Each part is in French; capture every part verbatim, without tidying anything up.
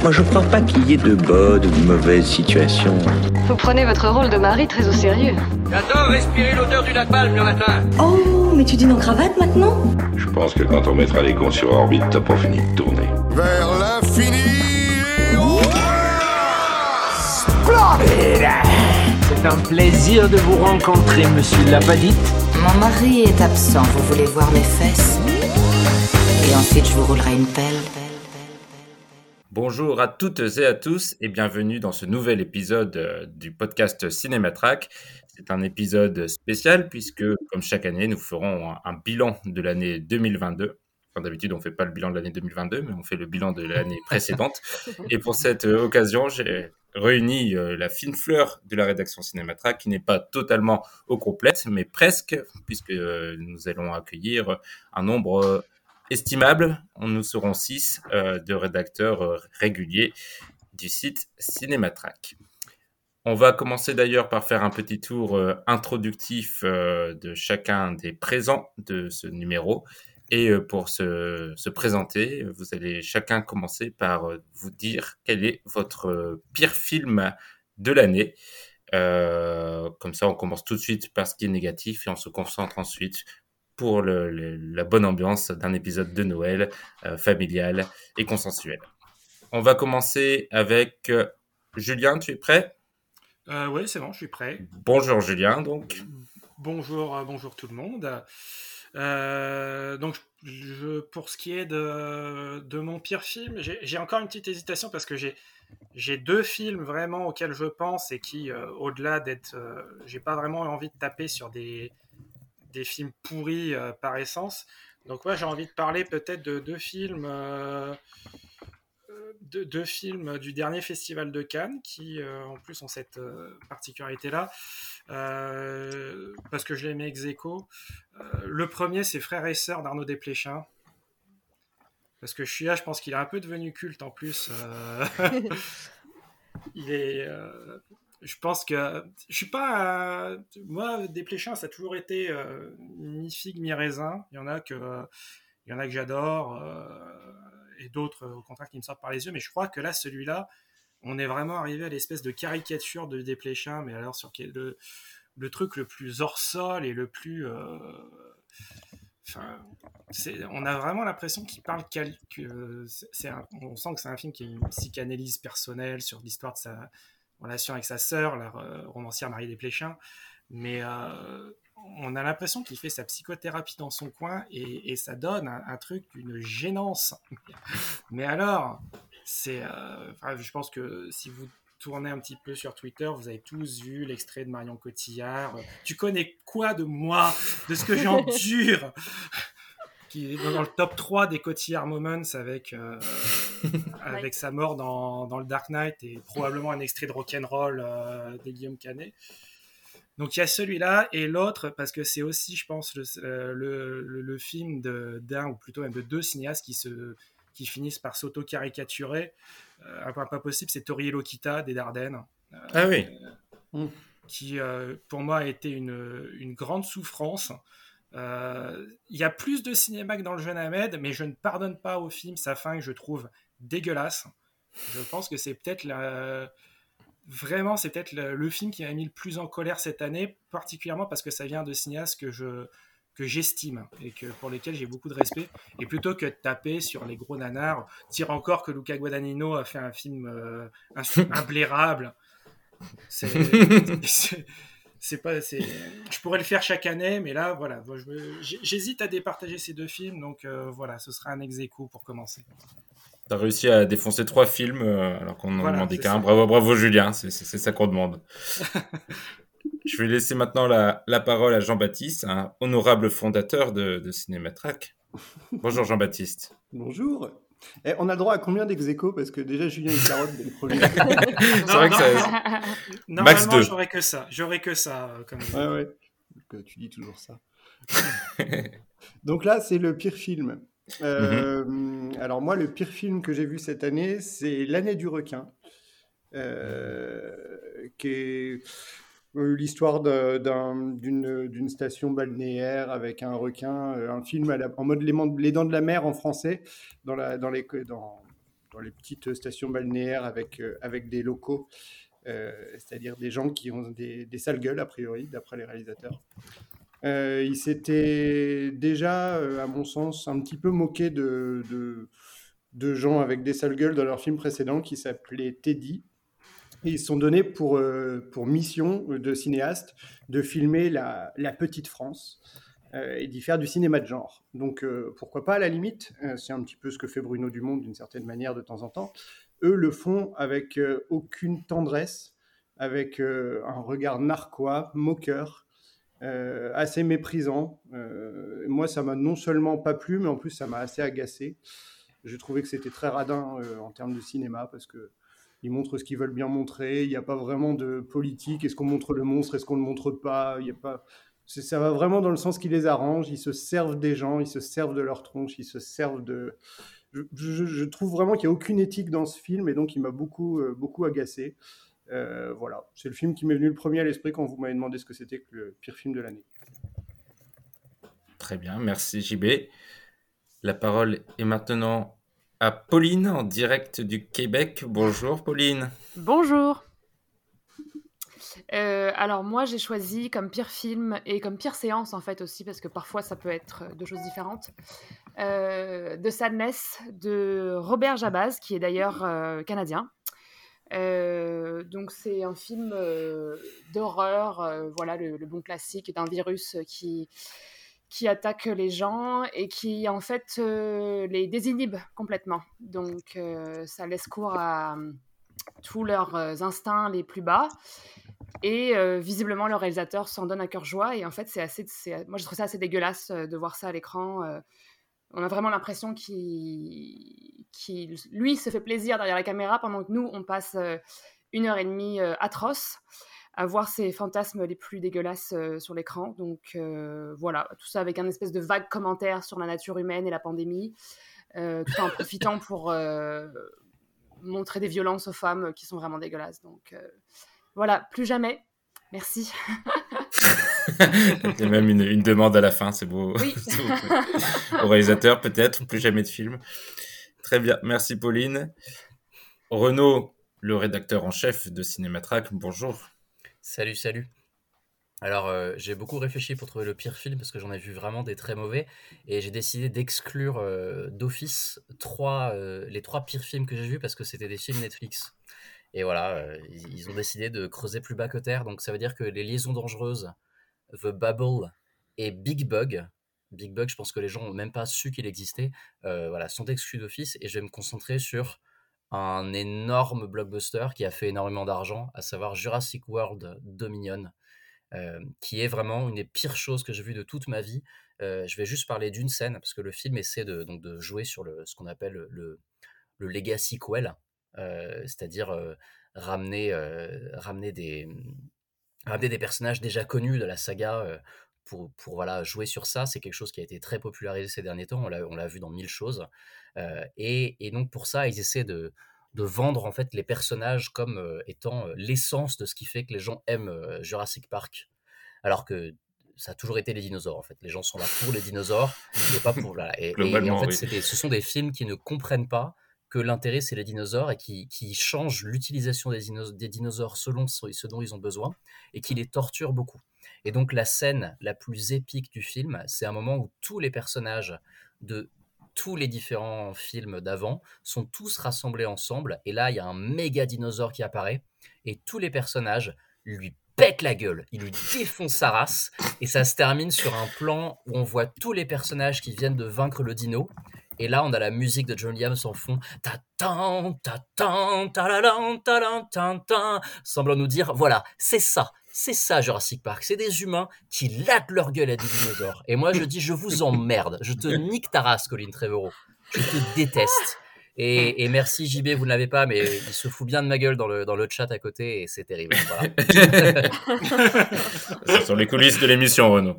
Moi, je crois pas qu'il y ait de bonnes ou de mauvaises situations. Vous prenez votre rôle de mari très au sérieux. J'adore respirer l'odeur du napalm le matin. Oh, mais tu dînes en cravate maintenant ? Je pense que quand on mettra les cons sur orbite, t'as pas fini de tourner. Vers l'infini et au-delà. Splendide. C'est un plaisir de vous rencontrer, monsieur Lapadite. Mon mari est absent, vous voulez voir mes fesses ? Et ensuite je vous roulerai une pelle. Bonjour à toutes et à tous et bienvenue dans ce nouvel épisode du podcast Cinématrack. C'est un épisode spécial puisque, comme chaque année, nous ferons un, un bilan de l'année deux mille vingt-deux. Enfin, d'habitude, on ne fait pas le bilan de l'année deux mille vingt-deux, mais on fait le bilan de l'année précédente. Et pour cette euh, occasion, j'ai réuni euh, la fine fleur de la rédaction Cinématrack, qui n'est pas totalement au complète, mais presque, puisque euh, nous allons accueillir un nombre euh, estimable. Nous serons six euh, de rédacteurs euh, réguliers du site Cinématrack. On va commencer d'ailleurs par faire un petit tour euh, introductif euh, de chacun des présents de ce numéro. Et euh, pour se, se présenter, vous allez chacun commencer par euh, vous dire quel est votre euh, pire film de l'année. Euh, comme ça, on commence tout de suite par ce qui est négatif et on se concentre ensuite pour le, le, la bonne ambiance d'un épisode de Noël euh, familial et consensuel. On va commencer avec euh, Julien, tu es prêt ? euh, Oui, c'est bon, je suis prêt. Bonjour Julien, donc. Bonjour, euh, bonjour tout le monde. Euh, donc, je, pour ce qui est de, de mon pire film, j'ai, j'ai encore une petite hésitation parce que j'ai, j'ai deux films vraiment auxquels je pense et qui, euh, au-delà d'être... Euh, j'ai pas vraiment envie de taper sur des... des films pourris euh, par essence. Donc moi, ouais, j'ai envie de parler peut-être de deux films, euh, de, deux films du dernier festival de Cannes qui, euh, en plus, ont cette euh, particularité-là, euh, parce que je les mets ex aequo. Euh, le premier, c'est Frères et Sœurs d'Arnaud Desplechin. Parce que je suis là, je pense qu'il est un peu devenu culte en plus. Euh... il est... Euh... Je pense que je suis pas euh, moi Desplechin, ça a toujours été euh, mi figue mi raisin. Il y en a que euh, il y en a que j'adore euh, et d'autres au contraire qui me sortent par les yeux. Mais je crois que là, celui-là, on est vraiment arrivé à l'espèce de caricature de Desplechin, mais alors sur le le truc le plus hors sol et le plus euh, enfin, c'est, on a vraiment l'impression qu'il parle cal- que c'est un, on sent que c'est un film qui est une psychanalyse personnelle sur l'histoire de sa relation avec sa sœur, la euh, romancière Marie Desplechin, mais euh, on a l'impression qu'il fait sa psychothérapie dans son coin et, et ça donne un, un truc d'une gênance. Mais alors, c'est, euh, enfin, je pense que si vous tournez un petit peu sur Twitter, vous avez tous vu l'extrait de Marion Cotillard. Tu connais quoi de moi, de ce que j'endure, qui est dans le top trois des Cotillard Moments avec, euh, avec sa mort dans, dans le Dark Knight et probablement un extrait de Rock'n'Roll euh, de Guillaume Canet. Donc il y a celui-là et l'autre, parce que c'est aussi, je pense, le, le, le, le film de, d'un ou plutôt même de deux cinéastes qui, se, qui finissent par s'auto-caricaturer. Euh, un point pas possible, c'est Tori et Lokita des Dardennes. Euh, ah oui. Euh, qui, euh, pour moi, a été une, une grande souffrance. Il euh, y a plus de cinéma que dans Le Jeune Ahmed, mais je ne pardonne pas au film sa fin que je trouve dégueulasse. Je pense que c'est peut-être la... vraiment c'est peut-être le, le film qui m'a mis le plus en colère cette année, particulièrement parce que ça vient de cinéastes que je que j'estime et que pour lesquels j'ai beaucoup de respect. Et plutôt que de taper sur les gros nanars, dire encore que Luca Guadagnino a fait un film euh, imblairable. C'est, c'est C'est pas, c'est... Je pourrais le faire chaque année, mais là, voilà, je me... j'hésite à départager ces deux films, donc euh, voilà, ce sera un ex aequo pour commencer. T'as réussi à défoncer trois films, euh, alors qu'on n'en voilà, demandait qu'un. Bravo, bravo Julien, c'est, c'est, c'est ça qu'on demande. Je vais laisser maintenant la, la parole à Jean-Baptiste, un honorable fondateur de, de Cinématrack. Bonjour Jean-Baptiste. Bonjour. Eh, on a le droit à combien d'ex aequo ? Parce que déjà, Julien, il carotte dès le premier. C'est vrai que ça... Max deux. J'aurais que ça. J'aurais que ça. Euh, comme... Ouais, ouais. Donc, tu dis toujours ça. Donc là, c'est le pire film. Euh, mm-hmm. Alors moi, le pire film que j'ai vu cette année, c'est L'année du requin. Euh, qui est... l'histoire de, d'un, d'une, d'une station balnéaire avec un requin, un film à la, en mode les, les Dents de la Mer en français, dans, la, dans, les, dans, dans les petites stations balnéaires avec, euh, avec des locaux, euh, c'est-à-dire des gens qui ont des, des sales gueules, a priori, d'après les réalisateurs. Euh, il s'était déjà, euh, à mon sens, un petit peu moqué de, de, de gens avec des sales gueules dans leur film précédent qui s'appelait Teddy. Et ils se sont donnés pour, euh, pour mission de cinéaste de filmer la, la petite France euh, et d'y faire du cinéma de genre. Donc euh, pourquoi pas à la limite, euh, c'est un petit peu ce que fait Bruno Dumont d'une certaine manière de temps en temps. Eux le font avec euh, aucune tendresse, avec euh, un regard narquois, moqueur, euh, assez méprisant. Euh, moi ça m'a non seulement pas plu, mais en plus ça m'a assez agacé. J'ai trouvé que c'était très radin euh, en termes de cinéma parce que ils montrent ce qu'ils veulent bien montrer. Il n'y a pas vraiment de politique. Est-ce qu'on montre le monstre? Est-ce qu'on ne le montre pas? Il y a pas... C'est, ça va vraiment dans le sens qui les arrange. Ils se servent des gens, ils se servent de leur tronche, ils se servent de... Je, je, je trouve vraiment qu'il n'y a aucune éthique dans ce film et donc il m'a beaucoup, euh, beaucoup agacé. Euh, voilà, c'est le film qui m'est venu le premier à l'esprit quand vous m'avez demandé ce que c'était que le pire film de l'année. Très bien, merci J B. La parole est maintenant à Pauline, en direct du Québec. Bonjour Pauline. Bonjour. Euh, alors moi j'ai choisi comme pire film et comme pire séance en fait aussi, parce que parfois ça peut être deux choses différentes, euh, The Sadness de Robert Jabaz, qui est d'ailleurs euh, canadien. Euh, donc c'est un film euh, d'horreur, euh, voilà le, le bon classique d'un virus qui... qui attaque les gens et qui, en fait, euh, les désinhibe complètement. Donc, euh, ça laisse cours à euh, tous leurs euh, instincts les plus bas. Et euh, visiblement, le réalisateur s'en donne à cœur joie. Et en fait, c'est assez, c'est, moi, je trouve ça assez dégueulasse euh, de voir ça à l'écran. Euh, on a vraiment l'impression qu'il, qu'il, lui, se fait plaisir derrière la caméra, pendant que nous, on passe euh, une heure et demie euh, atroce à voir ses fantasmes les plus dégueulasses euh, sur l'écran. Donc euh, voilà, tout ça avec un espèce de vague commentaire sur la nature humaine et la pandémie, euh, tout en profitant pour euh, montrer des violences aux femmes qui sont vraiment dégueulasses. Donc euh, voilà, plus jamais. Merci. Il y a même une, une demande à la fin, c'est beau. Oui. Au réalisateur peut-être, plus jamais de film. Très bien, merci Pauline. Renaud, le rédacteur en chef de Cinématrack, bonjour. Salut, salut. Alors, euh, j'ai beaucoup réfléchi pour trouver le pire film parce que j'en ai vu vraiment des très mauvais et j'ai décidé d'exclure euh, d'office trois, euh, les trois pires films que j'ai vus parce que c'était des films Netflix. Et voilà, euh, ils, ils ont décidé de creuser plus bas que terre. Donc, ça veut dire que Les Liaisons Dangereuses, The Bubble et Big Bug, Big Bug, je pense que les gens n'ont même pas su qu'il existait, euh, voilà, sont exclus d'office et je vais me concentrer sur un énorme blockbuster qui a fait énormément d'argent, à savoir Jurassic World Dominion, euh, qui est vraiment une des pires choses que j'ai vues de toute ma vie. Euh, je vais juste parler d'une scène, parce que le film essaie de, donc de jouer sur le, ce qu'on appelle le, le legacy sequel, euh, c'est-à-dire euh, ramener, euh, ramener, des, ramener des personnages déjà connus de la saga euh, pour, pour voilà, jouer sur ça. C'est quelque chose qui a été très popularisé ces derniers temps, on l'a, on l'a vu dans mille choses. Euh, et, et donc pour ça, ils essaient de, de vendre en fait les personnages comme euh, étant euh, l'essence de ce qui fait que les gens aiment euh, Jurassic Park, alors que ça a toujours été les dinosaures en fait. Les gens sont là pour les dinosaures et pas pour voilà. Et, et, et en fait, oui. c'est des, ce sont des films qui ne comprennent pas que l'intérêt c'est les dinosaures et qui, qui changent l'utilisation des, dino- des dinosaures selon ce, ce dont ils ont besoin et qui les torturent beaucoup. Et donc la scène la plus épique du film, c'est un moment où tous les personnages de tous les différents films d'avant sont tous rassemblés ensemble et là il y a un méga dinosaure qui apparaît et tous les personnages lui pètent la gueule, ils lui défoncent sa race et ça se termine sur un plan où on voit tous les personnages qui viennent de vaincre le dino et là on a la musique de John Williams en fond, ta-tan, ta-tan, ta-la-lan, ta-lan, ta-tan, semblant nous dire voilà, c'est ça. C'est ça Jurassic Park, c'est des humains qui lattent leur gueule à des dinosaures. Et moi je dis je vous emmerde, je te nique ta race Colin Trevorrow, je te déteste. Et, et merci J B, vous ne l'avez pas, mais il se fout bien de ma gueule dans le, dans le chat à côté et c'est terrible. Voilà. Ce sont les coulisses de l'émission Renaud.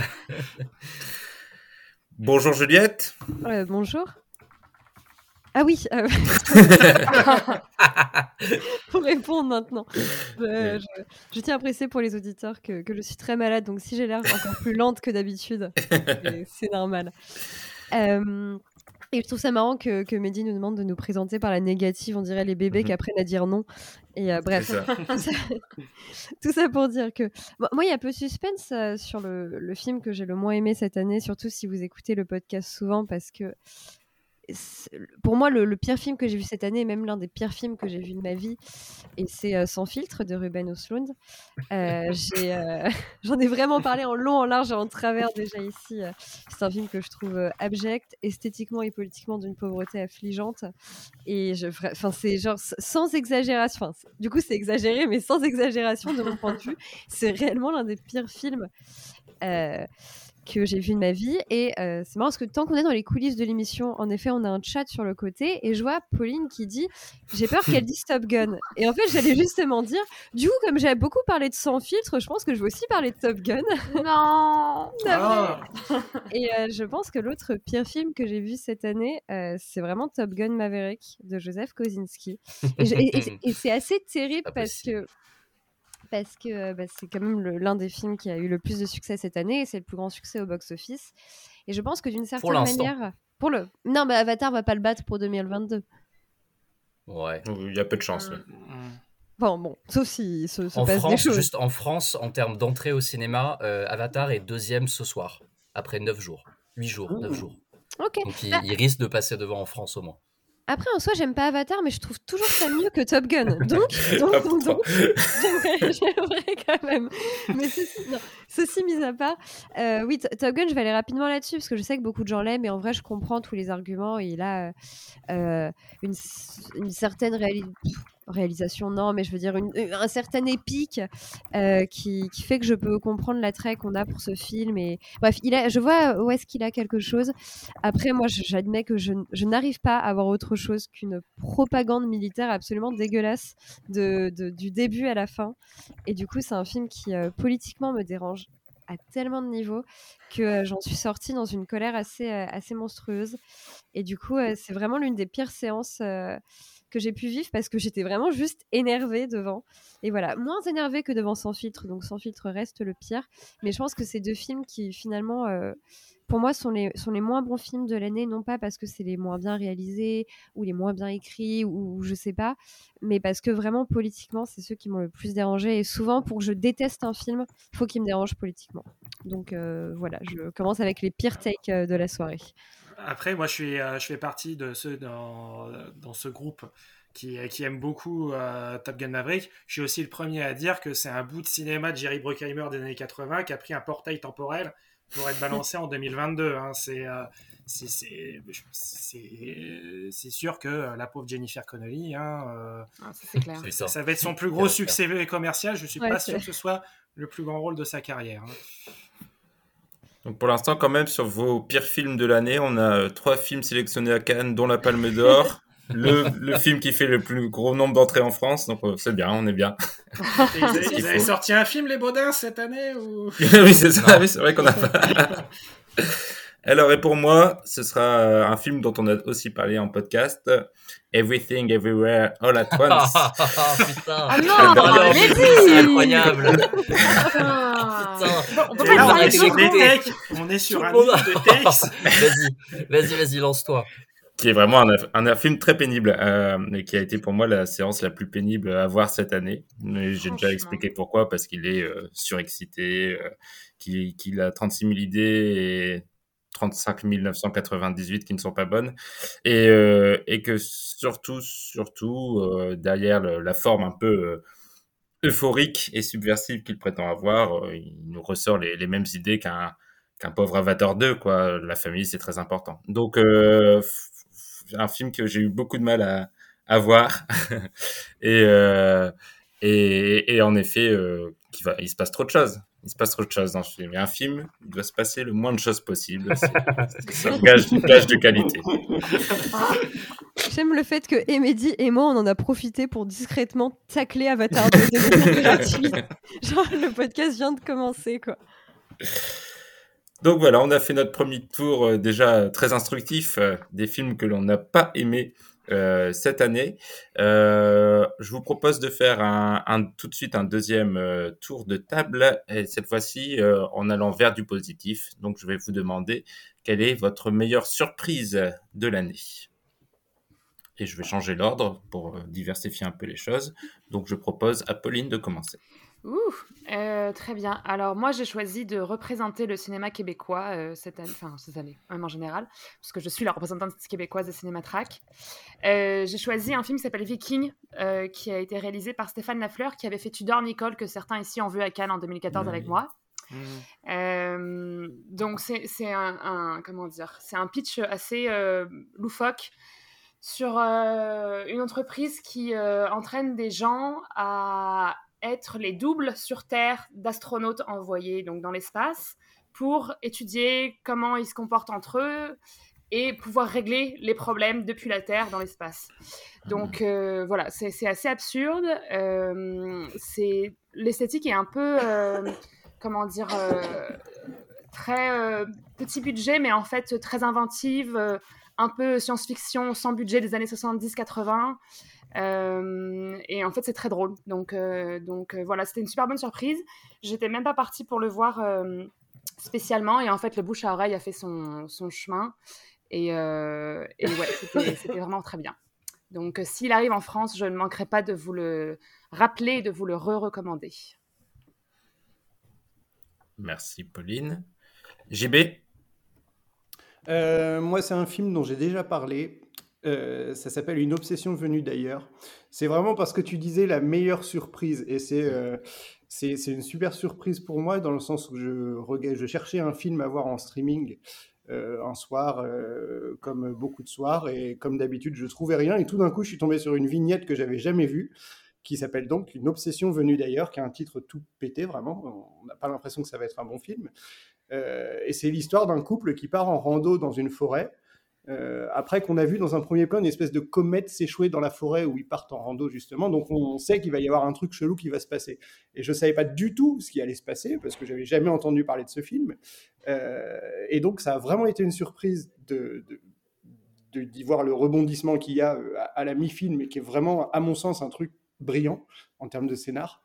Bonjour Juliette. Euh, bonjour. Ah oui, euh... pour répondre maintenant. Je, je, je tiens à préciser pour les auditeurs que, que je suis très malade, donc si j'ai l'air encore plus lente que d'habitude, c'est, c'est normal. Euh, Et je trouve ça marrant que, que Mehdi nous demande de nous présenter par la négative, on dirait les bébés Mhm. qui apprennent à dire non. Et euh, bref, C'est ça. tout ça, tout ça pour dire que bon, moi, il y a un peu de suspense euh, sur le, le film que j'ai le moins aimé cette année, surtout si vous écoutez le podcast souvent, parce que c'est- pour moi, le, le pire film que j'ai vu cette année est même l'un des pires films que j'ai vu de ma vie, et c'est euh, Sans filtre de Ruben Östlund. Euh, j'ai, euh, J'en ai vraiment parlé en long, en large et en travers déjà ici. Euh, C'est un film que je trouve euh, abject, esthétiquement et politiquement d'une pauvreté affligeante. Et je, vra- enfin, c'est genre s- sans exagération. Enfin, c'est- du coup, c'est exagéré, mais sans exagération de mon point de vue, c'est réellement l'un des pires films euh, que j'ai vu de ma vie. Et euh, c'est marrant parce que tant qu'on est dans les coulisses de l'émission, en effet, on a un chat sur le côté et je vois Pauline qui dit j'ai peur qu'elle dise Top Gun. Et en fait, j'allais justement dire du coup, comme j'avais beaucoup parlé de Sans filtre, je pense que je vais aussi parler de Top Gun. Non. Ah. Et euh, je pense que l'autre pire film que j'ai vu cette année, euh, c'est vraiment Top Gun Maverick de Joseph Kosinski. Et, je- et- et- et c'est assez terrible Pas parce que parce que euh, bah, c'est quand même le- l'un des films qui a eu le plus de succès cette année et c'est le plus grand succès au box-office. Et je pense que d'une certaine l'instant. manière, pour le non, mais Avatar va pas le battre pour deux mille vingt-deux. Ouais. Il y a peu de chance. ouais. Bon, bon, sauf si se, se En passe des France, choses. juste en France, en termes d'entrée au cinéma, euh, Avatar est deuxième ce soir, après neuf jours. huit jours, neuf jours. Ok. Donc il, Bah, il risque de passer devant en France au moins. Après, en soi, j'aime pas Avatar, mais je trouve toujours ça mieux que Top Gun. Donc, donc, Ah, donc, putain. donc, j'aimerais, j'aimerais quand même. Mais ceci, non, ceci mis à part, euh, oui, T- Top Gun, je vais aller rapidement là-dessus, parce que je sais que beaucoup de gens l'aiment, et en vrai, je comprends tous les arguments. Et il a euh, une, s- une certaine réali- pff, réalisation, non, mais je veux dire, une, un certain épique euh, qui, qui fait que je peux comprendre l'attrait qu'on a pour ce film. Et bref, il a, je vois où est-ce qu'il a quelque chose. Après, moi, je- j'admets que je, n- je n'arrive pas à voir autre chose qu'une propagande militaire absolument dégueulasse de, de- du début à la fin. Et du coup, c'est un film qui euh, politiquement me dérange à tellement de niveaux que euh, j'en suis sortie dans une colère assez, euh, assez monstrueuse. Et du coup, euh, c'est vraiment l'une des pires séances euh, que j'ai pu vivre parce que j'étais vraiment juste énervée devant. Et voilà, moins énervée que devant Sans filtre, donc Sans filtre reste le pire. Mais je pense que c'est deux films qui finalement, euh, pour moi, sont les, sont les moins bons films de l'année, non pas parce que c'est les moins bien réalisés ou les moins bien écrits ou, ou je sais pas, mais parce que vraiment politiquement, c'est ceux qui m'ont le plus dérangé. Et souvent, pour que je déteste un film, il faut qu'il me dérange politiquement. Donc euh, voilà, je commence avec les pires takes euh, de la soirée. Après, moi, je, suis, euh, je fais partie de ceux dans, dans ce groupe qui, qui aiment beaucoup euh, Top Gun Maverick. Je suis aussi le premier à dire que c'est un bout de cinéma de Jerry Bruckheimer des années quatre-vingts qui a pris un portail temporel pour être balancé en deux mille vingt-deux. Hein. C'est, euh, c'est, c'est, c'est, c'est sûr que la pauvre Jennifer Connelly, hein, euh, Ah, ça, c'est clair. ça, C'est ça. ça va être son plus gros succès commercial. Je ne suis Ouais, pas c'est- sûr que ce soit le plus grand rôle de sa carrière. Hein. Donc pour l'instant, quand même, sur vos pires films de l'année, on a euh, trois films sélectionnés à Cannes, dont la Palme d'Or, le, le film qui fait le plus gros nombre d'entrées en France. Donc euh, c'est bien, on est bien. Et vous avez, Ce qu'il vous avez faut. sorti un film, Les Baudins, cette année ou... Oui, c'est ça, oui, c'est vrai qu'on a pas. Alors, et pour moi, ce sera euh, un film dont on a aussi parlé en podcast, Everything Everywhere All at Once. Putain. Ah non, Alors, mais C'est dis incroyable. Putain. Putain. On peut Et pas là, on parler est de sur Chico. des takes. On est sur Tout un le monde livre a- de takes. Vas-y, vas-y, vas-y, lance-toi. Qui est vraiment un, un, un film très pénible, euh, et qui a été pour moi la séance la plus pénible à voir cette année. Mais j'ai déjà Franchement. expliqué pourquoi, parce qu'il est euh, surexcité, euh, qu'il, qu'il a trente-six mille idées et trente-cinq mille neuf cent quatre-vingt-dix-huit qui ne sont pas bonnes, et, euh, et que surtout, surtout euh, derrière le, la forme un peu euh, euphorique et subversive qu'il prétend avoir, euh, il nous ressort les, les mêmes idées qu'un, qu'un pauvre Avatar deux, quoi. La famille, c'est très important. Donc, euh, f- un film que j'ai eu beaucoup de mal à, à voir, et, euh, et, et en effet, euh, qui va, il se passe trop de choses. Il se passe trop de choses dans ce film. Il y a un film, il doit se passer le moins de choses possible. C'est, c'est un gage, gage de qualité. J'aime le fait que Emedi et moi, on en a profité pour discrètement tacler Avatar deux de manière gratuite. Genre, le podcast vient de commencer, quoi. Donc voilà, on a fait notre premier tour euh, déjà très instructif, euh, des films que l'on n'a pas aimés euh, cette année. Euh, je vous propose de faire un, un- tout de suite un deuxième euh, tour de table, et cette fois-ci euh, en allant vers du positif. Donc, je vais vous demander quelle est votre meilleure surprise de l'année. Et je vais changer l'ordre pour euh, diversifier un peu les choses. Donc, je propose à Pauline de commencer. Ouh, euh, très bien. Alors moi, j'ai choisi de représenter le cinéma québécois euh, cette année, enfin cette année, même en général, parce que je suis la représentante québécoise de Cinématrack. Euh, j'ai choisi un film qui s'appelle Viking, euh, qui a été réalisé par Stéphane Lafleur, qui avait fait Tudor Nicole, que certains ici ont vu à Cannes en deux mille quatorze avec moi. Mmh. Euh, donc c'est, c'est un, un- comment dire, c'est un pitch assez euh, loufoque sur euh, une entreprise qui euh, entraîne des gens à être les doubles sur Terre d'astronautes envoyés donc dans l'espace pour étudier comment ils se comportent entre eux et pouvoir régler les problèmes depuis la Terre dans l'espace. Donc euh, voilà, c'est, c'est assez absurde. Euh, c'est, l'esthétique est un peu, euh, comment dire, euh, très euh, petit budget, mais en fait très inventive, euh, un peu science-fiction sans budget des années soixante-dix quatre-vingts. Euh, et en fait, c'est très drôle. Donc, euh, donc euh, voilà, c'était une super bonne surprise. J'étais même pas partie pour le voir euh, spécialement. Et en fait, le bouche à oreille a fait son, son chemin. Et, euh, et ouais, c'était, c'était vraiment très bien. Donc, euh, s'il arrive en France, je ne manquerai pas de vous le rappeler et de vous le re-recommander. Merci, Pauline. J B? Euh, moi, c'est un film dont j'ai déjà parlé. Euh, ça s'appelle Une obsession venue d'ailleurs. C'est vraiment parce que tu disais la meilleure surprise. Et c'est, euh, c'est, c'est une super surprise pour moi dans le sens où je, rega- je cherchais un film à voir en streaming euh, un soir, euh, comme beaucoup de soirs. Et comme d'habitude, je trouvais rien. Et tout d'un coup, je suis tombé sur une vignette que j'avais jamais vue, qui s'appelle donc Une obsession venue d'ailleurs, qui a un titre tout pété vraiment. On n'a pas l'impression que ça va être un bon film. Euh, et c'est l'histoire d'un couple qui part en rando dans une forêt, euh, après qu'on a vu dans un premier plan une espèce de comète s'échouer dans la forêt où ils partent en rando justement, donc on sait qu'il va y avoir un truc chelou qui va se passer. Et je ne savais pas du tout ce qui allait se passer, parce que je n'avais jamais entendu parler de ce film. Euh, et donc ça a vraiment été une surprise de, de, de, d'y voir le rebondissement qu'il y a à, à la mi-film, et qui est vraiment, à mon sens, un truc brillant en termes de scénar.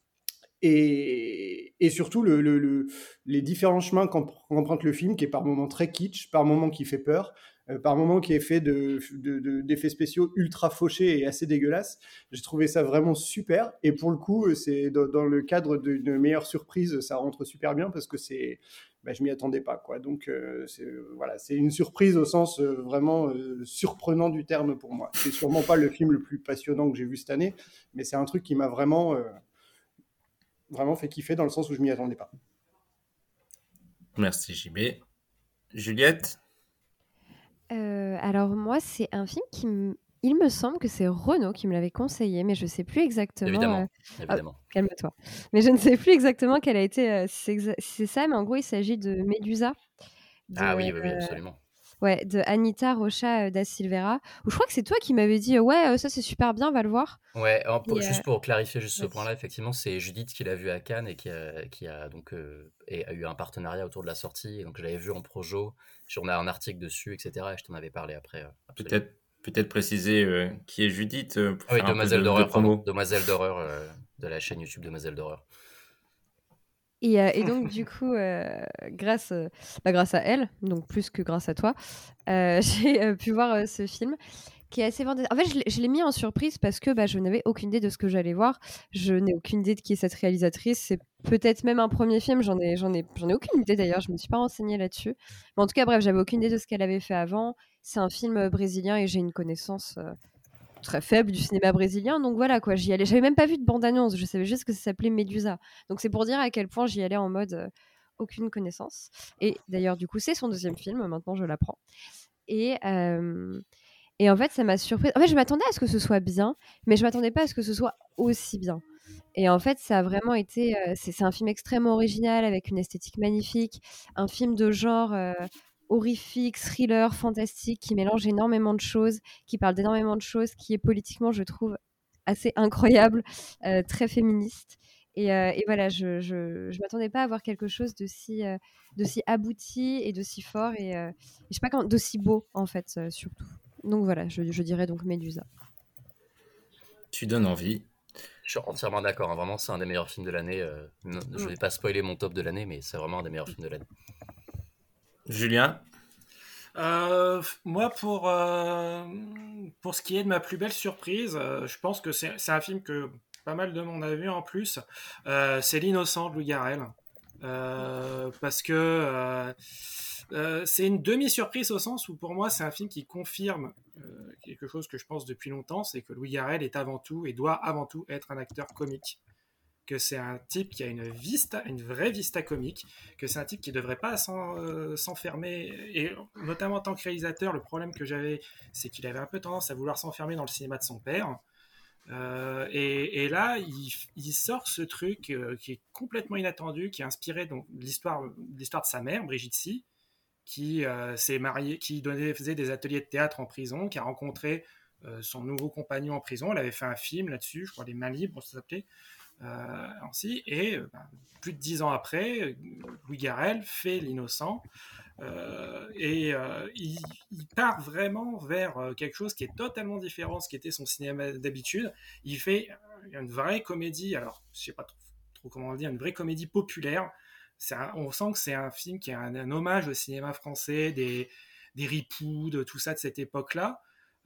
Et, et surtout le, le, le, les différents chemins qu'emprunte le film, qui est par moments très kitsch, par moments qui fait peur, euh, par moments qui est fait de, de, de, d'effets spéciaux ultra fauchés et assez dégueulasses. J'ai trouvé ça vraiment super, et pour le coup, c'est dans, dans le cadre d'une meilleure surprise, ça rentre super bien, parce que c'est, bah, je m'y attendais pas, quoi. Donc euh, c'est, voilà, c'est une surprise au sens euh, vraiment euh, surprenant du terme pour moi. C'est sûrement pas le film le plus passionnant que j'ai vu cette année, mais c'est un truc qui m'a vraiment... Euh, vraiment fait kiffer dans le sens où je m'y attendais pas. Merci J B. Juliette? Euh, alors moi, c'est un film qui, m- il me semble que c'est Renaud qui me l'avait conseillé, mais je sais plus exactement. Évidemment, euh, évidemment. ah, calme-toi. Mais je ne sais plus exactement quelle a été. euh, si c'est, exa- si c'est ça, mais en gros, il s'agit de Médusa. De, Ah oui, oui, oui, euh, absolument. ouais, de Anita Rocha euh, da Silveira. Ou je crois que c'est toi qui m'avais dit euh, ouais, euh, ça c'est super bien, va le voir. Ouais, en- pour- Et, juste euh, pour clarifier juste ce vas-y. point-là, effectivement, c'est Judith qui l'a vu à Cannes et qui a, qui a donc euh, et a eu un partenariat autour de la sortie. Et donc je l'avais vu en projo, on a un article dessus, et cetera. Et je t'en avais parlé après. euh, absolument. Peut-être, peut-être préciser euh, qui est Judith euh, pour Ah oui, faire un peu Demoiselle de, de d'horreur, pardon. promo. Demoiselle d'horreur euh, de la chaîne YouTube Demoiselle d'horreur. Et, euh, et donc, du coup, euh, grâce, euh, bah, grâce à elle, donc plus que grâce à toi, euh, j'ai euh, pu voir euh, ce film qui est assez vendeur. En fait, je l'ai, je l'ai mis en surprise parce que bah, je n'avais aucune idée de ce que j'allais voir. Je n'ai aucune idée de qui est cette réalisatrice. C'est peut-être même un premier film. J'en ai, j'en ai, j'en ai aucune idée d'ailleurs. Je ne me suis pas renseignée là-dessus. Mais en tout cas, bref, j'avais aucune idée de ce qu'elle avait fait avant. C'est un film euh, brésilien et j'ai une connaissance euh, très faible du cinéma brésilien. Donc voilà, quoi, j'y allais. J'avais même pas vu de bande-annonce. Je savais juste que ça s'appelait Médusa. Donc c'est pour dire à quel point j'y allais en mode euh, aucune connaissance. Et d'ailleurs, du coup, c'est son deuxième film. Maintenant, je l'apprends. Et, euh, et en fait, ça m'a surprise. En fait, je m'attendais à ce que ce soit bien, mais je m'attendais pas à ce que ce soit aussi bien. Et en fait, ça a vraiment été. euh, c'est, c'est un film extrêmement original avec une esthétique magnifique, un film de genre euh, horrifique, thriller, fantastique, qui mélange énormément de choses, qui parle d'énormément de choses, qui est politiquement, je trouve, assez incroyable, euh, très féministe. Et, euh, et voilà, je, je, je m'attendais pas à voir quelque chose de si, euh, de si abouti et de si fort et, euh, et je sais pas comment, de si beau en fait, euh, surtout. Donc voilà, je, je dirais donc Médusa. Tu donnes envie. Je suis entièrement d'accord, hein. Vraiment, c'est un des meilleurs films de l'année. Euh, non, je vais pas spoiler mon top de l'année, mais c'est vraiment un des meilleurs films de l'année. Julien? Euh, moi, pour, euh, pour ce qui est de ma plus belle surprise, euh, je pense que c'est, c'est un film que pas mal de monde a vu en plus. Euh, c'est L'Innocent de Louis Garrel. Euh, parce que euh, euh, c'est une demi-surprise au sens où pour moi c'est un film qui confirme euh, quelque chose que je pense depuis longtemps, c'est que Louis Garrel est avant tout et doit avant tout être un acteur comique. Que c'est un type qui a une vista, une vraie vista comique, que c'est un type qui ne devrait pas s'en, euh, s'enfermer, et notamment en tant que réalisateur, le problème que j'avais, c'est qu'il avait un peu tendance à vouloir s'enfermer dans le cinéma de son père, euh, et, et là, il, il sort ce truc euh, qui est complètement inattendu, qui est inspiré donc, de, l'histoire, de l'histoire de sa mère, Brigitte Si, qui euh, s'est mariée, qui donnait, faisait des ateliers de théâtre en prison, qui a rencontré euh, son nouveau compagnon en prison, elle avait fait un film là-dessus, je crois Les Mains Libres, ça s'appelait, Euh, ainsi, et euh, ben, plus de dix ans après, Louis Garrel fait L'Innocent, euh, et euh, il, il part vraiment vers euh, quelque chose qui est totalement différent de ce qui était son cinéma d'habitude. Il fait une vraie comédie, alors je sais pas trop, trop comment le dire, une vraie comédie populaire. C'est un, on sent que c'est un film qui est un, un hommage au cinéma français, des, des ripoux, de tout ça de cette époque-là.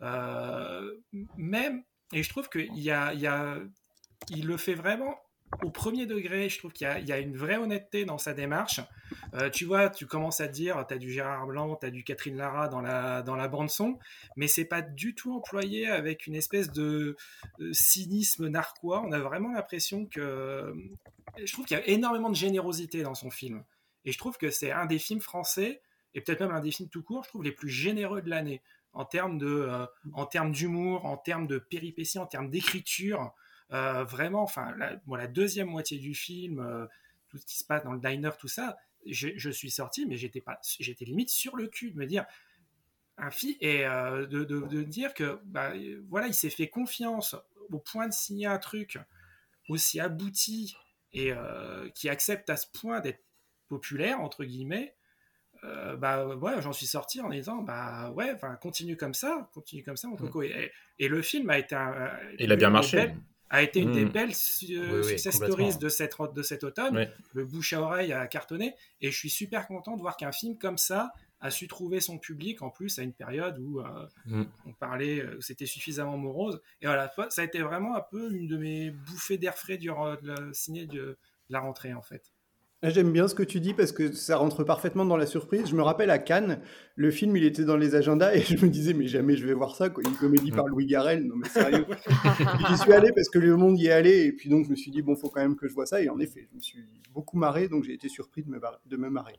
Euh, même, et je trouve qu'il y a, il y a il le fait vraiment au premier degré. Je trouve qu'il y a, il y a une vraie honnêteté dans sa démarche. Euh, tu vois, tu commences à te dire, tu as du Gérard Blanc, tu as du Catherine Lara dans la, dans la bande-son, mais c'est pas du tout employé avec une espèce de euh, cynisme narquois. On a vraiment l'impression que... Je trouve qu'il y a énormément de générosité dans son film. Et je trouve que c'est un des films français, et peut-être même un des films tout court, je trouve les plus généreux de l'année, en termes de, euh, en termes d'humour, en termes de péripéties, en termes d'écriture. Euh, vraiment, enfin, la, bon, la deuxième moitié du film, euh, tout ce qui se passe dans le diner, tout ça, je, je suis sorti, mais j'étais pas, j'étais limite sur le cul de me dire un film et euh, de, de, de dire que bah, voilà, il s'est fait confiance au point de signer un truc aussi abouti et euh, qui accepte à ce point d'être populaire entre guillemets. Euh, bah ouais, j'en suis sorti en disant bah ouais, enfin continue comme ça, continue comme ça mon coco. Mmh. Et, et le film a été un, il a bien marché. Belles, a été une mmh. des belles euh, oui, oui, success stories de, cette, de cet automne. Oui. Le bouche à oreille a cartonné et je suis super content de voir qu'un film comme ça a su trouver son public en plus à une période où euh, mmh. on parlait, où c'était suffisamment morose. Et voilà, ça a été vraiment un peu une de mes bouffées d'air frais durant le ciné de, de la rentrée en fait. J'aime bien ce que tu dis parce que ça rentre parfaitement dans la surprise. Je me rappelle à Cannes, le film il était dans les agendas et je me disais mais jamais je vais voir ça, quoi. Une comédie par Louis Garrel, non mais sérieux. J'y suis allé parce que le monde y est allé et puis donc je me suis dit bon faut quand même que je vois ça et en effet je me suis beaucoup marré donc j'ai été surpris de me, bar- de me marrer.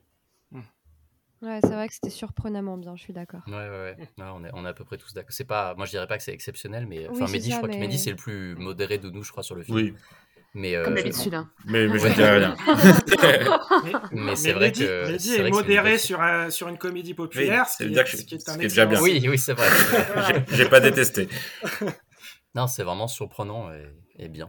Ouais, c'est vrai que c'était surprenamment bien, je suis d'accord. Ouais, ouais, ouais. ouais on, est, on est à peu près tous d'accord. C'est pas, moi je dirais pas que c'est exceptionnel, mais Oui, enfin c'est Mehdi, ça, je crois mais- que Mehdi c'est le plus modéré de nous, je crois, sur le film. Oui, Mais, euh, Comme je- d'habitude. Hein. mais, mais je Ouais. ne dirais rien. Mais, Mais c'est vrai Mehdi, que- Mehdi c'est est vrai que c'est une modéré bonne- sur, un, sur une comédie populaire, Oui, ce, ça qui veut est, dire que ce qui est ce un qui est déjà bien. excellent Oui, oui, c'est vrai. J'ai- J'ai pas détesté. Non, c'est vraiment surprenant et, et bien.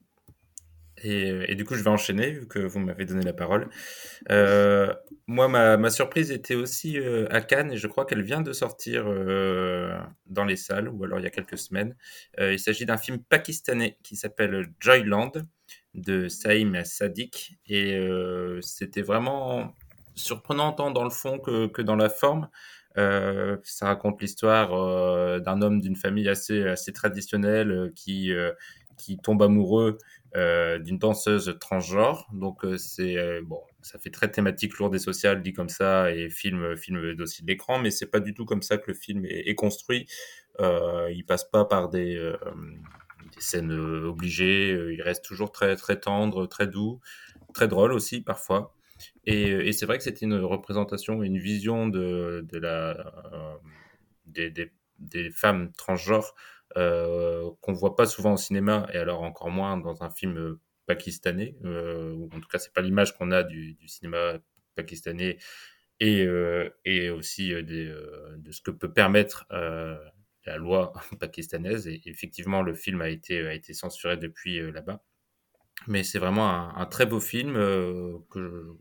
Et, et du coup, je vais enchaîner vu que vous m'avez donné la parole. Euh, moi, ma, ma surprise était aussi euh, à Cannes et je crois qu'elle vient de sortir euh, dans les salles ou alors il y a quelques semaines. Euh, il s'agit d'un film pakistanais qui s'appelle Joyland de Saïm Sadiq et euh, c'était vraiment surprenant tant dans le fond que, que dans la forme. Euh, ça raconte l'histoire euh, d'un homme d'une famille assez, assez traditionnelle euh, qui, euh, qui tombe amoureux euh, d'une danseuse transgenre. Donc euh, c'est euh, bon, ça fait très thématique lourde et sociale dit comme ça et film film dossier de l'écran, mais c'est pas du tout comme ça que le film est, est construit. Euh, il passe pas par des, euh, des scènes euh, obligées. Il reste toujours très très tendre, très doux, très drôle aussi parfois. Et, et c'est vrai que c'était une représentation, une vision de de la euh, des, des des femmes transgenres euh, qu'on voit pas souvent au cinéma et alors encore moins dans un film euh, pakistanais euh, ou en tout cas c'est pas l'image qu'on a du, du cinéma pakistanais et euh, et aussi euh, des, euh, de ce que peut permettre euh, la loi pakistanaise et effectivement le film a été a été censuré depuis euh, là-bas mais c'est vraiment un, un très beau film euh, que je-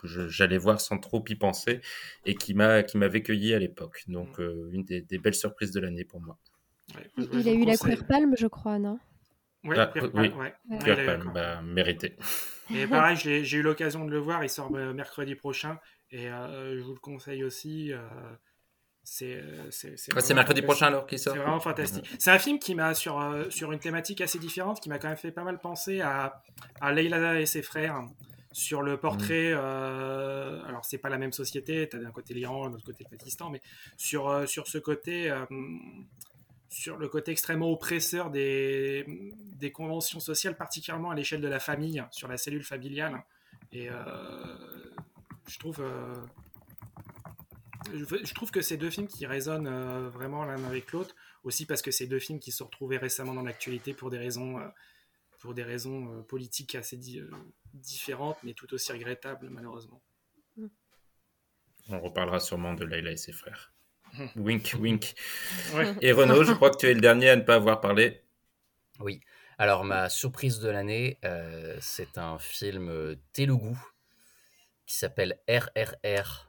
que je, j'allais voir sans trop y penser et qui, m'a, qui m'avait cueilli à l'époque. Donc, euh, une des, des belles surprises de l'année pour moi. Ouais, Il, je il vous a eu la conseille. Queer Palm, je crois, non? Ouais, Ah, Queer oui, Palm, ouais. Ouais. Ouais, Queer il a eu Palm, encore. bah, mérité. Et pareil, j'ai, j'ai eu l'occasion de le voir, il sort euh, mercredi prochain, et euh, je vous le conseille aussi. euh, c'est, euh, c'est, c'est Ah, c'est vraiment mercredi fantastique. prochain alors qu'il sort. C'est vraiment fantastique. C'est un film qui m'a, sur, euh, sur une thématique assez différente, qui m'a quand même fait pas mal penser à, à Leila et ses frères, sur le portrait. euh, alors, c'est pas la même société, tu as d'un côté l'Iran, de l'autre côté le Pakistan, mais sur, euh, sur ce côté. euh, sur le côté extrêmement oppresseur des, des conventions sociales, particulièrement à l'échelle de la famille, sur la cellule familiale. Et euh, je trouve, euh, je, je trouve que c'est deux films qui résonnent euh, vraiment l'un avec l'autre, aussi parce que c'est deux films qui se sont retrouvés récemment dans l'actualité pour des raisons, euh, pour des raisons euh, politiques assez di- euh, différentes, mais tout aussi regrettables, malheureusement. On reparlera sûrement de Leila et ses frères. Wink, wink. Ouais. Et Renaud, je crois que tu es le dernier à ne pas avoir parlé. Oui. Alors, ma surprise de l'année, euh, c'est un film euh, Telugu qui s'appelle R R R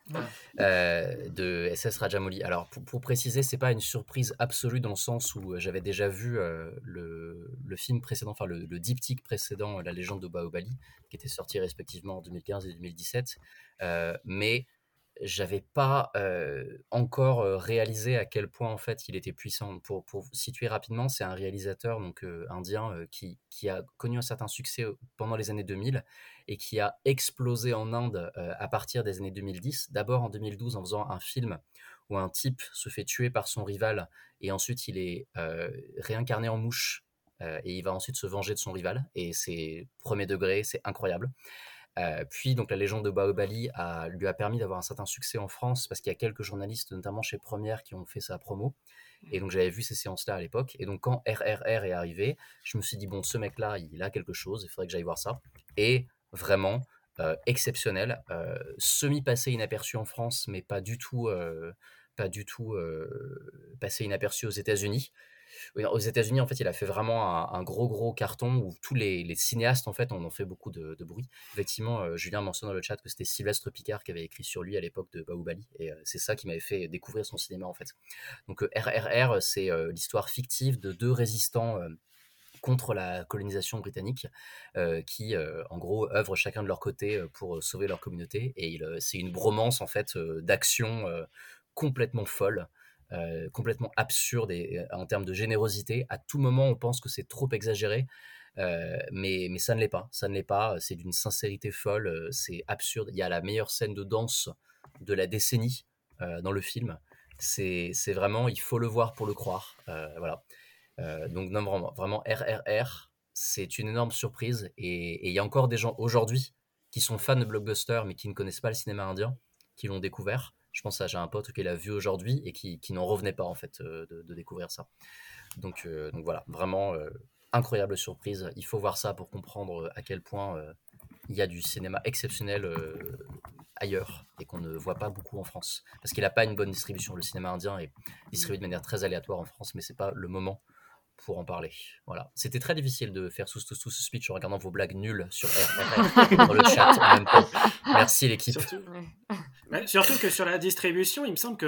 euh, de S S Rajamouli. Alors, pour, pour préciser, c'est pas une surprise absolue dans le sens où euh, j'avais déjà vu euh, le, le film précédent, enfin le, le diptyque précédent, La légende de Bahubali, qui était sorti respectivement en deux mille quinze et deux mille dix-sept. Euh, mais j'avais pas euh, encore euh, réalisé à quel point en fait il était puissant. Pour, pour situer rapidement, c'est un réalisateur donc euh, indien euh, qui, qui a connu un certain succès pendant les années deux mille et qui a explosé en Inde euh, à partir des années deux mille dix. D'abord en deux mille douze en faisant un film où un type se fait tuer par son rival et ensuite il est euh, réincarné en mouche euh, et il va ensuite se venger de son rival et c'est premier degré, c'est incroyable. Euh, puis donc la légende de Bahubali a, lui a permis d'avoir un certain succès en France parce qu'il y a quelques journalistes, notamment chez Première, qui ont fait sa promo. Et donc j'avais vu ces séances-là à l'époque. Et donc quand R R R est arrivé, je me suis dit, bon, ce mec-là, il a quelque chose, il faudrait que j'aille voir ça. Et vraiment, euh, exceptionnel. Euh, semi-passé inaperçu en France, mais pas du tout, euh, pas du tout euh, passé inaperçu aux États-Unis. Oui, aux États-Unis, en fait, il a fait vraiment un, un gros, gros carton où tous les, les cinéastes, en fait, en ont fait beaucoup de, de bruit. Effectivement, euh, Julien mentionne dans le chat que c'était Sylvestre Picard qui avait écrit sur lui à l'époque de Bahubali. Et euh, c'est ça qui m'avait fait découvrir son cinéma, en fait. Donc, euh, R R R, c'est euh, l'histoire fictive de deux résistants euh, contre la colonisation britannique euh, qui, euh, en gros, œuvrent chacun de leur côté euh, pour euh, sauver leur communauté. Et il, euh, c'est une bromance, en fait, euh, d'action euh, complètement folle. Euh, complètement absurde et, et en termes de générosité. À tout moment, on pense que c'est trop exagéré, euh, mais, mais ça ne l'est pas. Ça ne l'est pas. C'est d'une sincérité folle. euh, C'est absurde. Il y a la meilleure scène de danse de la décennie euh, dans le film. C'est, c'est vraiment, il faut le voir pour le croire. Euh, voilà. Euh, donc non, vraiment, vraiment R R R, c'est une énorme surprise. Et, et il y a encore des gens aujourd'hui qui sont fans de blockbusters mais qui ne connaissent pas le cinéma indien, qui l'ont découvert. Je pense à j'ai un pote qui l'a vu aujourd'hui et qui, qui n'en revenait pas en fait euh, de, de découvrir ça. Donc, euh, donc voilà, vraiment euh, incroyable surprise. Il faut voir ça pour comprendre à quel point euh, il y a du cinéma exceptionnel euh, ailleurs et qu'on ne voit pas beaucoup en France. Parce qu'il n'a pas une bonne distribution. Le cinéma indien est distribué de manière très aléatoire en France, mais c'est pas le moment pour en parler. Voilà. C'était très difficile de faire tout, tout, tout ce speech en regardant vos blagues nulles sur R R R dans le chat en même temps. Merci l'équipe. Surtout, ouais, surtout que sur la distribution, il me semble que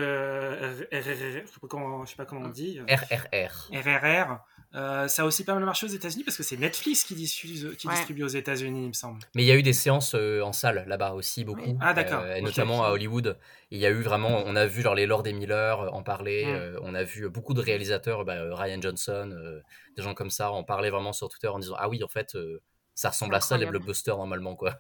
R R R, je sais pas comment, je sais pas comment on dit. R R R. R R R. Euh, ça a aussi pas mal marché aux États-Unis parce que c'est Netflix qui, diffuse, qui Ouais. distribue aux États-Unis, il me semble. Mais il y a eu des séances euh, en salle là-bas aussi, beaucoup. Oui. Ah, d'accord. Euh, Ok. notamment à Hollywood. Il y a eu vraiment, on a vu genre, les Lord et Miller euh, en parler. Mm. euh, on a vu beaucoup de réalisateurs, bah, euh, Ryan Johnson, euh, des gens comme ça, en parler vraiment sur Twitter en disant ah oui, en fait, euh, ça ressemble à ça les Incroyable. blockbusters normalement, quoi.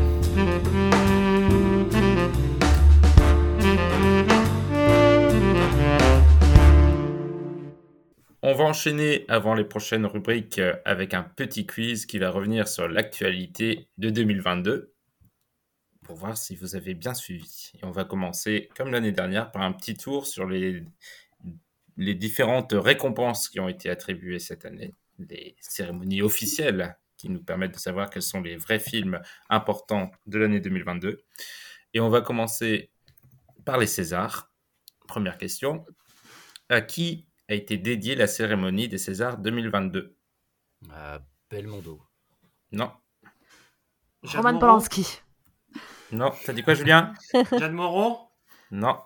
On va enchaîner avant les prochaines rubriques euh, avec un petit quiz qui va revenir sur l'actualité de deux mille vingt-deux pour voir si vous avez bien suivi. Et on va commencer, comme l'année dernière, par un petit tour sur les, les différentes récompenses qui ont été attribuées cette année, les cérémonies officielles qui nous permettent de savoir quels sont les vrais films importants de l'année deux mille vingt-deux. Et on va commencer par les Césars. Première question. À qui a été dédiée la cérémonie des Césars deux mille vingt-deux? Euh, Belmondo. Non. Roman Polanski. Non, t'as dit quoi, Julien? Jeanne Moreau? Non.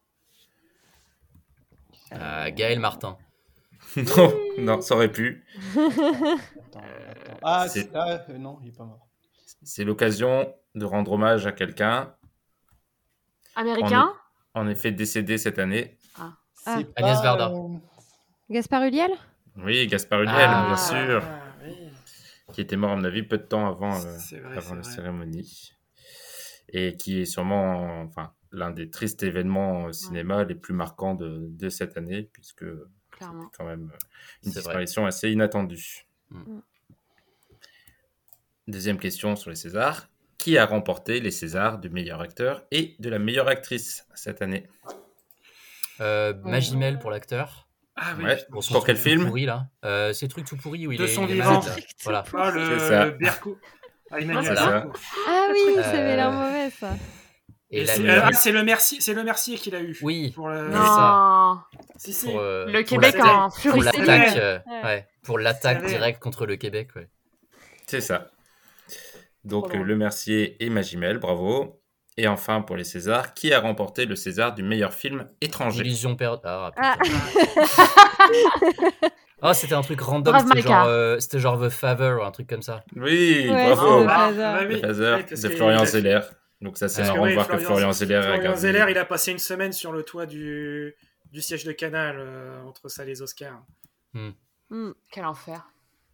Euh, Gaël Martin. Non, non, ça aurait pu. Attends, attends. Ah, C'est- c'est- ah, euh, non, il est pas mort. C'est l'occasion de rendre hommage à quelqu'un. Américain? En effet, décédé cette année. Ah. Ah. C'est Agnès pas, Varda. euh, Gaspard Ulliel? Oui, Gaspard Ulliel, Ah. bien sûr. Ah, oui. Qui était mort, à mon avis, peu de temps avant, euh, C'est vrai, avant c'est la vrai. cérémonie. Et qui est sûrement enfin, l'un des tristes événements au cinéma les plus marquants de, de cette année, puisque Clairement. c'est quand même euh, une C'est vrai. disparition assez inattendue. Mm. Deuxième question sur les Césars. Qui a remporté les Césars du meilleur acteur et de la meilleure actrice cette année? Euh, Magimel pour l'acteur. Ah oui. Ouais. putain. Pour son Pour quel truc tout film? pourri, là. Euh, c'est le truc tout pourri où il De est, son il est vivant. malade, là. Voilà. Ah, le, C'est ça. le Bercou. Ah, Emmanuel C'est ça. Bercou. Ah oui, ça avait l'air Euh, mauvais ça. Et Et la c'est, meilleure- euh, ah, c'est le Mercier, c'est le Mercier qu'il a eu. Oui. Pour le... C'est ça. Non. Si, si. Pour, euh, Le pour Québec l'attaque- en furie. Pour l'attaque, euh, Ouais. ouais, pour l'attaque C'est vrai. directe contre le Québec, ouais. C'est ça. Donc, Trop euh, drôle. Le Mercier et Magimel, bravo. Et enfin, pour les Césars, qui a remporté le César du meilleur film étranger? Illusion perdue. Ah, Ah. putain. Oh, c'était un truc random, Brave c'était Maca. genre, euh, c'était genre The Father ou un truc comme ça. Oui, Ouais, bravo. c'est Ah, le bah Father. oui. Le Phaser Oui, parce de qu'il Florian a- Zeller. Donc ça, c'est Parce que marrant oui, de voir que Florian Zeller a Florian gagné. Zeller, il a passé une semaine sur le toit du, du siège de Canal, euh, entre ça et les Oscars. Hmm. Quel enfer.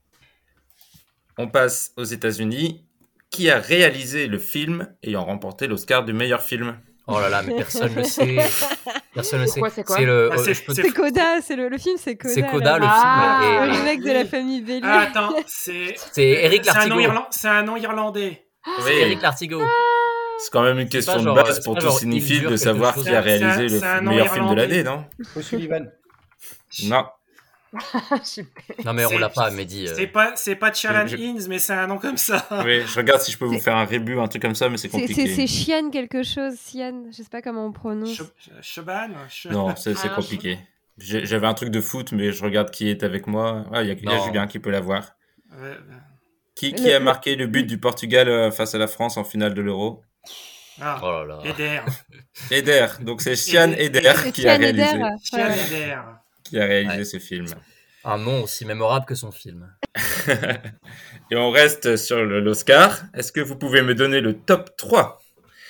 On passe aux États-Unis. Qui a réalisé le film ayant remporté l'Oscar du meilleur film? Oh là là, mais personne le sait. Personne le sait. Pourquoi, c'est quoi le. Ah, oh, c'est- je peux- c'est- C'est Coda, c'est le, le film, c'est Coda. C'est là. Coda, le Ah, film. Le Et, mec de oui. la famille Bélier. Ah, attends, c'est. C'est Eric c'est un nom Lartigot. Irlan- C'est un nom irlandais. Oui, Eric Lartigot. c'est quand même une C'est question pas de genre- base c'est pour pas tout genre cinéphile Ildur de quelque savoir chose. qui a C'est un- réalisé le c'est un nom meilleur film de irlandais. l'année, non? O'Sullivan. Non. Non, mais on C'est- l'a pas, Mehdi. euh. C'est pas, c'est pas Chalan Je- je- Innes, mais c'est un nom comme ça. Oui, je regarde si je peux vous faire un rébut, un truc comme ça, mais c'est C'est- C'est compliqué. c'est Chian quelque chose, Sian, je sais pas comment on prononce. Ch- Cheban Ch- Non, c'est c'est Ah, compliqué. J'ai- J'avais un truc de foot, mais je regarde qui est avec moi. Ah, il y a, il y a Non. Julien qui peut l'avoir. Ouais, ouais. Qui, Le- qui a le- marqué le but du Portugal euh, face à la France en finale de l'Euro? Ah, Oh là là. Eder. Eder. Donc c'est Sian Eder. Eder C'est qui a Sian Eder. réalisé, ouais. Chian Eder. qui a réalisé Ouais. ce film. Un nom aussi mémorable que son film. Et on reste sur le- l'Oscar. Est-ce que vous pouvez me donner le top trois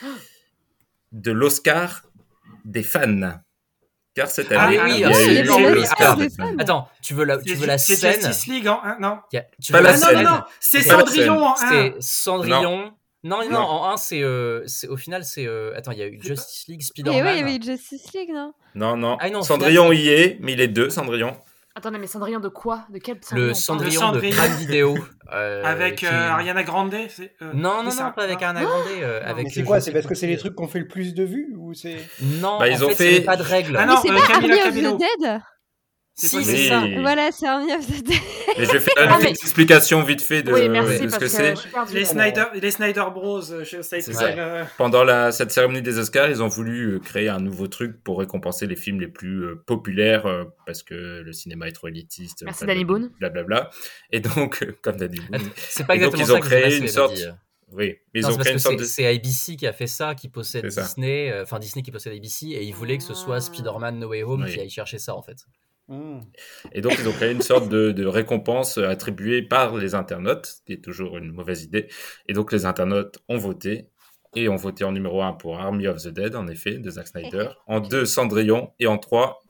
de l'Oscar des fans? Car cette Ah, année, oui, il y a oui, eu il y a le- eu l'Oscar des des fans. fans. Attends, tu veux la, tu C'est veux la c'est scène Justice League, en un, non. Y a- tu Pas veux la Ah non, scène. non, non, c'est C'est pas la Cendrillon en un. C'était Cendrillon. Non, non, Non. en un, c'est. euh, c'est- au final, c'est. euh, attends, il y a eu C'est Justice League, Et Spider-Man. ouais, il y avait eu Justice League, non? Non, non. Ah non, au Cendrillon final, y est, mais il est deux, Cendrillon. Attendez, mais Cendrillon de quoi? De quel Le Cendrillon on parle Cendrillon de Cendrillon. Prime Video. euh, Avec qui- euh, Ariana Grande. c'est, euh, Non, non, c'est ça non, pas avec Ah. Ariana Grande. euh, avec, Mais c'est euh, quoi? je C'est sais parce plus que c'est qui. les trucs qui ont fait le plus de vues ou c'est... Non, Bah, en ils ont fait, fait- il y avait pas de règles. Ah Mais non, c'est euh, pas Camila Army of Cabello. the Dead? C'est Si, possible. c'est ça. Oui. Voilà, c'est Army of the Dead. Et je vais faire Ah, une mais- petite explication vite fait de, Oui, merci, de ce parce que que c'est. je suis perdue. Les Snyder, les Snyder Bros. euh, je- ça a été C'est ça. euh, Pendant la, cette cérémonie des Oscars, ils ont voulu euh, créer un nouveau truc pour récompenser les films les plus euh, populaires euh, parce que le cinéma est trop élitiste. Merci, blablabla, Danny Boone. Blablabla. Et donc, euh, comme Danny Boone. Attends, C'est pas Et donc, exactement ils ont ça que je créé menaçais, une Mehdi. sorte- Oui, mais ils Non, ont c'est parce créé que une sorte c'est de. c'est A B C qui a fait ça, qui possède C'est ça. Disney, euh, enfin Disney qui possède A B C, et ils voulaient que ce soit Spider-Man No Way Home Oui. qui aille chercher ça en fait. Hmm. Et donc, ils ont créé une sorte de, de récompense attribuée par les internautes, ce qui est toujours une mauvaise idée. Et donc, les internautes ont voté. Et ont voté en numéro un pour Army of the Dead, en effet, de Zack Snyder. En deux, Cendrillon. Et en trois,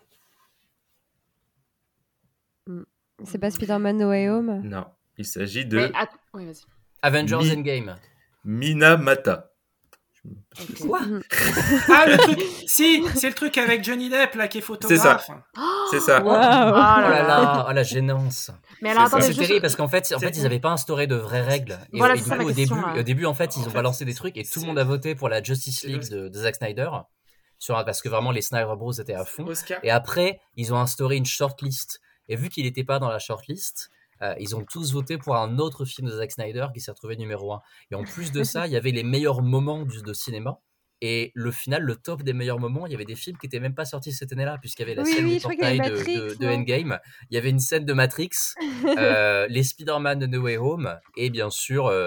C'est pas Spider-Man No Way Home? non, il s'agit de Mais att- Oui, vas-y. Avengers Mi- Endgame. Minamata. Quoi? Ah, le truc. Si, c'est le truc avec Johnny Depp, là, qui est photographe. C'est ça. Waouh. Ah Oh là là là. là, oh la gênance. Mais alors, C'est ça. attendez, C'est juste- terrible parce qu'en fait, en fait, C'est- ils avaient pas instauré de vraies règles. Et, Voilà, et c'est du ça coup, ma au question, début, là. au début, en fait, ils En ont fait, balancé des trucs et tout le c'est- monde a voté pour la Justice c'est League le- de, de Zack Snyder. Sur, un- parce que vraiment, les Snyder Bros étaient à fond. Oscar. Et après, ils ont instauré une shortlist. Et vu qu'il n'était pas dans la shortlist, euh, ils ont tous voté pour un autre film de Zack Snyder qui s'est retrouvé numéro un. Et en plus de ça, il y avait les meilleurs moments du, de cinéma. Et le final, le top des meilleurs moments, il y avait des films qui n'étaient même pas sortis cette année-là, puisqu'il y avait la Oui, scène oui, du je crois qu'il y avait portail de, Matrix, de- de non Endgame. Il y avait une scène de Matrix, euh, les Spider-Man de No Way Home, et bien sûr, euh,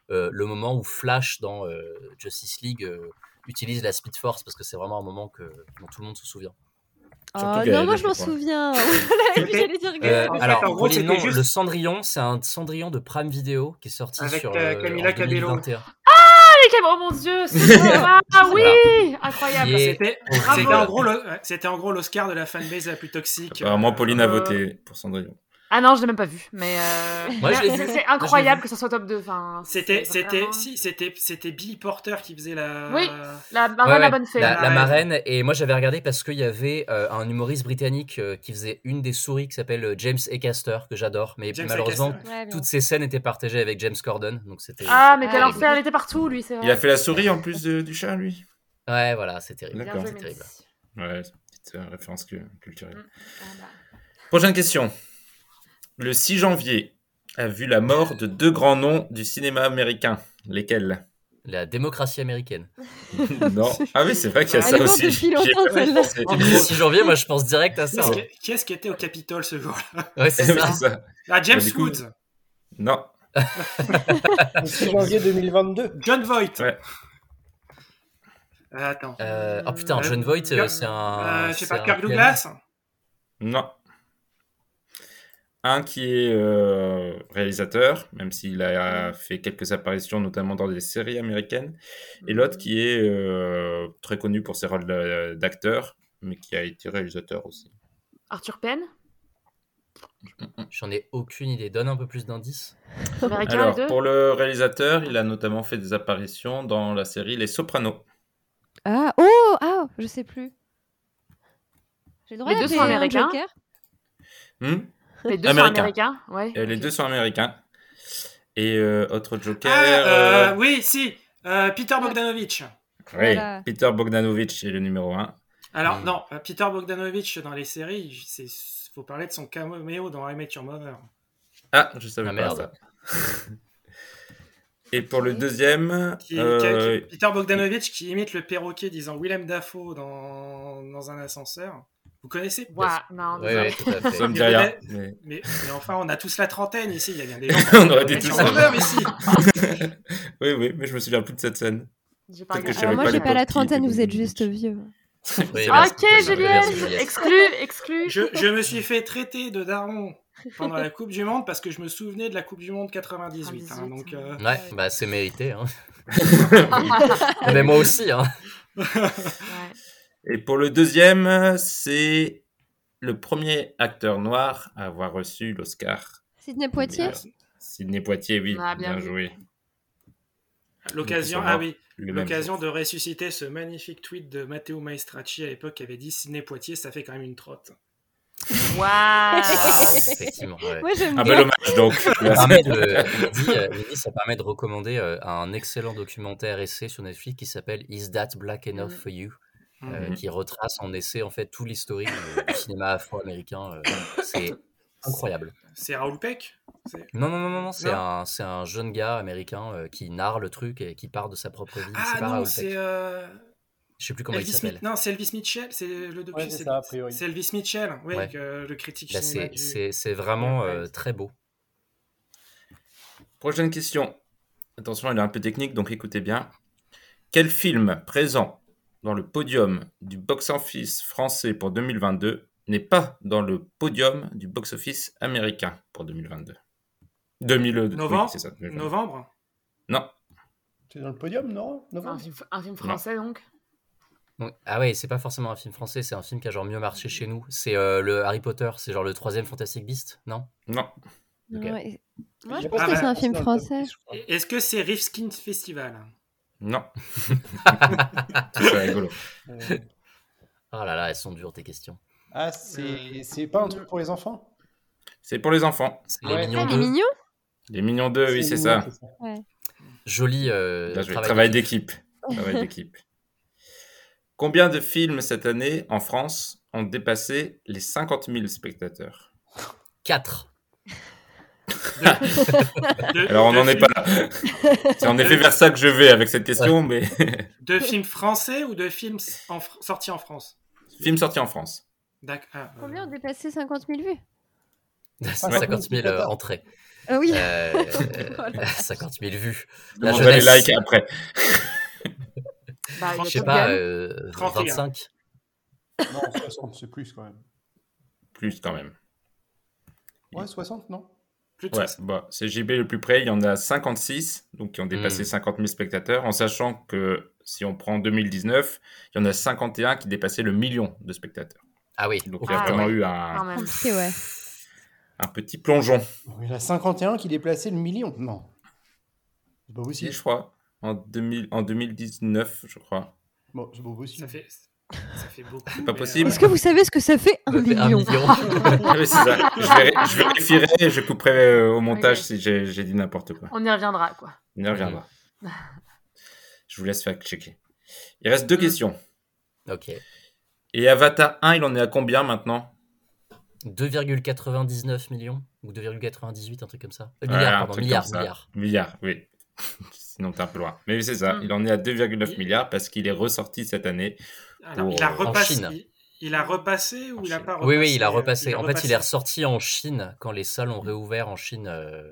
euh, le moment où Flash dans euh, Justice League euh, utilise la Speed Force, parce que c'est vraiment un moment que, dont tout le monde se souvient. Oh non, moi je m'en souviens. Et puis j'allais dire que... Euh, En fait, alors, en gros, pour les c'était noms, juste- le Cendrillon, c'est un Cendrillon de Prime Video qui est sorti Avec, sur euh, euh, Camila en Cabello. deux mille vingt et un. Ah, les oh mon dieu, c'est ah, ah oui, incroyable. Qui est- C'était Bravo. c'était en gros le- ouais, c'était en gros l'Oscar de la fanbase la plus toxique. Apparemment, Euh, Pauline a euh, voté pour Cendrillon. Ah non, je l'ai même pas vu, mais euh, Moi, je l'ai c'est vu. c'est Moi, incroyable je que ça soit top deux. Enfin, C'était c'est c'était vraiment- si c'était c'était Billy Porter qui faisait la. Oui, la marraine, Ouais, la ouais, bonne fée. la, La la marraine. marraine. Et moi, j'avais regardé parce qu'il y avait euh, un humoriste britannique euh, qui faisait une des souris qui s'appelle euh, James Acaster, que j'adore. Mais James malheureusement, Acaster. Ouais, bien. toutes ces scènes étaient partagées avec James Corden. Donc c'était. Ah, mais Ah, quel oui. enfer, il était partout, lui, c'est vrai. Il a fait la souris en plus de- du chat, lui. Ouais, voilà, c'est terrible. Bien D'accord. joué, C'est terrible. Messi. Ouais, c'est une petite euh, référence cu- culturelle. Mm. Ah bah. Prochaine question. Le six janvier a vu la mort de deux grands noms du cinéma américain. Lesquels? La démocratie américaine. Non. Ah oui, c'est vrai qu'il y a Elle ça est morte aussi. depuis J'y ai longtemps, pas celle-là. pensé. En Le gros, six janvier, moi, je pense direct à ça. Qui est-ce hein. qui- qui est-ce qui était au Capitole ce jour-là? Ouais, c'est Oui, ça. c'est ça. Ah, James Bah, du coup- Woods, Non. Le six janvier deux mille vingt-deux. John Voight. Ouais. Euh, attends. Euh, oh putain, Euh, John Voight, euh, Kirk- c'est un. Euh, je sais c'est pas, un Kirk pianiste. Douglas. Non. Un qui est euh, réalisateur, même s'il a fait quelques apparitions, notamment dans des séries américaines, et l'autre qui est euh, très connu pour ses rôles de- d'acteur, mais qui a été réalisateur aussi. Arthur Penn, J'en ai aucune idée. Donne un peu plus d'indices. américain, les Alors, deux. pour le réalisateur, il a notamment fait des apparitions dans la série Les Sopranos. Ah, oh, ah, je sais plus. J'ai le droit Les deux d'appeler sont un américains. Joker. Hmm Les deux Américain. sont américains, ouais. Et les ok. deux sont américains. Et euh, autre Joker. Ah, euh, euh, oui, si. Euh, Peter Bogdanovich. oui, Voilà. Peter Bogdanovich est le numéro un. Alors, Mm. non, euh, Peter Bogdanovich dans les séries, c'est faut parler de son caméo dans I Met Your Mother. Ah, je savais Ah, pas merde. ça. Et pour le deuxième, Qui, qui- euh, qui- Peter Bogdanovich qui imite le perroquet disant Willem Dafoe dans, dans un ascenseur. Vous connaissez? Ouah, non, Ouais, désolé. ouais, tout à fait. ça me dit Mais rien. peut-être- mais- Mais, mais enfin, on a tous la trentaine ici. Il y a bien des gens. On aurait dû Met tous Your Mother ici. Oui, oui, mais je me souviens plus de cette scène. J'ai pas Peut-être que je regardé. savais Alors moi, pas j'ai les pas la potes qui trentaine, étaient vous êtes Bogdanovich. juste vieux. Oui, Ah, merci, ok, merci, merci, Juliette, Juliette. exclu, exclu. Je, je me suis fait traiter de daron pendant la Coupe du Monde parce que je me souvenais de la Coupe du Monde quatre-vingt-dix-huit. hein, donc, euh, Ouais, bah c'est mérité. Hein. Mais moi aussi. Hein. Ouais. Et pour le deuxième, c'est le premier acteur noir à avoir reçu l'Oscar. Sidney Poitier. Meilleur. Sidney Poitier, oui, Ah, bien bien vu. joué. l'occasion, Donc, ils sont ah morts oui, le même l'occasion jour. de ressusciter ce magnifique tweet de Matteo Maestracci à l'époque qui avait dit Sidney Poitier, ça fait quand même une trotte. Waouh. Ah, effectivement. Ouais. Moi, j'aime Un bien. bel hommage, donc. Ça permet de, Lydie, euh, Lydie, ça permet de recommander euh, un excellent documentaire essai sur Netflix qui s'appelle Is That Black Enough for You, euh, Mhm. qui retrace en essai en fait tout l'historique du, du cinéma afro-américain. euh, c'est incroyable. C'est Raoul Peck? C'est- Non, non, non, non, non, c'est Non. un, c'est un jeune gars américain euh, qui narre le truc et qui part de sa propre vie. Ah c'est pas non, Raoul c'est... Peck. euh, Je sais plus comment il Elvis s'appelle. Smith. Non, c'est Elvis Mitchell. C'est le docu. Ouais, c'est c'est ça, a priori. c'est Elvis Mitchell, oui, Ouais. que- le critique Bah, cinéma c'est, du- c'est, c'est vraiment Ouais. euh, très beau. Prochaine question. Attention, elle est un peu technique, donc écoutez bien. Quel film présent dans le podium du box-office français pour deux mille vingt-deux n'est pas dans le podium du box-office américain pour deux mille vingt-deux? deux mille deux. Novembre Oui, c'est ça, deux mille vingt-deux. Novembre Non. C'est dans le podium, non? C'est un film, un film français, donc. Donc, ah ouais, c'est pas forcément un film français, c'est un film qui a genre mieux marché chez nous. C'est euh, le Harry Potter, c'est genre le troisième Fantastic Beast, non? Non. Ok. Ouais. Moi, je Ah pense que bah, c'est un film français. Est-ce que c'est Rifkin Festival? Non. C'est rigolo. Euh, Oh là là, elles sont dures tes questions. Ah, c'est c'est pas un truc pour les enfants? C'est pour les enfants. C'est Les Ouais. Mignons Ah, les deux. mignons. Les Mignons deux, oui, c'est ça. Ouais. Joli euh, Bien joué. travail. Travail d'équipe. d'équipe. Travail d'équipe. Combien de films cette année en France ont dépassé les cinquante mille spectateurs? quatre. Deux- Alors on deux n'en est films- pas là. C'est en effet vers ça que je vais avec cette question, mais Deux films français ou deux films en fr- sortis en France? film sorti en France. D'accord. Ah, euh, Combien ont dépassé cinquante mille vues? cinquante mille euh, entrées. Ah oui. Euh, Voilà. cinquante mille vues. Je La demanderai les jeunesse. likes après. Bah, il y a Je sais Top pas, Gun. euh, trente et un. vingt-cinq. Non, soixante, c'est plus quand même. Plus quand même. Ouais, soixante, non? Plus de Ouais, soixante. bon, c'est J B le plus près. Il y en a cinquante-six, donc qui ont dépassé Hmm. cinquante mille spectateurs, en sachant que si on prend deux mille dix-neuf, il y en a cinquante et un qui dépassaient le million de spectateurs. Ah oui. Donc ok. il y a Ah vraiment ouais. eu Quand un, même. Compliqué, ouais. un petit plongeon. Il y en a cinquante et un qui déplaçaient le million. Non. C'est pas Si, possible. je crois. En, deux mille, en deux mille dix-neuf, je crois. Bon, c'est pas possible. Ça fait, ça fait beaucoup. C'est pas mais, possible. Est-ce que vous savez ce que ça fait un Ça fait un million? million. Ah oui, c'est ça. Je, véri- je vérifierai et je couperai euh, au montage Ok. si j'ai, j'ai dit n'importe quoi. On y reviendra, quoi. On y reviendra. Je vous laisse fact-checker. Il reste deux questions. Ok. Et Avatar un, il en est à combien maintenant? deux virgule quatre-vingt-dix-neuf millions ou deux virgule quatre-vingt-dix-huit, un truc comme ça. Euh, Ouais, milliard, un pardon, truc milliard, comme ça. milliard. Milliard, oui. Sinon, t'es un peu loin. Mais oui, c'est ça. Mm. Il en est à deux virgule neuf Il- milliards parce qu'il est ressorti cette année. Alors, pour, il a euh, repassé. Chine. Il, il a repassé ou En il a Chine. pas repassé? Oui, oui, il a euh, repassé. il a En fait, il repassé. est ressorti en Chine quand les salles ont réouvert en Chine. euh,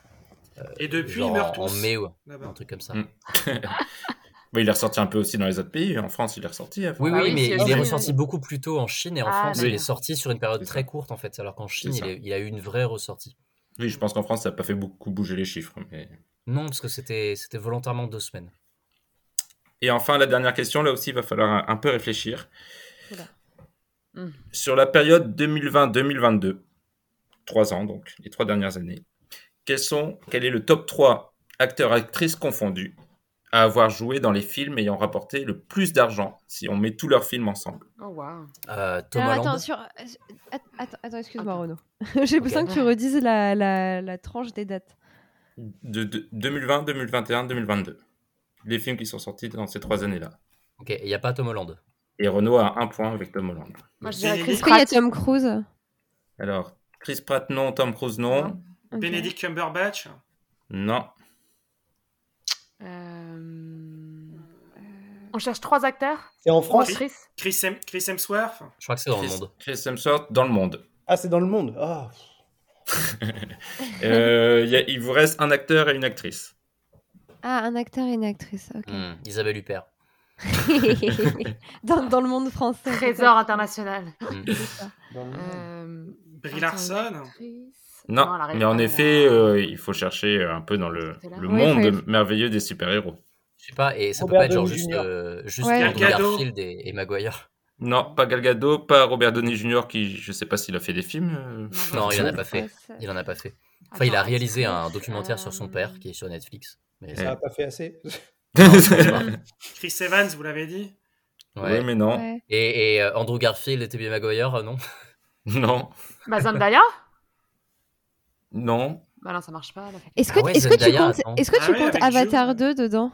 Et depuis, genre ils meurent en, en tous. mai ou Là-bas. un truc comme ça. Mm. Mais il est ressorti un peu aussi dans les autres pays. En France, il est ressorti. avant. Oui, Ah oui, oui, mais si, il aussi, est oui. ressorti beaucoup plus tôt en Chine et en Ah, France, d'accord. il est sorti sur une période C'est très ça. courte en fait, alors qu'en Chine, C'est il, ça. est- il a eu une vraie ressortie. Oui, je pense qu'en France, ça n'a pas fait beaucoup bouger les chiffres. Mais... Non, parce que c'était c'était volontairement deux semaines. Et enfin, la dernière question, là aussi, il va falloir un, un peu réfléchir. Oula. Mm. Sur la période deux mille vingt deux mille vingt-deux, trois ans donc, les trois dernières années, quels sont, quel est le top trois acteurs-actrices confondus à avoir joué dans les films ayant rapporté le plus d'argent si on met tous leurs films ensemble? Oh, waouh. Euh, Tom Alors, Holland. attends, sur... att- Attends, attends, excuse-moi Renaud. J'ai besoin que tu redises la, la, la tranche des dates. De, de deux mille vingt, deux mille vingt et un, deux mille vingt-deux. Les films qui sont sortis dans ces trois années-là. Ok, il n'y a pas Tom Holland. Et Renault a un point avec Tom Holland. Moi, je dirais Chris Est-ce qu'il y a Pratt. Tom Cruise? Alors, Chris Pratt, non. Tom Cruise, non. Ok. Benedict Cumberbatch. Non. Euh, On cherche trois acteurs. C'est en Ou France? actrices. Chris, Hem- Chris Hemsworth. Je crois que c'est dans le Chris, monde. Chris Hemsworth, dans le monde. Ah, c'est dans le monde. Ah. Euh, il y a- il vous reste un acteur et une actrice. Ah, un acteur et une actrice, ok. Hmm, Isabelle Huppert. dans, dans le monde français. Trésor international. Hmm. C'est ça. Dans le monde. Euh, Brie attends, Larson. une actrice. Non, elle arrive mais en pas, effet, elle a- euh, il faut chercher un peu dans le, C'était là. le Oui, monde faut- merveilleux des super-héros. Je sais pas, et ça Robert peut pas être genre Downey juste, Junior euh, juste Ouais. Andrew Gal Gadot. Garfield et, et Maguire. Non, pas Gal Gadot, pas Robert Downey junior qui, je sais pas s'il a fait des films. euh, Non, il en a perso. pas fait. Ouais, ça- Il en a pas fait. Enfin, il a Attends, réalisé un actrice, documentaire sur son euh, père qui est sur Netflix. Mais Ça n'a pas fait assez. Chris Evans, vous l'avez dit. ouais. Oui, mais non. Ouais. Et, et, euh, Andrew Garfield et Tobey Maguire, euh, non. Non, Bah, Zendaya. non. Bah non, ça marche pas. elle a fait- Est-ce que, Ah ouais, est-ce que tu Zendaya, comptes, attends. est-ce que Ah tu ouais, comptes avec Avatar Jules. deux dedans?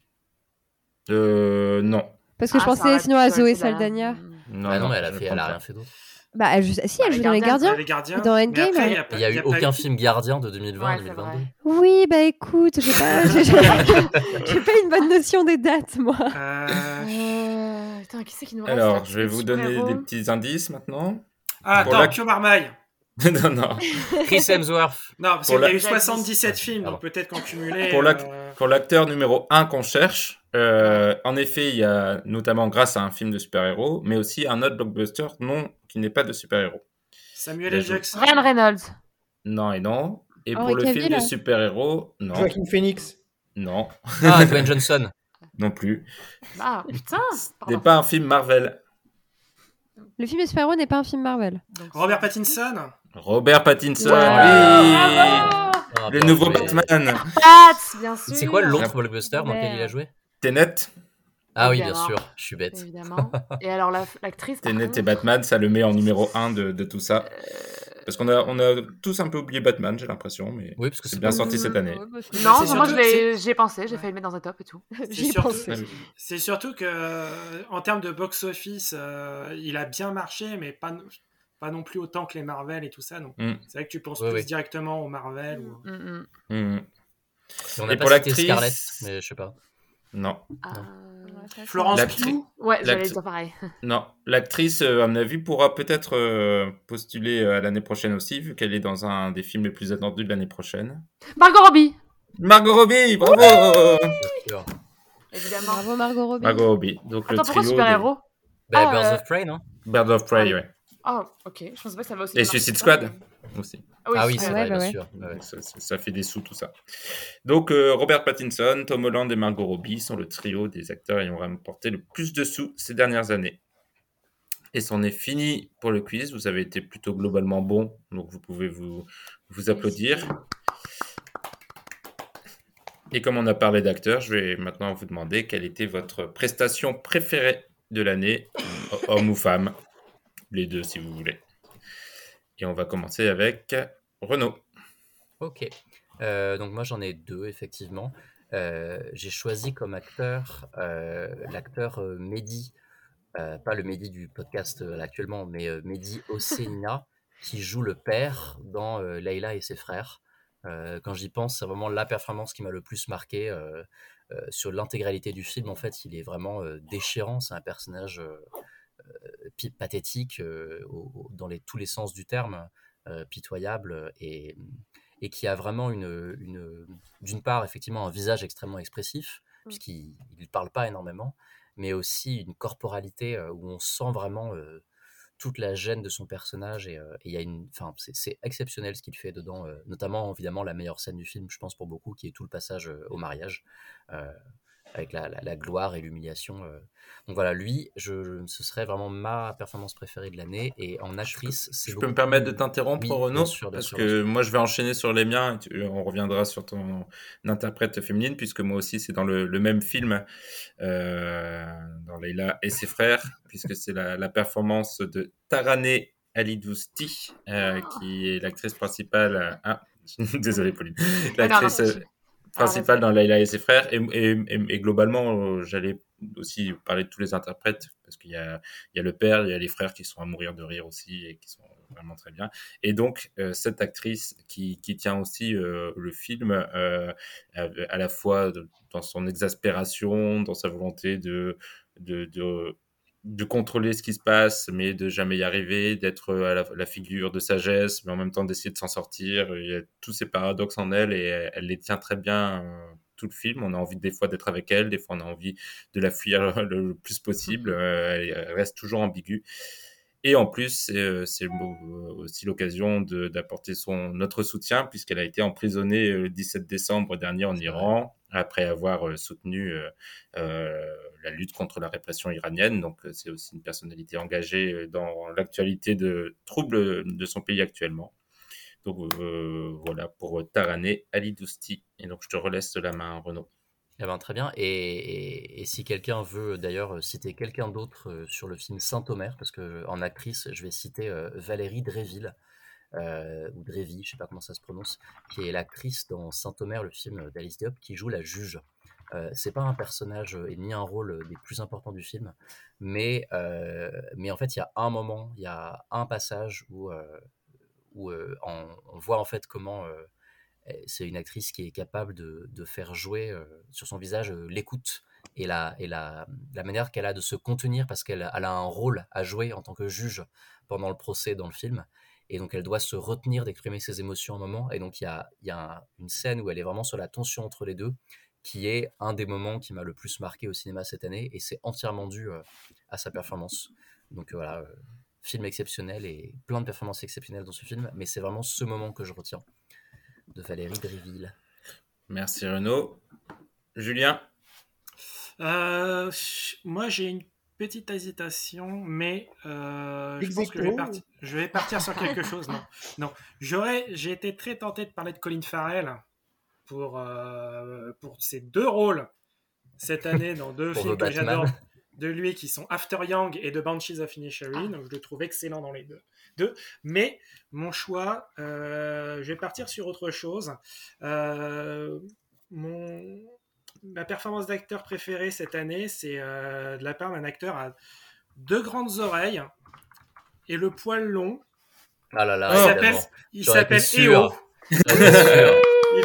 Euh, non. Parce que Ah, je ça pensais aurait sinon pu- à ça aurait Zoé été la- Saldana. Non, Ah non, mais elle a, je fait, pense elle a pas. rien fait d'autre. Bah, elle- si, elle Bah, joue les dans Les Gardiens. Gardiens. Les gardiens. Dans Mais Endgame, après, elle- il y a pas- Il y a eu pas aucun film gardien de deux mille vingt à Ouais, c'est deux mille vingt-deux. vrai. Oui, bah écoute, j'ai pas, j'ai, j'ai- j'ai pas une bonne notion des dates, moi. Euh, Euh, Putain, qui c'est qui nous reste Alors, là, je vais vous donner super-héros des petits indices maintenant. Ah, Pour attends, la- Pio Marmaille. non, non. Chris Hemsworth. Non, parce Pour qu'il y a la- eu soixante-dix-sept films, Pardon. donc peut-être qu'en cumulé. Pour l'ac- euh, Pour l'acteur numéro un qu'on cherche, euh, en effet, il y a notamment grâce à un film de super-héros, mais aussi un autre blockbuster non, qui n'est pas de super-héros. Samuel Bien L. joué. Jackson. Ryan Reynolds. Non et non. Et Henry pour le film Cavill. de super-héros, non. Joaquin Phoenix. Non. Ah, Dwayne Johnson. Non plus. Ah, putain. Ce pardon. n'est pas un film Marvel. Le film de super-héros n'est pas un film Marvel. Donc, Robert c'est- Pattinson. Robert Pattinson, Ouais. oui. Bravo. Ah, Le bah, nouveau mais- Batman. Pat, bien sûr. C'est quoi l'autre blockbuster dans lequel il a joué? Tenet. Ah oui, bien Évidemment. sûr, je suis bête. Évidemment. Et alors, la- l'actrice. par Tenet contre, et Batman, ça le met en numéro un de, de tout ça. Parce qu'on a, on a tous un peu oublié Batman, j'ai l'impression, mais Oui, parce que c'est c'est bien pas- sorti cette année. Non, C'est moi surtout- je l'ai- j'y ai pensé, j'ai failli le mettre dans un top et tout. C'est J'y ai surtout, pensé. c'est surtout que, euh, en termes de box-office, euh, il a bien marché, mais pas, pas non plus autant que les Marvel et tout ça. Donc, Mm. c'est vrai que tu penses Ouais, plus ouais. directement aux Marvel. Ou... Mm, mm. Mhm. Et on Et a pour pas cité l'actrice- Scarlett, mais je sais pas. Non. Ah, Florence L'actri- Pugh. Ouais, j'allais l'actri- dire pareil. Non, l'actrice, euh, à mon avis, pourra peut-être euh, postuler euh, à l'année prochaine aussi, vu qu'elle est dans un des films les plus attendus de l'année prochaine. Margot Robbie. Margot Robbie, bravo. Évidemment. Bravo Margot Robbie. Margot Robbie. Donc Attends, le pourquoi trio. super-héros Bah, Ah, Birds euh, of Prey, non? des- Birds of Prey, Ah, ouais. Oh, ok. Je pensais pas que ça va aussi. Et bien Suicide marcher que ça, Squad mais- aussi. Ah oui, Ah oui, c'est c'est vrai. ouais, vrai, bah bien ouais. sûr. Ouais, ouais. Ça, ça- ça fait des sous tout ça. Donc euh, Robert Pattinson, Tom Holland et Margot Robbie sont le trio des acteurs ayant remporté le plus de sous ces dernières années. Et c'en est fini pour le quiz. Vous avez été plutôt globalement bon, donc vous pouvez vous, vous applaudir. Et comme on a parlé d'acteurs, je vais maintenant vous demander quelle était votre prestation préférée de l'année, homme ou femme, les deux si vous voulez. Et on va commencer avec Renaud. Ok. Euh, donc moi j'en ai deux effectivement. Euh, j'ai choisi comme acteur euh, l'acteur euh, Mehdi, euh, pas le Mehdi du podcast euh, actuellement, mais euh, Mehdi Ossena qui joue le père dans euh, Layla et ses frères. Euh, quand j'y pense, c'est vraiment la performance qui m'a le plus marqué euh, euh, sur l'intégralité du film. En fait, il est vraiment euh, déchirant. C'est un personnage euh, euh, pi- pathétique euh, au- au- dans les, tous les sens du terme, euh, pitoyable et et qui a vraiment une, une d'une part effectivement un visage extrêmement expressif puisqu'il ne parle pas énormément, mais aussi une corporalité euh, où on sent vraiment euh, toute la gêne de son personnage et euh, et il y a une, enfin c'est, c'est exceptionnel ce qu'il fait dedans, euh, notamment évidemment la meilleure scène du film, je pense pour beaucoup, qui est tout le passage euh, au mariage. Euh, avec la, la, la gloire et l'humiliation. euh. Donc voilà, lui, je, je- ce serait vraiment ma performance préférée de l'année. Et en actrice, c'est Je peux beaucoup me permettre de plus- t'interrompre, Oui, Renaud, bien sûr, bien parce sûr, bien que sûr. moi je vais enchaîner sur les miens, et tu- on reviendra sur ton interprète féminine, puisque moi aussi c'est dans le, le même film, euh, dans Leila et ses frères, puisque c'est la, la performance de Taraneh Alidousti, euh, qui est l'actrice principale. euh, Ah, désolé Pauline, Mais non, l'actrice non, euh, je- principale arrête. dans Leila et ses frères, et, et, et- et globalement, euh, j'allais aussi parler de tous les interprètes, parce qu'il y a, il y a le père, il y a les frères qui sont à mourir de rire aussi, et qui sont vraiment très bien. Et donc, euh, cette actrice qui, qui tient aussi euh, le film, euh, à, à la fois de- dans son exaspération, dans sa volonté de, de, de, de contrôler ce qui se passe, mais de jamais y arriver, d'être à la, la figure de sagesse, mais en même temps d'essayer de s'en sortir. Il y a tous ces paradoxes en elle, et elle, elle les tient très bien euh, tout le film. On a envie des fois d'être avec elle, des fois on a envie de la fuir le, le plus possible. Euh, elle, elle reste toujours ambiguë. Et en plus, c'est, euh, c'est le- aussi l'occasion de- d'apporter son, notre soutien, puisqu'elle a été emprisonnée euh, le dix-sept décembre dernier en Iran, après avoir euh, soutenu euh, euh, la lutte contre la répression iranienne. Donc, euh, c'est aussi une personnalité engagée euh, dans l'actualité de troubles de son pays actuellement. Donc, euh, voilà pour Taraneh Alidousti. Et donc, je te relaisse la main, Renaud. Eh ben, très bien. Et, et- et si quelqu'un veut d'ailleurs euh, citer quelqu'un d'autre euh, sur le film Saint-Omer, parce que en actrice, je vais citer euh, Valérie Dréville, euh, ou Dréville, je sais pas comment ça se prononce, qui est l'actrice dans Saint-Omer, le film d'Alice Diop, qui joue la juge. Euh, c'est pas un personnage euh, et ni un rôle euh, des plus importants du film, mais, euh, mais en fait, il y a un moment, il y a un passage où, euh, où euh, on, on voit en fait comment euh, eh, c'est une actrice qui est capable de, de faire jouer euh, sur son visage euh, l'écoute et, la, et la, la manière qu'elle a de se contenir parce qu'elle elle a un rôle à jouer en tant que juge pendant le procès dans le film. Et donc elle doit se retenir d'exprimer ses émotions un moment. Et donc il y a, il y a un- une scène où elle est vraiment sur la tension entre les deux, qui est un des moments qui m'a le plus marqué au cinéma cette année. Et c'est entièrement dû euh, à sa performance. Donc euh, voilà, euh, film exceptionnel et plein de performances exceptionnelles dans ce film. Mais c'est vraiment ce moment que je retiens de Valérie Dréville. Merci, Renaud. Julien? Euh, moi, j'ai une petite hésitation, mais euh, je Ex pense que je vais, aequo. partir, je vais partir sur quelque chose. Non, non. J'aurais, j'ai été très tenté de parler de Colin Farrell pour, euh, pour ses deux rôles cette année dans deux Pour films The que Batman. j'adore de lui, qui sont After Yang et The Banshees of Inisherin. Donc, je le trouve excellent dans les deux. deux. Mais mon choix, euh, je vais partir sur autre chose. Euh, mon... Ma performance d'acteur préférée cette année, c'est euh, de la part d'un acteur à deux grandes oreilles et le poil long. Ah là là, il s'appelle, évidemment. il J'aurais s'appelle été sûr. E O. J'aurais été sûr. Il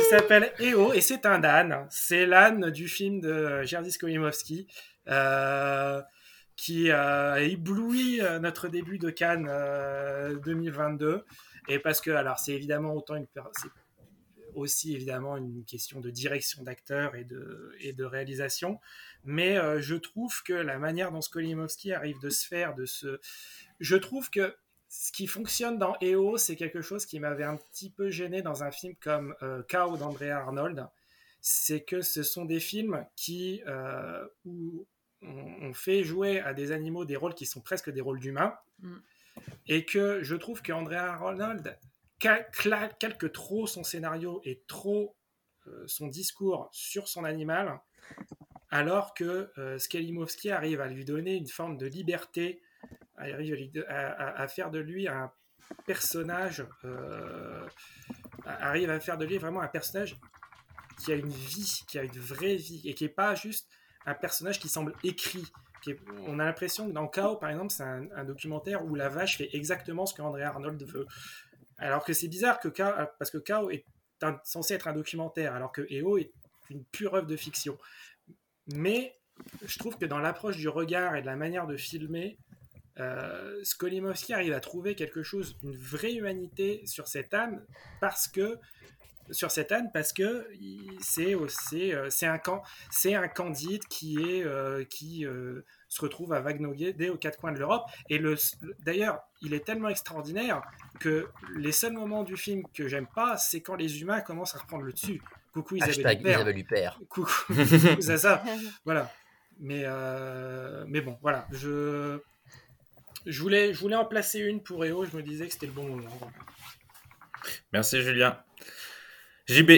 s'appelle E O et c'est un âne. C'est l'âne du film de Jerzy Skolimowski euh, qui euh, a ébloui notre début de Cannes euh, deux mille vingt-deux. Et parce que, alors, c'est évidemment autant une, c'est aussi évidemment une question de direction d'acteur et de, et de réalisation, mais euh, je trouve que la manière dont Skolimowski arrive de se faire, de se, je trouve que ce qui fonctionne dans E O, c'est quelque chose qui m'avait un petit peu gêné dans un film comme euh, Cow d'Andrea Arnold, c'est que ce sont des films qui euh, où on, on fait jouer à des animaux des rôles qui sont presque des rôles d'humains, mm. et que je trouve que Andrea Arnold cal- cal- calque trop son scénario et trop euh, son discours sur son animal, alors que euh, Skolimowski arrive à lui donner une forme de liberté, arrive à, à, à faire de lui un personnage, euh, arrive à faire de lui vraiment un personnage qui a une vie, qui a une vraie vie, et qui n'est pas juste un personnage qui semble écrit. Qui est, on a l'impression que dans Cow, par exemple, c'est un, un documentaire où la vache fait exactement ce qu'Andrea Arnold veut. Alors que c'est bizarre, que Cow, parce que Cow est un, censé être un documentaire, alors que E O est une pure œuvre de fiction. Mais je trouve que dans l'approche du regard et de la manière de filmer, Euh, Skolimowski arrive à trouver quelque chose, une vraie humanité sur cet âne, parce que sur cet âne parce que c'est c'est c'est un camp, c'est un Candide qui est euh, qui euh, se retrouve à vaguenoguer aux quatre coins de l'Europe. Et le d'ailleurs, il est tellement extraordinaire que les seuls moments du film que j'aime pas, c'est quand les humains commencent à reprendre le dessus. Coucou Isabelle Huppert. Isabelle Huppert. Coucou, c'est ça. Voilà. Mais euh, mais bon, voilà. Je Je voulais, je voulais en placer une pour E O, je me disais que c'était le bon moment. Merci Julien. J B.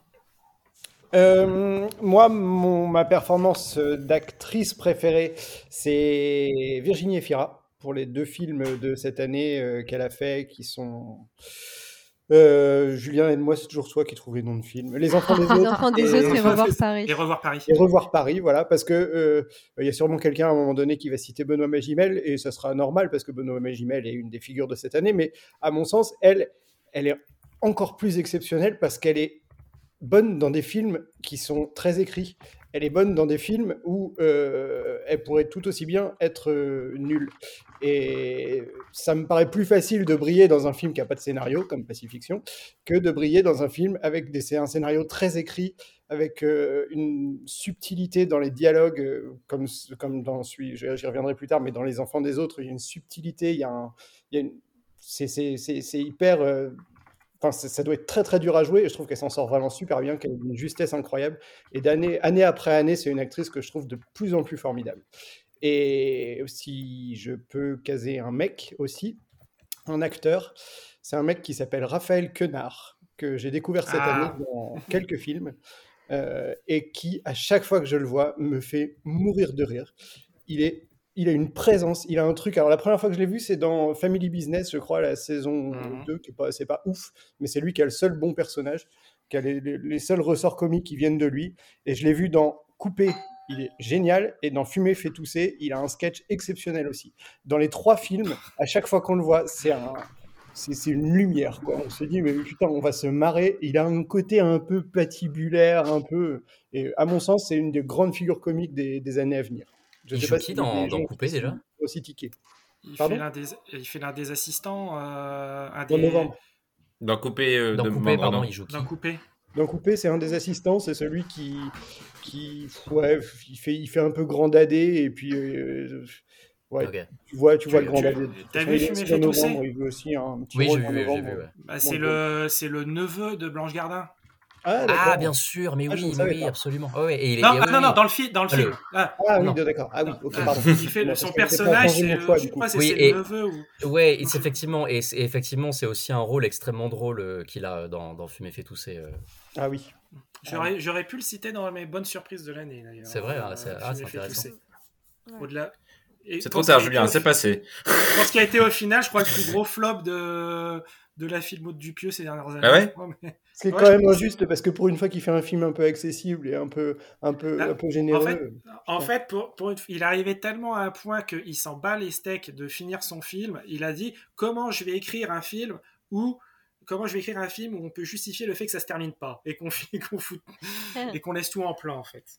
Euh, moi, mon, ma performance d'actrice préférée, c'est Virginie Efira, pour les deux films de cette année euh, qu'elle a fait, qui sont... Euh, Julien et moi, c'est toujours toi qui trouve les noms de films. Les enfants des autres. Les enfants des autres et Revoir Paris. Et Revoir Paris. Et Revoir Paris, voilà, parce que euh, il y a sûrement quelqu'un à un moment donné qui va citer Benoît Magimel, et ça sera normal parce que Benoît Magimel est une des figures de cette année. Mais à mon sens, elle, elle est encore plus exceptionnelle parce qu'elle est bonne dans des films qui sont très écrits. Elle est bonne dans des films où euh, elle pourrait tout aussi bien être euh, nulle. Et ça me paraît plus facile de briller dans un film qui n'a pas de scénario, comme Pacifiction, que de briller dans un film avec des, un scénario très écrit, avec euh, une subtilité dans les dialogues, euh, comme, comme dans celui, j'y reviendrai plus tard, mais dans Les Enfants des Autres, il y a une subtilité, il y a, un, il y a une, c'est, c'est, c'est, c'est hyper... Euh, Enfin, ça doit être très très dur à jouer, et je trouve qu'elle s'en sort vraiment super bien, qu'elle a une justesse incroyable. Et d'année année après année, c'est une actrice que je trouve de plus en plus formidable. Et si je peux caser un mec aussi, un acteur, c'est un mec qui s'appelle Raphaël Quenard, que j'ai découvert cette ah. année dans quelques films, euh, et qui, à chaque fois que je le vois, me fait mourir de rire. Il est Il a une présence, il a un truc. Alors, la première fois que je l'ai vu, c'est dans Family Business, je crois, la saison mmh. deux, qui est pas, c'est pas ouf, mais c'est lui qui a le seul bon personnage, qui a les, les, les seuls ressorts comiques qui viennent de lui. Et je l'ai vu dans Coupé, il est génial, et dans Fumer fait tousser, il a un sketch exceptionnel aussi. Dans les trois films, à chaque fois qu'on le voit, c'est, un, c'est, c'est une lumière, quoi. On se dit, mais putain, on va se marrer. Il a un côté un peu patibulaire, un peu... Et à mon sens, c'est une des grandes figures comiques des, des années à venir. Je il sais joue pas qui si dans, dans Coupé déjà aussi tiqué. Il fait, l'un des, il fait l'un des assistants. Euh, un des... novembre. Dans Coupé, euh, dans de Coupé, pardon, il joue qui Dans Coupé. Dans Coupé, c'est un des assistants, c'est celui qui, qui ouais, il fait, il fait un peu grand dadé, et puis euh, ouais, okay. tu vois, tu, tu vois le grand dadé. T'as vu Fumer fait tousser ? Il veut aussi un petit oui, rôle j'ai en vu, novembre. J'ai vu, ouais. Bah, c'est le, c'est le neveu de Blanche Gardin. Ah, ah, bien sûr, mais ah, oui, mais oui, pas. absolument. Oh, ouais, et il est, non, et, ah, oui, non, oui. non, dans le, fi- dans le film. Ah, ah oui, d'accord. Ah oui, ok, pardon. Il fait le, son personnage, c'est, fois, je crois, c'est, oui, c'est et, le neveu. Ou... Ouais, c'est effectivement, et c'est, effectivement, c'est aussi un rôle extrêmement drôle euh, qu'il a dans, dans Fumer fait tousser. Euh. Ah oui. J'aurais, j'aurais pu le citer dans mes bonnes surprises de l'année, d'ailleurs. C'est vrai, euh, c'est, ah, c'est intéressant. Au-delà. Et c'est trop tard, Julien, c'est passé. Pour ce qui a été au final, je crois que le plus gros flop de, de la filmo de Dupieux ces dernières années. Ah ouais crois, mais... C'est ouais, quand même injuste parce que pour une fois qu'il fait un film un peu accessible et un peu, un peu, Là, un peu généreux. En fait, en fait pour, pour une... il arrivait tellement à un point qu'il s'en bat les steaks de finir son film. Il a dit comment je vais écrire un film où comment je vais écrire un film où on peut justifier le fait que ça se termine pas et qu'on, et qu'on, fout, et qu'on laisse tout en plan, en fait.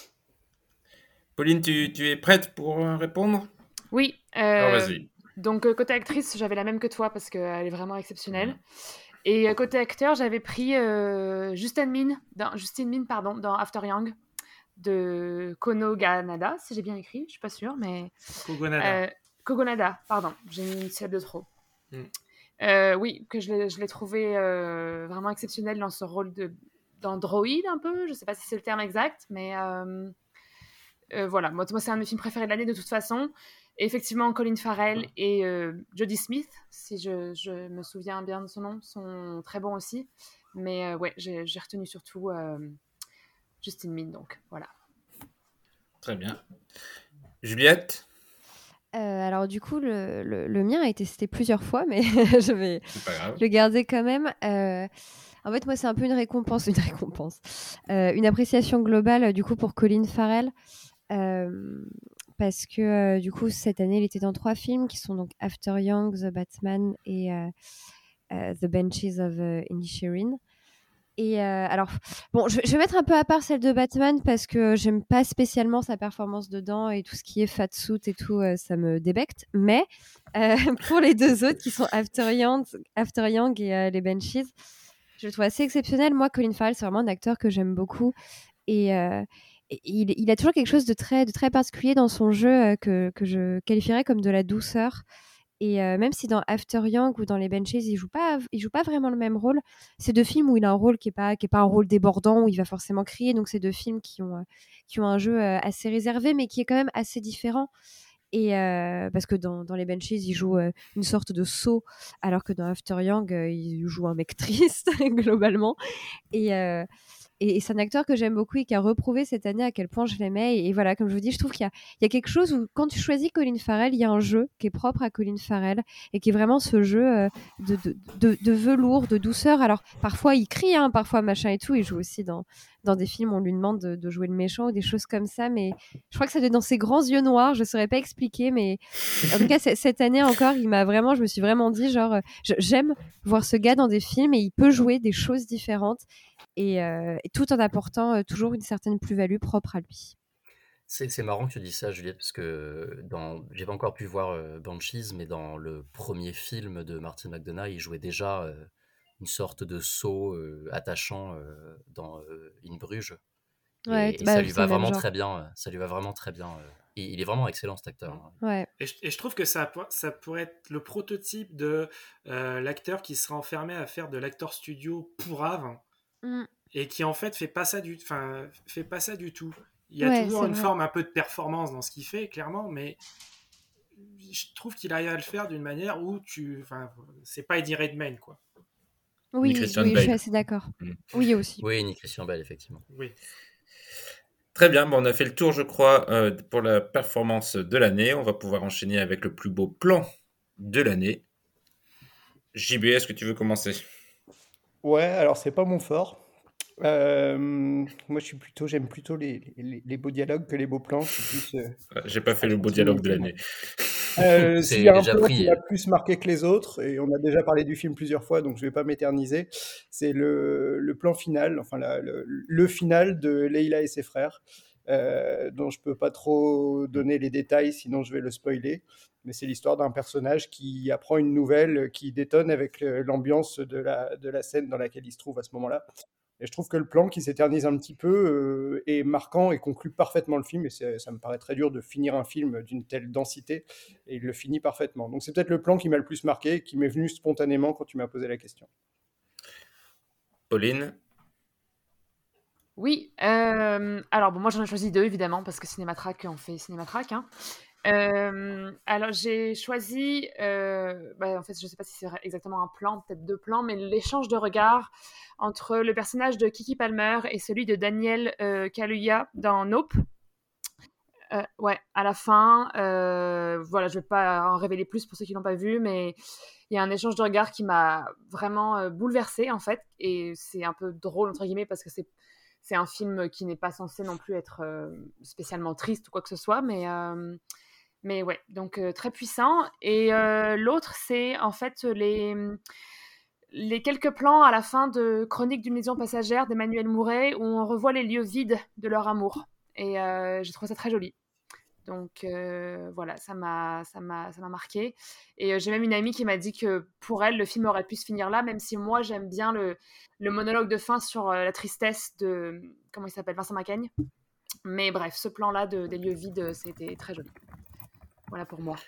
Pauline, tu, tu es prête pour euh, répondre? Oui. Euh, Alors, vas-y. Donc, euh, côté actrice, j'avais la même que toi parce qu'elle est vraiment exceptionnelle. Mmh. Et euh, côté acteur, j'avais pris euh, Justin Min, dans, Justine Min pardon, dans After Yang de Kono Ganada, si j'ai bien écrit, je suis pas sûre, mais... Kogonada. Euh, Kogonada, pardon, j'ai mis une syllabe de trop. Mm. Euh, oui, que je l'ai, je l'ai trouvé euh, vraiment exceptionnel dans ce rôle de, d'androïde un peu, je sais pas si c'est le terme exact, mais euh, euh, voilà, moi, moi c'est un de mes films préférés de l'année de toute façon. Et effectivement, Colin Farrell et euh, Jodie Smith, si je, je me souviens bien de son nom, sont très bons aussi. Mais euh, ouais, j'ai, j'ai retenu surtout euh, Justin Min, donc voilà. Très bien. Juliette? euh, Alors du coup, le, le, le mien a été cité plusieurs fois, mais je vais le garder quand même. Euh, en fait, moi, c'est un peu une récompense, une récompense, euh, une appréciation globale du coup pour Colin Farrell. Euh, parce que euh, du coup cette année il était dans trois films qui sont donc After Yang, The Batman et euh, euh, The Banshees of uh, Inisherin. Et euh, alors bon, je, je vais mettre un peu à part celle de Batman parce que j'aime pas spécialement sa performance dedans et tout ce qui est fatsuit et tout, euh, ça me débecte. Mais euh, pour les deux autres qui sont After Yang, After Yang et euh, les Banshees, je le trouve assez exceptionnel. Moi, Colin Farrell, c'est vraiment un acteur que j'aime beaucoup et euh, Il, il a toujours quelque chose de très, de très particulier dans son jeu euh, que, que je qualifierais comme de la douceur. Et euh, même si dans After Yang ou dans les Banshees, il joue pas, il joue pas vraiment le même rôle. C'est deux films où il a un rôle qui est pas, qui est pas un rôle débordant où il va forcément crier. Donc c'est deux films qui ont, euh, qui ont un jeu euh, assez réservé, mais qui est quand même assez différent. Et euh, parce que dans, dans les Banshees, il joue euh, une sorte de sot, alors que dans After Yang, euh, il joue un mec triste globalement. Et euh, Et, et c'est un acteur que j'aime beaucoup et qui a reprouvé cette année à quel point je l'aimais. Et, et voilà, comme je vous dis, je trouve qu'il y a, il y a quelque chose où, quand tu choisis Colin Farrell, il y a un jeu qui est propre à Colin Farrell et qui est vraiment ce jeu euh, de, de, de, de velours, de douceur. Alors, parfois, il crie, hein, parfois, machin et tout. Il joue aussi dans, dans des films où on lui demande de, de jouer le méchant ou des choses comme ça. Mais je crois que ça doit être dans ses grands yeux noirs. Je ne saurais pas expliquer. Mais en tout cas, cette année encore, il m'a vraiment, je me suis vraiment dit, genre, j'aime voir ce gars dans des films et il peut jouer des choses différentes. Et, euh, et tout en apportant euh, toujours une certaine plus-value propre à lui. C'est, c'est marrant que tu dises ça, Juliette, parce que dans, j'ai pas encore pu voir euh, Banshees, mais dans le premier film de Martin McDonagh, il jouait déjà euh, une sorte de sot euh, attachant euh, dans euh, In Bruges. Et, ouais, et bah, ça lui va vraiment genre. très bien. Ça lui va vraiment très bien. Et il est vraiment excellent, cet acteur. Ouais. Et, je, et je trouve que ça, ça pourrait être le prototype de euh, l'acteur qui sera enfermé à faire de l'acteur studio pourrave. Mm. Et qui en fait fait pas ça du, enfin fait pas ça du tout. Il y a ouais, toujours une vrai. forme un peu de performance dans ce qu'il fait, clairement, mais je trouve qu'il arrive à le faire d'une manière où tu, enfin, c'est pas Eddie Redmayne, quoi. Oui, oui, je suis assez d'accord. Mmh. Oui aussi. Oui, ni Christian Bale, effectivement. Oui. Très bien, bon, on a fait le tour, je crois, euh, pour la performance de l'année. On va pouvoir enchaîner avec le plus beau plan de l'année. J B, est-ce que tu veux commencer ? Ouais, alors c'est pas mon fort. Euh, moi, je suis plutôt, j'aime plutôt les, les, les beaux dialogues que les beaux plans. Plus, euh, J'ai pas fait le beau dialogue de l'année. Euh, s'il y a un plan pris, qui m'a plus marqué que les autres, et on a déjà parlé du film plusieurs fois, donc je vais pas m'éterniser, c'est le, le plan final, enfin la, le, le final de Leila et ses frères, euh, dont je peux pas trop donner les détails, sinon je vais le spoiler. Mais c'est l'histoire d'un personnage qui apprend une nouvelle qui détonne avec l'ambiance de la, de la scène dans laquelle il se trouve à ce moment-là. Et je trouve que le plan qui s'éternise un petit peu euh, est marquant et conclut parfaitement le film. Et ça me paraît très dur de finir un film d'une telle densité. Et il le finit parfaitement. Donc c'est peut-être le plan qui m'a le plus marqué, qui m'est venu spontanément quand tu m'as posé la question. Pauline ? Oui. Euh, alors bon, moi j'en ai choisi deux évidemment, parce que Cinématrack, on fait Cinématrack. Hein. Euh, alors j'ai choisi, euh, bah, en fait je ne sais pas si c'est exactement un plan, peut-être deux plans, mais l'échange de regards entre le personnage de Kiki Palmer et celui de Daniel euh, Kaluuya dans Nope. Euh, ouais, à la fin, euh, voilà, je ne vais pas en révéler plus pour ceux qui ne l'ont pas vu, mais il y a un échange de regards qui m'a vraiment euh, bouleversée en fait, et c'est un peu drôle entre guillemets parce que c'est c'est un film qui n'est pas censé non plus être euh, spécialement triste ou quoi que ce soit, mais euh, Mais ouais, donc euh, très puissant. Et euh, l'autre, c'est en fait les, les quelques plans à la fin de Chronique d'une liaison passagère d'Emmanuel Mouret où on revoit les lieux vides de leur amour. Et euh, j'ai trouvé ça très joli. Donc euh, voilà, ça m'a, ça m'a, ça m'a marqué. Et euh, j'ai même une amie qui m'a dit que pour elle, le film aurait pu se finir là, même si moi j'aime bien le, le monologue de fin sur euh, la tristesse de, comment il s'appelle, Vincent Macaigne. Mais bref, ce plan-là de, des lieux vides, c'était très joli. Voilà pour moi.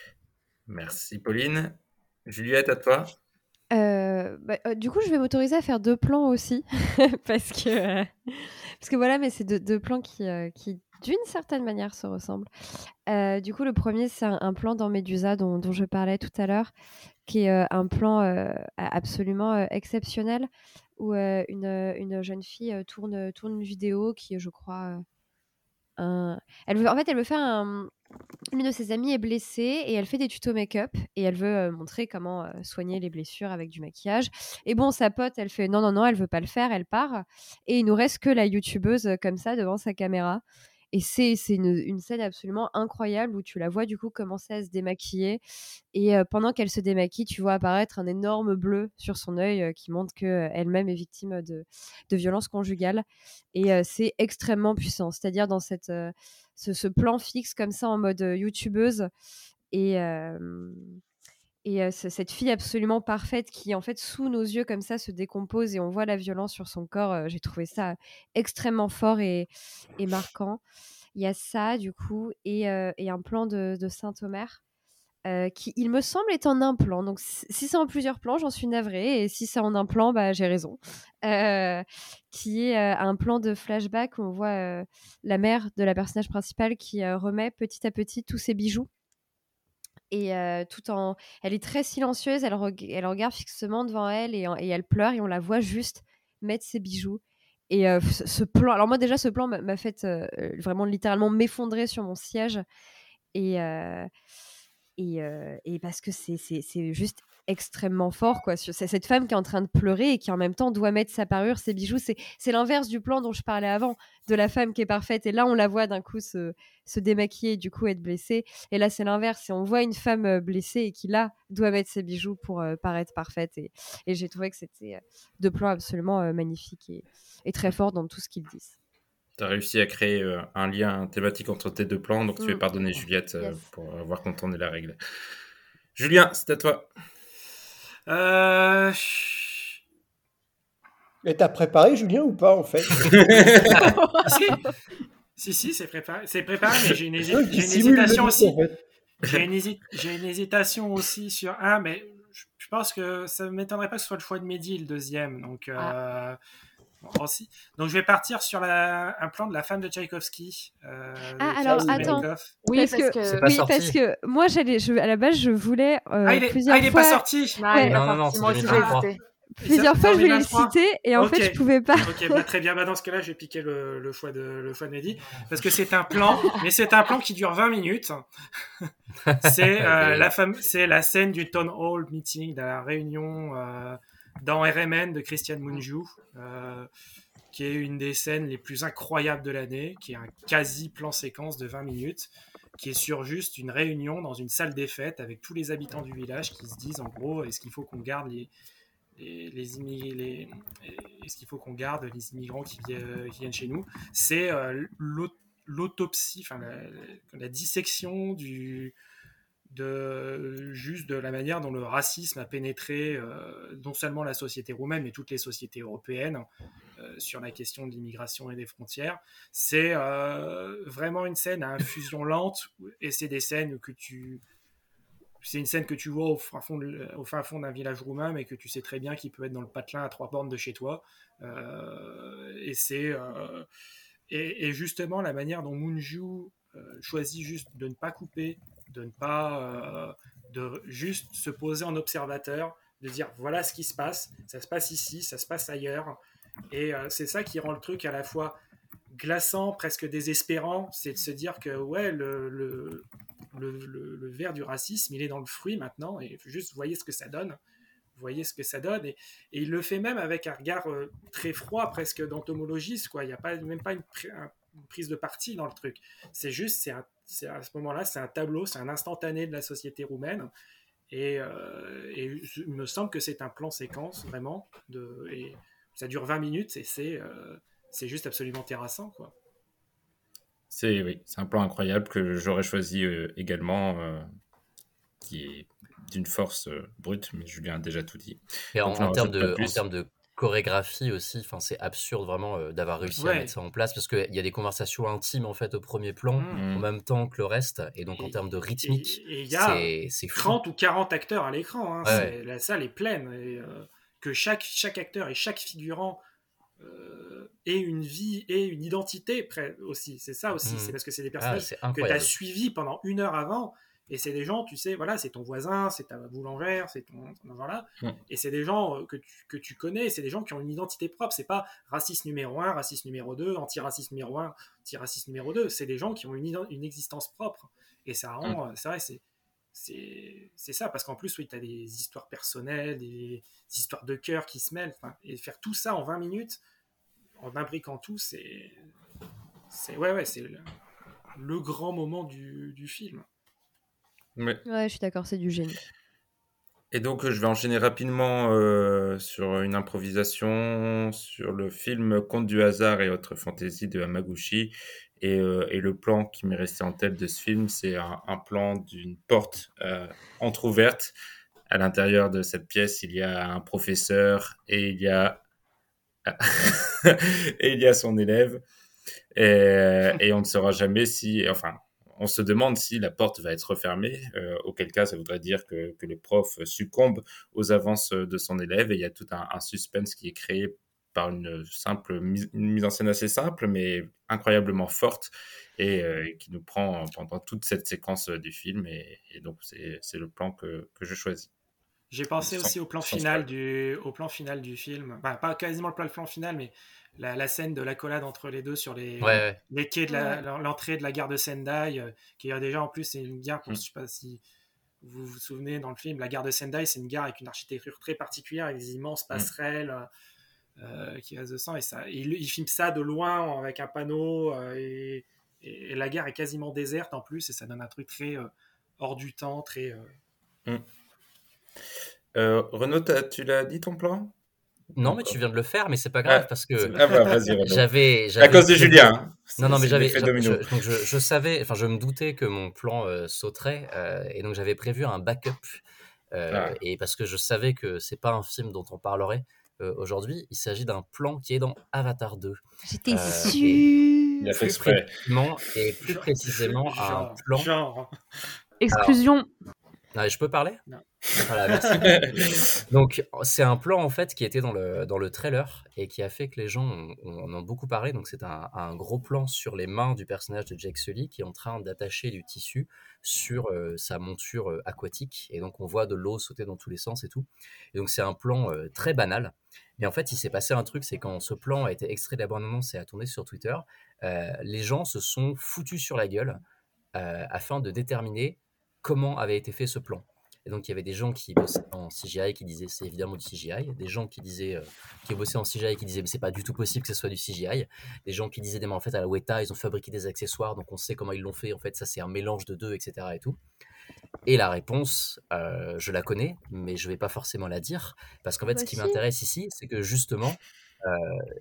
Merci Pauline. Juliette, à toi. Euh, bah, euh, du coup, je vais m'autoriser à faire deux plans aussi, parce que, euh, parce que voilà, mais c'est deux, deux plans qui, euh, qui, d'une certaine manière, se ressemblent. Euh, du coup, le premier, c'est un, un plan dans Médusa dont, dont je parlais tout à l'heure, qui est euh, un plan euh, absolument euh, exceptionnel, où euh, une, une jeune fille euh, tourne, tourne une vidéo qui, je crois, euh, un... elle veut, en fait, elle veut faire un... Une de ses amies est blessée et elle fait des tutos make-up et elle veut euh, montrer comment euh, soigner les blessures avec du maquillage. Et bon, sa pote, elle fait non, non, non, elle veut pas le faire, elle part. Et il nous reste que la youtubeuse euh, comme ça devant sa caméra. Et c'est, c'est une, une scène absolument incroyable où tu la vois du coup commencer à se démaquiller. Et euh, pendant qu'elle se démaquille, tu vois apparaître un énorme bleu sur son œil euh, qui montre qu'elle-même est victime de, de violences conjugales. Et euh, c'est extrêmement puissant. C'est-à-dire dans cette, euh, ce, ce plan fixe comme ça en mode euh, youtubeuse. Et... Euh, Et euh, cette fille absolument parfaite qui, en fait, sous nos yeux, comme ça, se décompose et on voit la violence sur son corps. Euh, j'ai trouvé ça extrêmement fort et, et marquant. Il y a ça, du coup, et, euh, et un plan de, de Saint-Omer euh, qui, il me semble, est en un plan. Donc, si c'est en plusieurs plans, j'en suis navrée. Et si c'est en un plan, bah, j'ai raison. Euh, qui est euh, un plan de flashback où on voit euh, la mère de la personnage principale qui euh, remet petit à petit tous ses bijoux. Et euh, tout en, elle est très silencieuse, elle, reg- elle regarde fixement devant elle et, et elle pleure et on la voit juste mettre ses bijoux. Et euh, ce, ce plan, alors moi déjà ce plan m'a, m'a fait euh, vraiment littéralement m'effondrer sur mon siège et euh, et, euh, et parce que c'est, c'est, c'est juste extrêmement fort quoi. C'est cette femme qui est en train de pleurer et qui en même temps doit mettre sa parure, ses bijoux. C'est, c'est l'inverse du plan dont je parlais avant, de la femme qui est parfaite. Et là, on la voit d'un coup se, se démaquiller et du coup être blessée. Et là, c'est l'inverse. Et on voit une femme blessée et qui, là, doit mettre ses bijoux pour euh, paraître parfaite. Et, et j'ai trouvé que c'était euh, deux plans absolument euh, magnifiques et, et très forts dans tout ce qu'ils disent. Tu as réussi à créer euh, un lien thématique entre tes deux plans, donc mmh. tu es pardonné Juliette euh, yes. pour avoir contourné la règle. Julien, c'est à toi. Euh... Et t'as préparé Julien ou pas en fait? si, si, si, c'est préparé. C'est préparé, mais j'ai une, hési- j'ai une hésitation aussi. En fait. j'ai, une hési- j'ai une hésitation aussi sur un, mais je, je pense que ça ne m'étonnerait pas que ce soit le choix de Mehdi, le deuxième. Donc, euh, ah. Aussi. Donc je vais partir sur la, un plan de la femme de Tchaïkovski. Euh, ah alors attends, oui parce que, que, oui, parce que moi j'allais, je, à la base je voulais euh, ah, il est, plusieurs ah, il est fois. pas sorti. Non, ouais. non, non, non, c'est moi aussi j'ai hésité. Plusieurs fois je voulais le citer et en okay. fait je pouvais pas. Ok, bah, très bien. Bah, dans ce cas-là, je vais piquer le, le choix de le choix de Mehdi parce que c'est un plan, mais c'est un plan qui dure vingt minutes. c'est euh, la femme, c'est la scène du town hall meeting, de la réunion euh, dans R M N de Christiane Mungiu. Euh, qui est une des scènes les plus incroyables de l'année, qui est un quasi-plan séquence de vingt minutes, qui est sur juste une réunion dans une salle des fêtes avec tous les habitants du village qui se disent en gros, est-ce qu'il faut qu'on garde les, les, les, immig- les est-ce qu'il faut qu'on garde les immigrants qui viennent, qui viennent chez nous. C'est euh, l'autopsie, enfin la, la dissection du de juste de la manière dont le racisme a pénétré euh, non seulement la société roumaine mais toutes les sociétés européennes euh, sur la question de l'immigration et des frontières. C'est euh, vraiment une scène à infusion lente et c'est des scènes que tu c'est une scène que tu vois au fin fond, de, au fin fond d'un village roumain mais que tu sais très bien qu'il peut être dans le patelin à trois bornes de chez toi euh, et c'est euh, et, et justement la manière dont Mungiu euh, choisit juste de ne pas couper, de ne pas euh, de juste se poser en observateur, de dire voilà ce qui se passe, ça se passe ici, ça se passe ailleurs, et euh, c'est ça qui rend le truc à la fois glaçant, presque désespérant, c'est de se dire que ouais le, le, le, le, le ver du racisme il est dans le fruit maintenant, et juste voyez ce que ça donne, voyez ce que ça donne, et, et il le fait même avec un regard euh, très froid, presque d'entomologiste, quoi. Il n'y a pas, même pas une, un, une prise de parti dans le truc, c'est juste c'est un C'est à ce moment-là, c'est un tableau, c'est un instantané de la société roumaine. Et, euh, et il me semble que c'est un plan séquence, vraiment. De, et ça dure vingt minutes et c'est, euh, c'est juste absolument terrassant, quoi. C'est, oui, c'est un plan incroyable que j'aurais choisi euh, également, euh, qui est d'une force euh, brute, mais Julien a déjà tout dit. Et en, Donc, je n'en en termes rajoute pas de, en plus. termes de chorégraphie aussi, enfin, c'est absurde vraiment euh, d'avoir réussi à Ouais. mettre ça en place parce qu'il y a des conversations intimes en fait au premier plan Mmh. en même temps que le reste. Et donc en Et termes de et- rythmique, et il y a c'est c'est fou. trente ou quarante acteurs à l'écran. Hein. Ouais, C'est- La salle est pleine. Et, euh, que chaque, chaque acteur et chaque figurant euh, ait une vie et une identité près- aussi. C'est ça aussi. Mmh. C'est parce que c'est des Ah, personnages c'est que tu as incroyable. suivis pendant une heure avant. Et c'est des gens, tu sais, voilà, c'est ton voisin, c'est ta boulangère, c'est ton, ton voilà. Mm. Et c'est des gens euh, que tu, que tu connais, c'est des gens qui ont une identité propre. C'est pas raciste numéro un, raciste numéro deux, antiraciste numéro un, antiraciste numéro deux. C'est des gens qui ont une, ident- une existence propre. Et ça rend, euh, c'est vrai, c'est, c'est, c'est ça. Parce qu'en plus, oui, tu as des histoires personnelles, des, des histoires de cœur qui se mêlent. Enfin, et faire tout ça en vingt minutes, en imbriquant tout, c'est, c'est ouais, ouais, c'est le, le grand moment du, du film. Ouais. Ouais, je suis d'accord, c'est du génie. Et donc, euh, je vais enchaîner rapidement euh, sur une improvisation sur le film Conte du hasard et autres fantaisies de Hamaguchi. Et, euh, et le plan qui m'est resté en tête de ce film, c'est un, un plan d'une porte euh, entrouverte. À l'intérieur de cette pièce, il y a un professeur et il y a, et il y a son élève. Et, et on ne saura jamais si... Enfin, on se demande si la porte va être refermée, euh, auquel cas ça voudrait dire que, que le prof succombe aux avances de son élève, et il y a tout un, un suspense qui est créé par une simple mise, une mise en scène assez simple, mais incroyablement forte, et euh, qui nous prend pendant toute cette séquence du film, et, et donc c'est, c'est le plan que, que je choisis. J'ai pensé Sans- aussi au plan sans final spoil. du, au plan final du film. Enfin, pas quasiment le plan final, mais la, la scène de l'accolade entre les deux sur les, Ouais, ouais. les quais de la, l'entrée de la gare de Sendai, euh, qui est déjà en plus c'est une gare, pour, Mm. je sais pas si vous vous souvenez dans le film, la gare de Sendai, c'est une gare avec une architecture très particulière, avec des immenses passerelles euh, qui restent de sang. Et ça, il, il filme ça de loin avec un panneau, euh, et, et la gare est quasiment déserte en plus, et ça donne un truc très euh, hors du temps, très. Euh, Mm. Euh, Renaud, t'as- tu l'as dit ton plan? Non, Encore. mais tu viens de le faire, mais c'est pas grave Ah, parce que c'est- ah bah vas-y, Renaud. j'avais, À j'avais cause de prévu- Julien. hein. C'est- Non, non, mais c'est j'avais, l'effet j'a- domino. je, donc je, je savais, enfin, je me doutais que mon plan euh, sauterait, euh, et donc j'avais prévu un backup, euh, Ah. et parce que je savais que c'est pas un film dont on parlerait euh, aujourd'hui, il s'agit d'un plan qui est dans Avatar deux. J'étais Euh, sûre. Il a fait Plus exprès. précisément, et plus précisément un genre, plan. genre. Exclusion. Ah, je peux parler? Non. Voilà, merci. Donc, c'est un plan en fait qui était dans le, dans le trailer et qui a fait que les gens ont- ont- en ont beaucoup parlé. Donc, c'est un, un gros plan sur les mains du personnage de Jake Sully qui est en train d'attacher du tissu sur euh, sa monture euh, aquatique. Et donc, on voit de l'eau sauter dans tous les sens et tout. Et donc, c'est un plan euh, très banal. Mais en fait, il s'est passé un truc, c'est quand ce plan a été extrait de la bande-annonce et a tourné sur Twitter, euh, les gens se sont foutus sur la gueule euh, afin de déterminer comment avait été fait ce plan. Et donc, il y avait des gens qui bossaient en C G I qui disaient c'est évidemment du C G I. Des gens qui disaient, euh, qui bossaient en C G I qui disaient mais c'est pas du tout possible que ce soit du C G I. Des gens qui disaient mais en fait à la Weta ils ont fabriqué des accessoires donc on sait comment ils l'ont fait. En fait, ça c'est un mélange de deux, et cetera. Et tout. Et la réponse, euh, je la connais, mais je vais pas forcément la dire parce qu'en fait, Moi ce qui aussi. m'intéresse ici, c'est que justement, euh,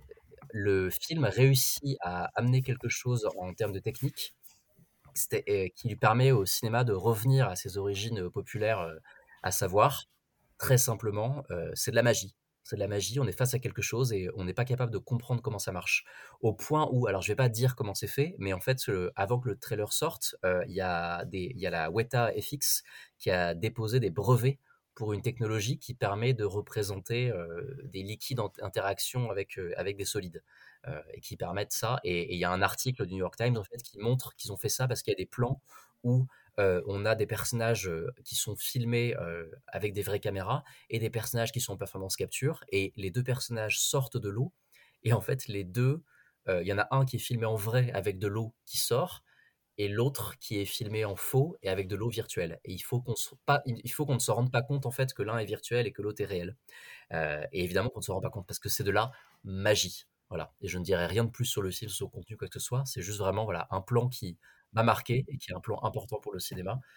le film réussit à amener quelque chose en termes de technique c'était- euh, qui lui permet au cinéma de revenir à ses origines euh, populaires, euh, à savoir, très simplement, euh, c'est de la magie. C'est de la magie, on est face à quelque chose et on n'est pas capable de comprendre comment ça marche. Au point où, alors je vais pas dire comment c'est fait, mais en fait, le- avant que le trailer sorte, euh, il y a des, il y a la Weta F X qui a déposé des brevets pour une technologie qui permet de représenter euh, des liquides en interaction avec, euh, avec des solides euh, et qui permettent ça. Et et il y a un article du New York Times en fait qui montre qu'ils ont fait ça parce qu'il y a des plans où euh, on a des personnages euh, qui sont filmés euh, avec des vraies caméras et des personnages qui sont en performance capture et les deux personnages sortent de l'eau et en fait les deux, euh, il y en a un qui est filmé en vrai avec de l'eau qui sort et l'autre qui est filmé en faux et avec de l'eau virtuelle. Et il faut qu'on se, pas, il faut qu'on ne se rende pas compte en fait que l'un est virtuel et que l'autre est réel. Euh, et évidemment qu'on ne se rend pas compte parce que c'est de la magie. Voilà. Et je ne dirai rien de plus sur le film, sur le contenu, quoi que ce soit. C'est juste vraiment voilà, un plan qui m'a marqué et qui est un plan important pour le cinéma.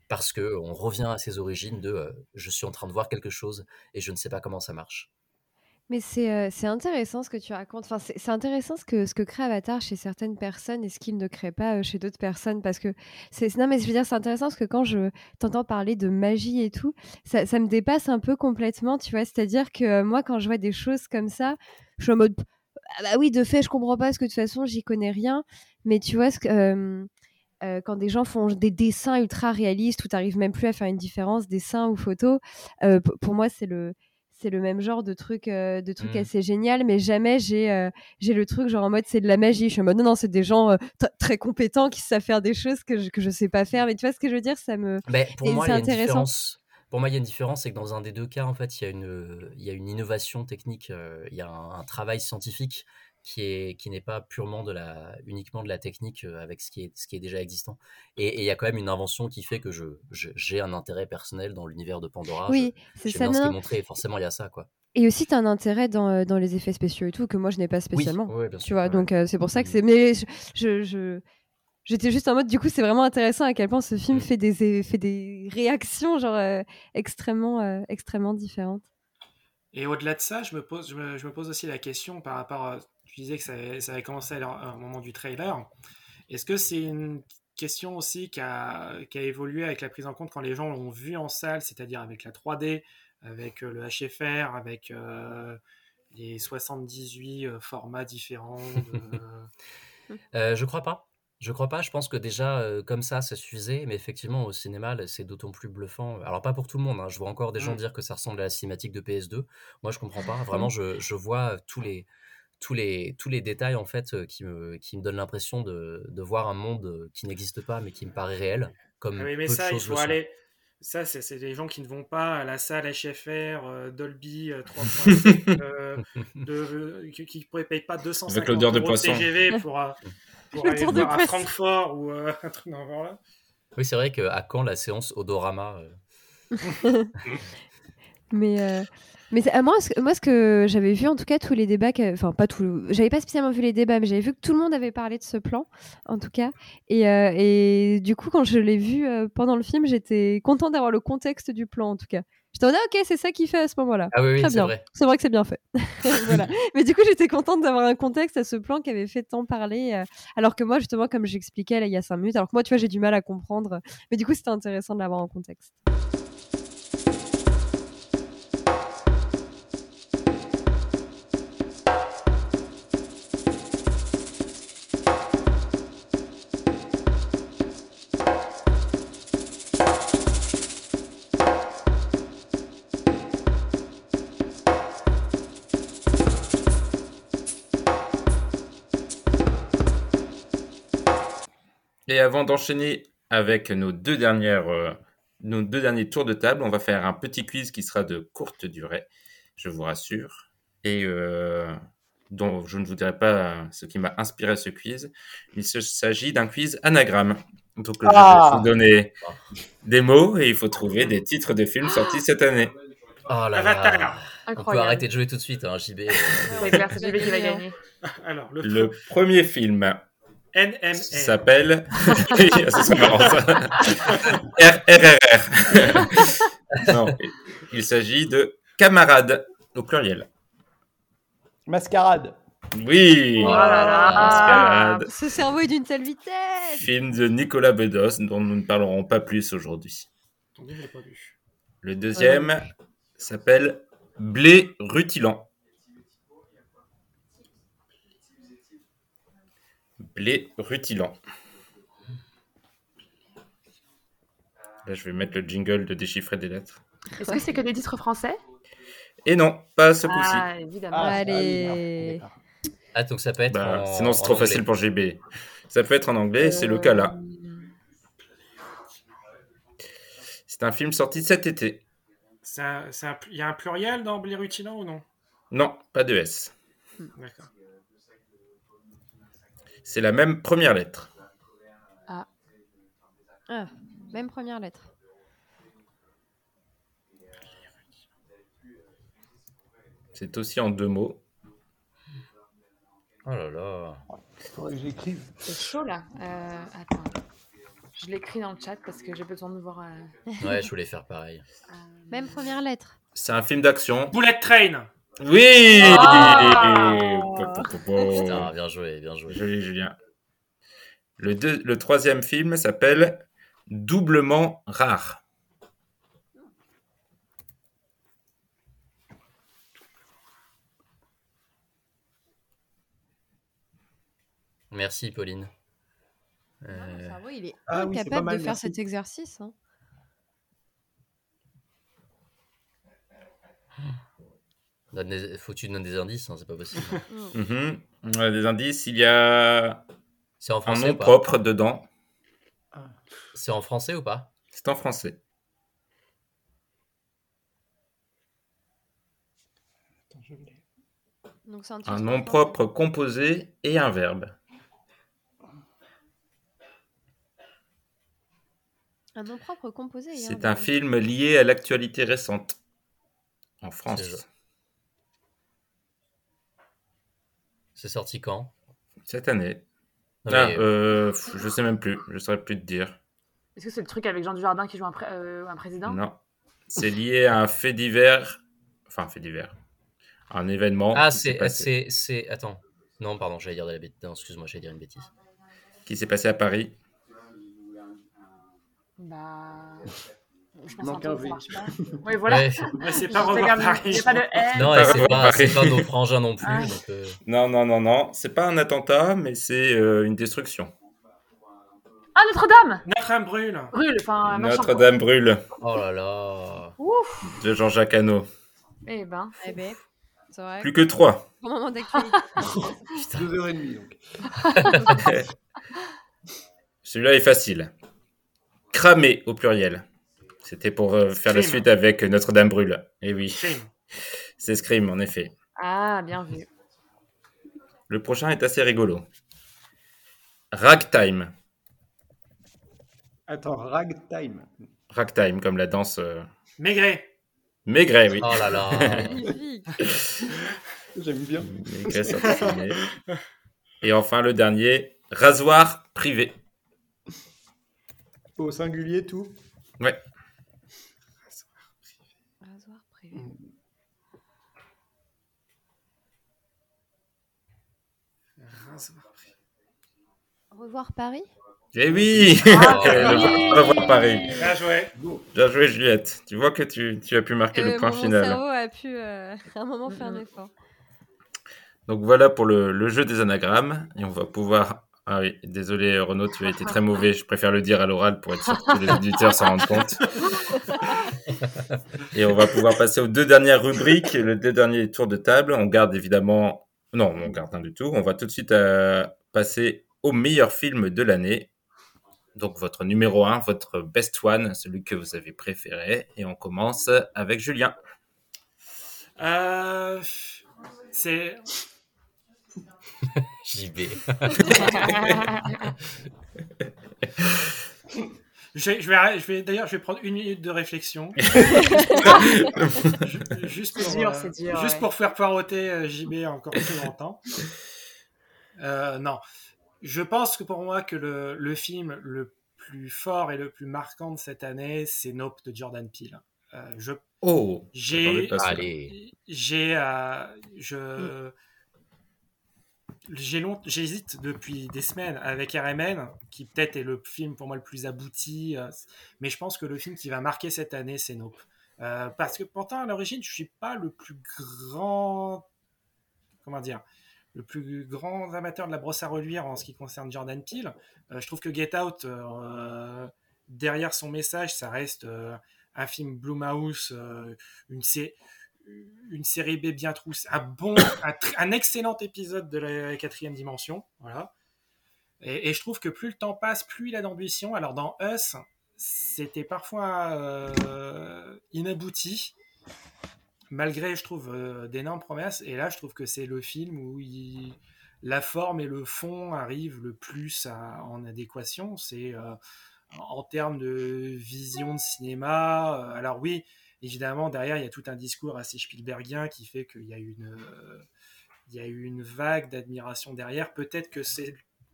parce qu'on revient à ses origines de euh, je suis en train de voir quelque chose et je ne sais pas comment ça marche. Mais c'est euh, c'est intéressant ce que tu racontes. Enfin, c'est c'est intéressant ce que, ce que crée Avatar chez certaines personnes et ce qu'il ne crée pas euh, chez d'autres personnes. Parce que c'est non, mais je veux dire, c'est intéressant parce que quand je t'entends parler de magie et tout, ça, ça me dépasse un peu complètement, tu vois. C'est-à-dire que euh, moi, quand je vois des choses comme ça, je suis en mode ah bah oui, de fait, je comprends pas parce que de toute façon, j'y connais rien. Mais tu vois, ce que, euh, euh, quand des gens font des dessins ultra réalistes où tu n'arrives même plus à faire une différence, dessin ou photo, euh, p- pour moi, c'est le, c'est le même genre de truc, euh, de truc Mm. assez génial, mais jamais j'ai euh, j'ai le truc genre en mode c'est de la magie. Je suis en mode non, non, c'est des gens euh, t- très compétents qui savent faire des choses que je, que je sais pas faire. Mais tu vois ce que je veux dire, ça me. Ben, pour et moi, c'est il y a une intéressant. différence. Pour moi, il y a une différence, c'est que dans un des deux cas, en fait, il y a une, il y a une innovation technique, euh, il y a un, un travail scientifique qui est, qui n'est pas purement de la, uniquement de la technique euh, avec ce qui est, ce qui est déjà existant. Et, et il y a quand même une invention qui fait que je, je- j'ai un intérêt personnel dans l'univers de Pandora. Je- Oui, c'est j'aime ça. bien Non, ce qui est non. montré, et forcément, il y a ça, quoi. Et aussi, tu as un intérêt dans, euh, dans les effets spéciaux et tout, que moi, je n'ai pas Oui, spécialement. oui, bien Tu sûr. vois, Ouais. donc euh, c'est pour ça que Mhm. c'est. Mais je, je, je- j'étais juste en mode, du coup, c'est vraiment intéressant à quel point ce film Mm. fait des, fait des réactions, genre, euh, extrêmement, euh, extrêmement différentes. Et au-delà de ça, je me pose, je me, je me pose aussi la question par rapport à. Tu disais que ça avait, ça avait commencé à, à un moment du trailer. Est-ce que c'est une question aussi qui a, qui a évolué avec la prise en compte quand les gens l'ont vu en salle, c'est-à-dire avec la trois D, avec euh, le H F R, avec euh, les soixante-dix-huit euh, formats différents de... Euh, je crois pas. Je crois pas. Je pense que déjà, euh, comme ça, ça suffisait. Mais effectivement, au cinéma, là, c'est d'autant plus bluffant. Alors, pas pour tout le monde, hein. Je vois encore des gens Mm. dire que ça ressemble à la cinématique de P S deux. Moi, je comprends pas. Vraiment, je, je vois tous les, tous les, tous les détails, en fait, euh, qui me, qui me donnent l'impression de, de voir un monde euh, qui n'existe pas, mais qui me paraît réel, Ah comme oui, mais peu de ça, il choses le faut sont. aller. Ça, c'est c'est des gens qui ne vont pas à la salle H F R, euh, Dolby euh, trois point sept, euh, de- qui ne payent pas deux cent Avec cinquante l'odeur de euros de poisson. T G V pour, euh, pour Le aller tour le de voir à poisson. Francfort ou euh, un truc dans le genre là. Oui, c'est vrai qu'à quand la séance Odorama euh, Mais, euh, mais c'est- à moi, ce, que- moi, ce que j'avais vu, en tout cas, tous les débats, que- enfin, pas tout, j'avais pas spécialement vu les débats, mais j'avais vu que tout le monde avait parlé de ce plan, en tout cas. Et, euh, et du coup, quand je l'ai vu euh, pendant le film, j'étais contente d'avoir le contexte du plan, en tout cas. J'étais en mode, ah, ok, c'est ça qu'il fait à ce moment-là. Ah oui, oui, Très c'est bien. vrai. C'est vrai que c'est bien fait. Voilà. Mais du coup, j'étais contente d'avoir un contexte à ce plan qui avait fait tant parler. euh, alors que moi, justement, comme j'expliquais là, il y a cinq minutes, alors que moi, tu vois, j'ai du mal à comprendre. Mais du coup, c'était intéressant de l'avoir en contexte. Et avant d'enchaîner avec nos deux dernières, euh, nos deux derniers tours de table, on va faire un petit quiz qui sera de courte durée, je vous rassure, et euh, dont je ne vous dirai pas ce qui m'a inspiré ce quiz. Il se- s'agit d'un quiz anagramme. Donc euh, je Ah. vais vous donner des mots et il faut trouver des titres de films sortis cette année. Oh là Avatar. là. On peut Incroyable. arrêter de jouer tout de suite, hein, J B. euh, C'est clair, c'est J B qui va gagner. Alors, le, Le premier film N M R. s'appelle... ça serait marrant, ça. R R R R. Non, il s'agit de Camarades, au pluriel. Mascarade. Oui. Oh là là. Mascarade. Ce cerveau est d'une telle vitesse. Film de Nicolas Bedos, dont nous ne parlerons pas plus aujourd'hui. Attendez, je l'ai pas vu. Le deuxième s'appelle Blé rutilant. Blé rutilant. Là, je vais mettre le jingle de déchiffrer des lettres. Est-ce que c'est que des titres français? Et non, pas ce coup-ci. Ah, évidemment. Ah, Allez. Ah, donc ça peut être. Bah, en- sinon, c'est en trop anglais. facile pour G B. Ça peut être en anglais, c'est le cas là. C'est un film sorti cet été. C'est un- c'est un- Il y a un pluriel dans Blé rutilant ou non? Non, pas de S. D'accord. C'est la même première lettre. Ah, même première lettre. C'est aussi en deux mots. Oh là là. Il faudrait que j'écrive. C'est chaud là. Euh, attends. Je je l'écris dans le chat parce que j'ai besoin de voir. Euh... Ouais, je voulais faire pareil. Euh... Même première lettre. C'est un film d'action. Bullet Train. Oui. Ah Putain, bien joué, bien joué. Joli, Julien. Le, deux, le troisième film s'appelle Doublement rare. Merci, Pauline. Euh... Le cerveau, il est Ah, incapable oui, c'est pas mal, de faire merci. cet exercice. Hein. Des... Faut que tu donnes des indices, hein, c'est pas possible. mm-hmm. Ouais, des indices, il y a c'est en un français nom ou pas propre dedans. C'est en français ou pas? C'est en français. Attends, je l'ai. Donc, c'est un, un nom propre composé et un verbe. Un nom propre composé. Et C'est un, un film lié à l'actualité récente en France. C'est, c'est sorti quand? Cette année. Non, ah, mais... euh, je sais même plus. Je saurais plus te dire. Est-ce que c'est le truc avec Jean Dujardin qui joue un, pré- euh, un président? Non. C'est lié à un fait divers. Enfin, un fait divers. Un événement. Ah, qui c'est, s'est passé. c'est, c'est. Attends. Non, pardon, j'allais dire de la bêtise. Non, excuse-moi, j'allais dire une bêtise. Qui s'est passé à Paris. Bah. Je pense manque un V. Oui, voilà. Ouais. Mais c'est pas revoir Paris. Il n'y a pas de N. Non, et c'est pas, c'est pas nos frangins non plus. Ah. Donc, euh... Non, non, non, non. C'est pas un attentat, mais c'est euh, une destruction. Ah, Notre-Dame. Notre-Dame brûle. Brûle, enfin. Notre-Dame brûle. Oh là là. Ouf. De Jean-Jacques Hano. Eh ben. Eh ben. C'est vrai. Plus que trois. Au moment d'actualité. Deux heures et demie, donc. Celui-là est facile. Cramé au pluriel. C'était pour euh, faire Scream. la suite avec Notre-Dame brûle. Eh oui. Scream. C'est Scream, en effet. Ah, bien vu. Le prochain est assez rigolo. Ragtime. Attends, Ragtime. Ragtime, comme la danse. Euh... Maigret. Maigret, oui. Oh là là. J'aime bien. Maigret, ça peut filmer. Et enfin, le dernier, rasoir privé. Au singulier, tout. Ouais. Rasoir privé. Rasoir privé. Revoir Paris. Eh oui, Ah, oui. Revoir Paris. Bien joué. Bien joué, Juliette. Tu vois que tu, tu as pu marquer euh, le point mon final. Mon cerveau a pu euh, à un moment faire un effort. Donc voilà pour le, le jeu des anagrammes. Et on va pouvoir... Ah oui, désolé Renaud, tu as été très mauvais. Je préfère le dire à l'oral pour être sûr que tous les auditeurs s'en rendent compte. Et on va pouvoir passer aux deux dernières rubriques, les deux derniers tours de table. On garde évidemment... Non, on garde rien du tout. On va tout de suite euh, passer au meilleur film de l'année. Donc votre numéro un, votre best one, celui que vous avez préféré. Et on commence avec Julien. Euh, c'est... J B. je, vais, je, vais, je vais d'ailleurs je vais prendre une minute de réflexion. juste pour, c'est dur, euh, c'est dur, juste ouais. pour faire poireauter euh, J B encore plus longtemps. Euh, non, je pense que pour moi que le, le film le plus fort et le plus marquant de cette année, c'est Nope de Jordan Peele. Euh, je, oh, j'ai, allez, j'ai, euh, je. J'ai long... J'hésite depuis des semaines avec R M N, qui peut-être est le film pour moi le plus abouti, euh, mais je pense que le film qui va marquer cette année, c'est Nope. Euh, parce que pourtant, à l'origine, je ne suis pas le plus grand... Comment dire le plus grand amateur de la brosse à reluire en ce qui concerne Jordan Peele. Euh, je trouve que Get Out, euh, derrière son message, ça reste euh, un film Blumhouse, euh, une série... une série B bien trousse, un bon, un, tr- un excellent épisode de la quatrième dimension, voilà. Et, et je trouve que plus le temps passe, plus il a d'ambition. Alors dans Us, c'était parfois euh, inabouti, malgré, je trouve, euh, d'énormes promesses. Et là, je trouve que c'est le film où il, la forme et le fond arrivent le plus à, en adéquation. C'est euh, en termes de vision de cinéma. Euh, alors oui. Évidemment, derrière, il y a tout un discours assez Spielbergien qui fait qu'il y a une, euh, il y a eu une vague d'admiration derrière. Peut-être que c'est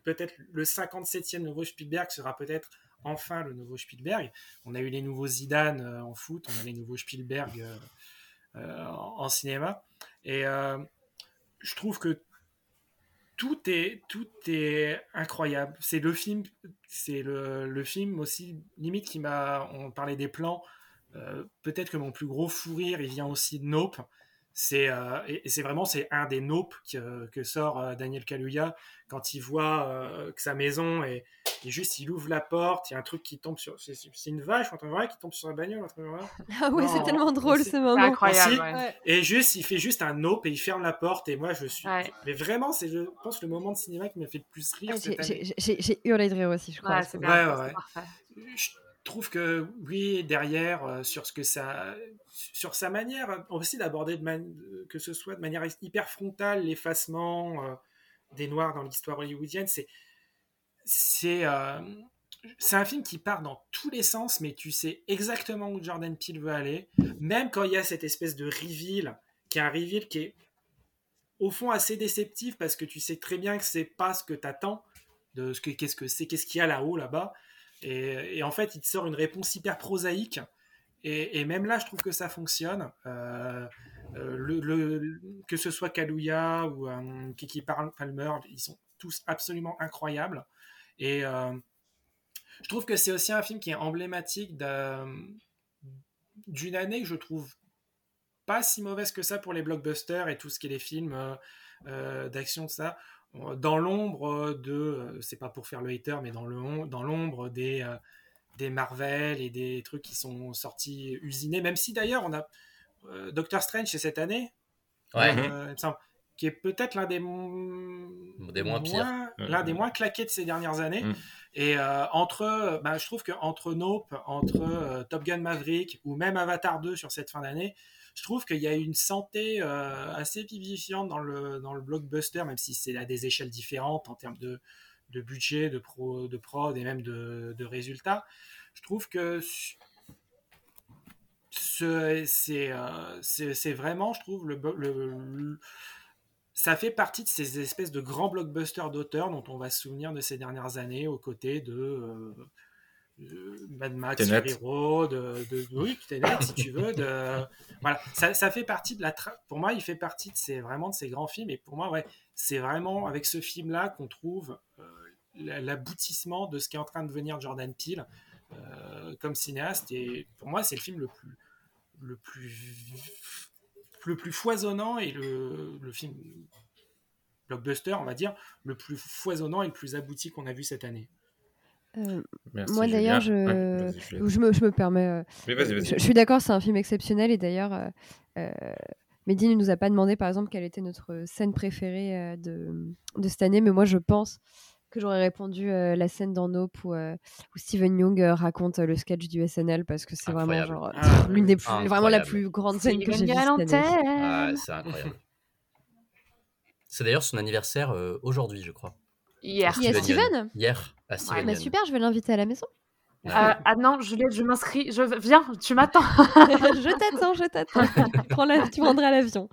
peut-être le cinquante-septième nouveau Spielberg sera peut-être enfin le nouveau Spielberg. On a eu les nouveaux Zidane euh, en foot, on a les nouveaux Spielberg euh, euh, en, en cinéma. Et euh, je trouve que tout est, tout est incroyable. C'est le film, c'est le, le film aussi, limite qui m'a... On parlait des plans, euh, peut-être que mon plus gros fou rire, il vient aussi de Nope. C'est, euh, et, et c'est vraiment c'est un des Nope que, que sort euh, Daniel Kaluuya quand il voit euh, que sa maison est, et juste il ouvre la porte, il y a un truc qui tombe sur... C'est, c'est une vache, on entend vrai, qui tombe sur la bagnole. Ah ouais, non, c'est tellement drôle c'est, ce moment. C'est incroyable. Ouais. Ouais. Et juste, il fait juste un Nope et il ferme la porte et moi je suis... Ouais. Mais vraiment, c'est je pense le moment de cinéma qui m'a fait le plus rire Ah, cette j'ai, année. j'ai, j'ai, j'ai hurlé de rire aussi, je crois. Ouais, c'est Ouais, bien, ouais, c'est ouais. parfait. Je trouve que oui, derrière, euh, sur ce que ça, sur sa manière aussi d'aborder, de man... que ce soit de manière hyper frontale, l'effacement euh, des Noirs dans l'histoire hollywoodienne, c'est, c'est, euh, c'est un film qui part dans tous les sens, mais tu sais exactement où Jordan Peele veut aller, même quand il y a cette espèce de reveal, qui est un reveal qui est au fond assez déceptif parce que tu sais très bien que c'est pas ce que t'attends, de ce que qu'est-ce que c'est, qu'est-ce qu'il y a là-haut, là-bas. Et, et en fait, il te sort une réponse hyper prosaïque. Et, et même là, je trouve que ça fonctionne. Euh, euh, le, le, que ce soit Kaluuya ou euh, Kiki Palmer, ils sont tous absolument incroyables. Et euh, je trouve que c'est aussi un film qui est emblématique d'une année que je trouve pas si mauvaise que ça pour les blockbusters et tout ce qui est les films euh, euh, d'action, de ça. Dans l'ombre de, c'est pas pour faire le hater, mais dans, le, dans l'ombre des, euh, des Marvel et des trucs qui sont sortis usinés, même si d'ailleurs on a euh, Doctor Strange c'est cette année, ouais. euh, il me semble, qui est peut-être l'un des, des moins pires, l'un des moins claqués de ces dernières années. Mmh. Et euh, entre, bah, je trouve qu'entre Nope, entre euh, Top Gun Maverick ou même Avatar deux sur cette fin d'année, je trouve qu'il y a une santé euh, assez vivifiante dans le, dans le blockbuster, même si c'est à des échelles différentes en termes de, de budget, de, pro, de prod et même de, de résultats. Je trouve que ce, c'est, euh, c'est, c'est vraiment, je trouve, le, le, le, ça fait partie de ces espèces de grands blockbusters d'auteurs dont on va se souvenir de ces dernières années aux côtés de... Euh, de Mad Max, Fury Road, de, de, de, oui, Tenet, si tu veux, de, voilà, ça, ça fait partie de la, tra- pour moi, il fait partie de ces, vraiment de ces grands films, et pour moi, ouais, c'est vraiment avec ce film-là qu'on trouve euh, l'aboutissement de ce qui est en train de devenir Jordan Peele euh, comme cinéaste, et pour moi, c'est le film le plus, le plus, le plus foisonnant et le, le film blockbuster, on va dire, le plus foisonnant et le plus abouti qu'on a vu cette année. Euh, Merci, moi d'ailleurs, je... Ouais, je, me, je me permets. Euh, vas-y, vas-y. Je, je suis d'accord, c'est un film exceptionnel et d'ailleurs, euh, euh, Mehdi ne nous a pas demandé par exemple quelle était notre scène préférée euh, de, de cette année, mais moi je pense que j'aurais répondu euh, la scène dans Nope où, euh, où Steven Yeun euh, raconte euh, le sketch du S N L parce que c'est incroyable. Vraiment genre ah, l'une des plus, incroyable. Vraiment la plus grande scène que j'ai vue cette année. Ah, c'est incroyable. C'est d'ailleurs son anniversaire euh, aujourd'hui, je crois. Hier. Il y a Steven Hier, à Steven. Ouais, bah super, je vais l'inviter à la maison. Euh, ah non, Juliette, je m'inscris. Je viens, tu m'attends. je t'attends, je t'attends. Prends la... Tu prendras l'avion.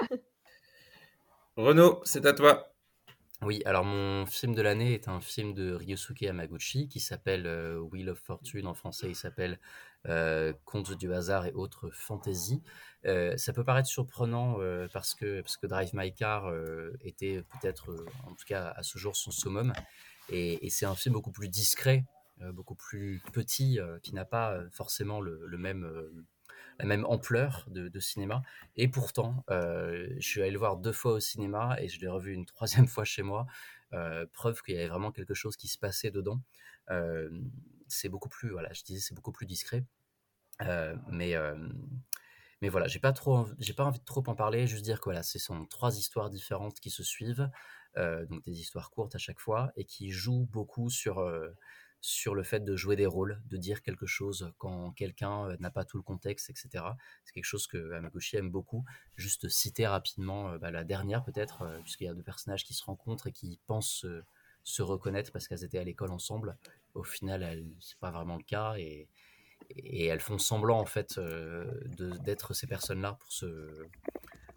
Renaud, c'est à toi. Oui, alors mon film de l'année est un film de Ryosuke Hamaguchi qui s'appelle euh, Wheel of Fortune, en français il s'appelle euh, Contes du hasard et autres fantasy. Euh, ça peut paraître surprenant euh, parce, que, parce que Drive My Car euh, était peut-être, euh, en tout cas à ce jour, son summum. Et, et c'est un film beaucoup plus discret, euh, beaucoup plus petit, euh, qui n'a pas euh, forcément le, le même... Euh, la même ampleur de, de cinéma, et pourtant euh, je suis allé le voir deux fois au cinéma et je l'ai revu une troisième fois chez moi, euh, preuve qu'il y avait vraiment quelque chose qui se passait dedans. Euh, c'est beaucoup plus, voilà, je disais c'est beaucoup plus discret, euh, mais euh, mais voilà, j'ai pas trop, j'ai pas envie de trop en parler, juste dire que voilà, ce sont trois histoires différentes qui se suivent, euh, donc des histoires courtes à chaque fois et qui jouent beaucoup sur euh, sur le fait de jouer des rôles, de dire quelque chose quand quelqu'un n'a pas tout le contexte, et cetera. C'est quelque chose que Hamaguchi aime beaucoup. Juste citer rapidement bah, la dernière peut-être, euh, puisqu'il y a deux personnages qui se rencontrent et qui pensent euh, se reconnaître parce qu'elles étaient à l'école ensemble. Au final, elles, c'est pas vraiment le cas et, et elles font semblant en fait euh, de, d'être ces personnes-là pour se,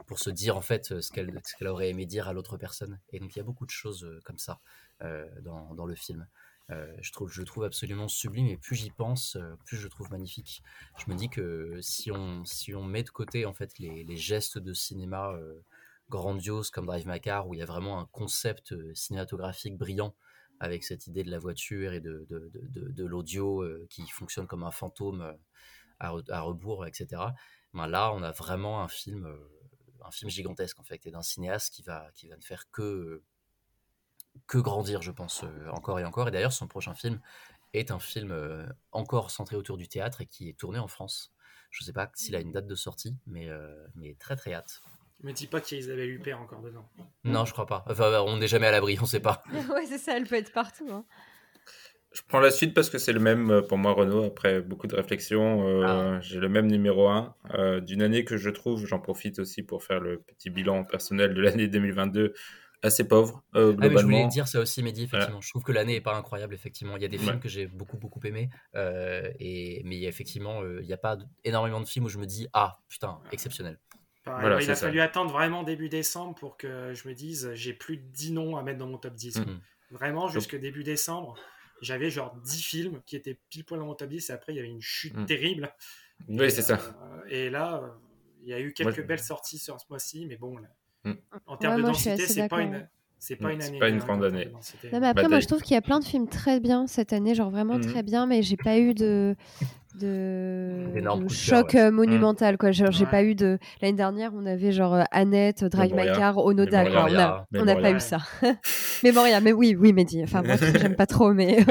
pour se dire en fait ce qu'elle, ce qu'elle aurait aimé dire à l'autre personne. Et donc il y a beaucoup de choses euh, comme ça euh, dans, dans le film. Euh, je, trouve, je le trouve absolument sublime et plus j'y pense, euh, plus je le trouve magnifique. Je me dis que si on, si on met de côté en fait les, les gestes de cinéma euh, grandioses comme Drive My Car, où il y a vraiment un concept euh, cinématographique brillant avec cette idée de la voiture et de, de, de, de, de l'audio euh, qui fonctionne comme un fantôme euh, à, re, à rebours, et cetera. Ben là, on a vraiment un film, euh, un film gigantesque en fait, et d'un cinéaste qui va, qui va ne faire que... Euh, que grandir, je pense, euh, encore et encore. Et d'ailleurs, son prochain film est un film euh, encore centré autour du théâtre et qui est tourné en France. Je ne sais pas s'il a une date de sortie, mais, euh, mais très très hâte. Me dis pas qu'il y a Isabelle Huppert encore dedans. Non, je crois pas. Enfin, on n'est jamais à l'abri, on ne sait pas. Ouais, c'est ça, elle peut être partout. Hein. Je prends la suite parce que c'est le même pour moi, Renaud. Après beaucoup de réflexions, euh, ah. j'ai le même numéro un euh, d'une année que je trouve, j'en profite aussi pour faire le petit bilan personnel de l'année deux mille vingt-deux, assez pauvre, euh, globalement. Ah, mais je voulais dire ça aussi, Mehdi, effectivement. Ouais. Je trouve que l'année n'est pas incroyable, effectivement. Il y a des films ouais. que j'ai beaucoup, beaucoup aimés, euh, et, mais il y a effectivement, euh, il n'y a pas énormément de films où je me dis « Ah, putain, exceptionnel ». Voilà, il a ça. fallu attendre vraiment début décembre pour que je me dise « J'ai plus de dix noms à mettre dans mon top dix mmh. ». Vraiment, jusque début décembre, j'avais genre dix films qui étaient pile poil dans mon top dix, et après, il y avait une chute mmh. terrible. Oui, et, c'est ça. Euh, et là, euh, il y a eu quelques moi, belles sorties sur ce mois-ci, mais bon... Là, en termes ouais, de moi, densité, c'est pas, une, c'est pas une année. C'est pas une grande année. Non, mais après, bah, moi, je trouve qu'il y a plein de films très bien cette année, genre vraiment mmh. très bien, mais j'ai pas eu de, de, de choc cœur, ouais. monumental, quoi. Genre, ouais. j'ai pas eu de. L'année dernière, on avait genre Annette, Drive My Car, Onoda, quoi. On a, on a pas eu ça. Mémoria, mais oui, oui, Mehdi. Enfin, moi, j'aime pas trop, mais.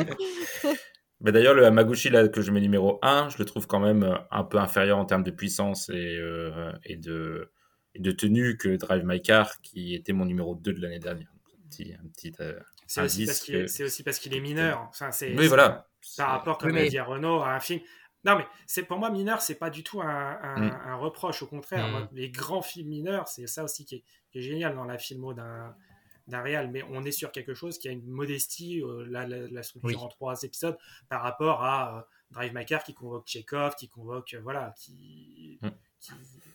Mais d'ailleurs, le Hamaguchi là, que je mets numéro un, je le trouve quand même un peu inférieur en termes de puissance et, euh, et de. et de tenue que Drive My Car, qui était mon numéro deux de l'année dernière. Un petit, un petit euh, c'est, aussi parce qu'il est, c'est aussi parce qu'il est mineur. Enfin, c'est, oui, c'est, voilà. Par rapport, comme oui, mais... l'a dit Renaud, à un film... Non, mais c'est, pour moi, mineur, c'est pas du tout un, un, mm. un reproche. Au contraire, mm. moi, les grands films mineurs, c'est ça aussi qui est, qui est génial dans la filmo d'un, d'un réal. Mais on est sur quelque chose qui a une modestie, euh, la, la, la structure oui. en trois épisodes, par rapport à euh, Drive My Car, qui convoque Tchekhov, qui convoque... Euh, voilà, qui... Mm. qui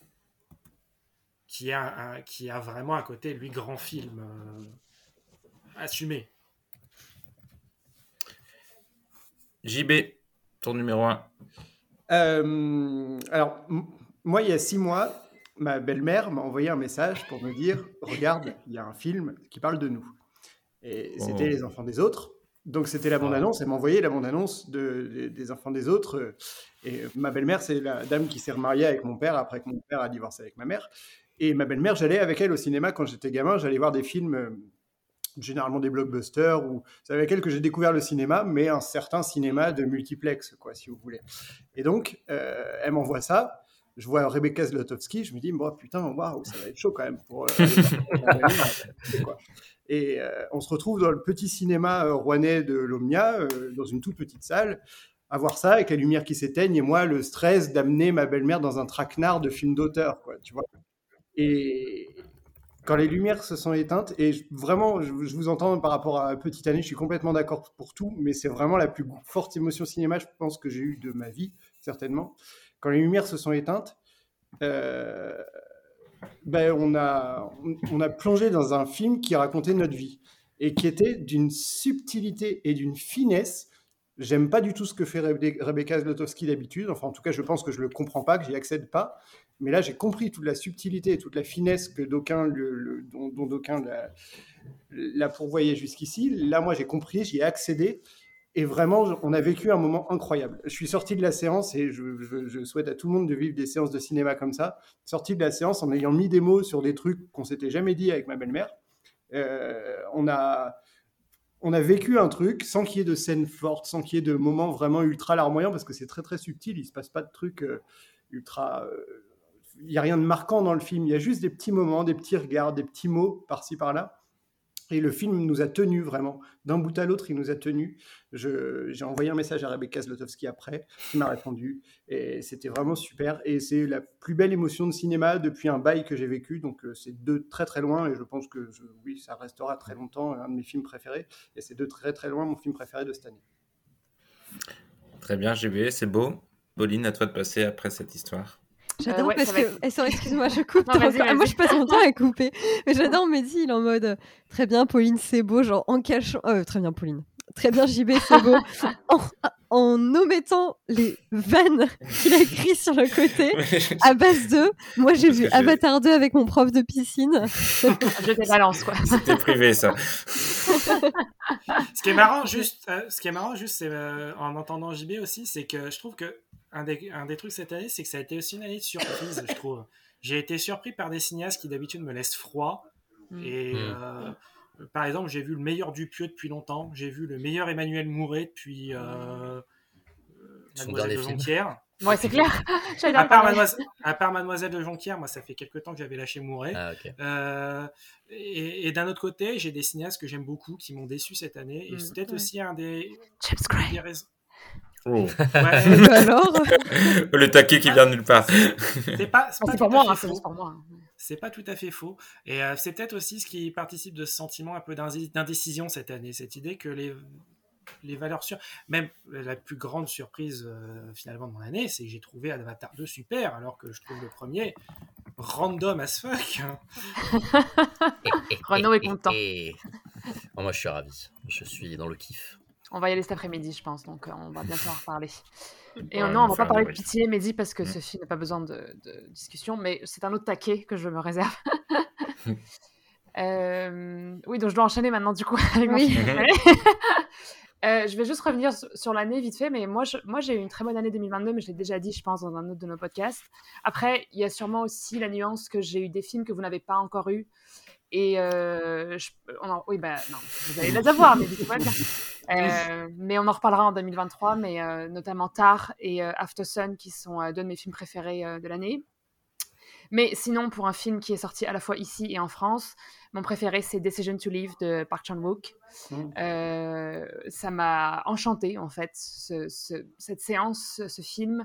Qui a, un, qui a vraiment à côté, lui, grand film euh, assumé. J B, ton numéro un. Euh, alors, m- moi, il y a six mois, ma belle-mère m'a envoyé un message pour me dire « Regarde, il y a un film qui parle de nous ». Et oh. c'était Les Enfants des Autres. Donc, c'était la bande-annonce. Elle m'a envoyé la bande-annonce de, de, des Enfants des Autres. Et ma belle-mère, c'est la dame qui s'est remariée avec mon père après que mon père a divorcé avec ma mère. Et ma belle-mère, j'allais avec elle au cinéma quand j'étais gamin. J'allais voir des films, euh, généralement des blockbusters. Ou... C'est avec elle que j'ai découvert le cinéma, mais un certain cinéma de multiplex, quoi, si vous voulez. Et donc, euh, elle m'envoie ça. Je vois Rebecca Zlotowski. Je me dis, bon, putain, waouh, ça va être chaud quand même. Pour, euh, aller voir. Et euh, on se retrouve dans le petit cinéma euh, rouennais de l'Omnia, euh, dans une toute petite salle, à voir ça, avec la lumière qui s'éteigne. Et moi, le stress d'amener ma belle-mère dans un traquenard de film d'auteur, quoi, tu vois. Et quand les lumières se sont éteintes, et je, vraiment, je, je vous entends par rapport à Petite Année, je suis complètement d'accord pour tout, mais c'est vraiment la plus forte émotion cinéma, je pense, que j'ai eue de ma vie, certainement. Quand les lumières se sont éteintes, euh, ben on, a, on a plongé dans un film qui racontait notre vie, et qui était d'une subtilité et d'une finesse. J'aime pas du tout ce que fait Rebe- Rebecca Zlotowski d'habitude, enfin en tout cas je pense que je le comprends pas, que j'y accède pas, mais là j'ai compris toute la subtilité et toute la finesse que d'aucuns le, le, dont, dont d'aucuns la, la pourvoyaient jusqu'ici. Là moi j'ai compris, j'y ai accédé, et vraiment on a vécu un moment incroyable. Je suis sorti de la séance, et je, je, je souhaite à tout le monde de vivre des séances de cinéma comme ça, sorti de la séance en ayant mis des mots sur des trucs qu'on s'était jamais dit avec ma belle-mère. Euh, on a... On a vécu un truc sans qu'il y ait de scènes fortes, sans qu'il y ait de moments vraiment ultra larmoyants, parce que c'est très très subtil, il ne se passe pas de trucs euh, ultra... Il euh, n'y a rien de marquant dans le film, il y a juste des petits moments, des petits regards, des petits mots par-ci par-là. Et le film nous a tenus vraiment. D'un bout à l'autre, il nous a tenus. Je, j'ai envoyé un message à Rebecca Zlotowski après, qui m'a répondu. Et c'était vraiment super. Et c'est la plus belle émotion de cinéma depuis un bail que j'ai vécu. Donc euh, c'est de très très loin. Et je pense que je, oui, ça restera très longtemps un de mes films préférés. Et c'est de très très loin mon film préféré de cette année. Très bien, G B, c'est beau. Pauline, à toi de passer après cette histoire. J'adore Euh, ouais, parce ça va que. être- eh, sorry, excuse-moi, je coupe. Non, t'as vas-y, encore- Ah, moi, vas-y. je passe mon temps à couper. Mais j'adore Mehdi, il est en mode euh, très bien, Pauline, c'est beau, genre en cachant. euh, très bien, Pauline. Très bien, J B, c'est beau. en, en omettant les vannes qu'il a écrites sur le côté à base de. Moi, j'ai Parce vu que c'est- Avatar deux avec mon prof de piscine. Je te balance, quoi. C'était privé, ça. Ce qui est marrant, juste, euh, ce qui est marrant, juste, c'est euh, en entendant J B aussi, c'est que je trouve que un des, un des trucs cette année, c'est que ça a été aussi une année de surprise, je trouve. J'ai été surpris par des cinéastes qui d'habitude me laissent froid. Mm. Et euh, par exemple, j'ai vu le meilleur Dupieux depuis longtemps. J'ai vu le meilleur Emmanuel Mouret depuis euh, euh, Son Mademoiselle dernier de film. Jonquière. Ouais, c'est clair. J'allais À en part, parler. Mademoiselle, à part Mademoiselle de Jonquière, moi, ça fait quelques temps que j'avais lâché Mouret. Ah, ok. Euh, et et d'un autre côté, j'ai des cinéastes que j'aime beaucoup qui m'ont déçu cette année. Et Mm. c'est peut-être Ouais. aussi un des, James une Gray. des raisons. Oh. Ouais, Bah alors Le taquet qui vient de nulle part. c'est pas, c'est Ah, pas c'est tout pour moi, à fait hein, c'est faux. juste pour moi. C'est pas tout à fait faux. Et euh, c'est peut-être aussi ce qui participe de ce sentiment un peu d'indi- d'indécision cette année. Cette idée que les, les valeurs sûres. Même la plus grande surprise euh, finalement de mon année, c'est que j'ai trouvé Avatar deux super, alors que je trouve le premier random as fuck. Renaud est content. Et- Oh, moi, je suis ravi. Je suis dans le kiff. On va y aller cet après-midi, je pense, donc euh, on va bientôt en reparler. Et Ouais, non, on va faire pas parler un de Pitié, Mehdi, parce que Mm. ce film n'a pas besoin de, de discussion, mais c'est un autre taquet que je me réserve. Euh, oui, donc je dois enchaîner maintenant, du coup, avec mon Oui. film préféré. Euh, je vais juste revenir sur, sur l'année vite fait, mais moi, je- moi j'ai eu une très bonne année deux mille vingt-deux, mais je l'ai déjà dit, je pense, dans un autre de nos podcasts. Après, il y a sûrement aussi la nuance que j'ai eu des films que vous n'avez pas encore eu. Et euh, je- on en- oui, bah non, vous allez les avoir, mais tout va bien. Euh, mais on en reparlera en deux mille vingt-trois, mais euh, notamment Tar et euh, After Sun, qui sont euh, deux de mes films préférés euh, de l'année. Mais sinon, pour un film qui est sorti à la fois ici et en France, mon préféré, c'est Decision to Leave de Park Chan-wook. Mm. Euh, ça m'a enchanté en fait, ce- ce- cette séance, ce, ce film.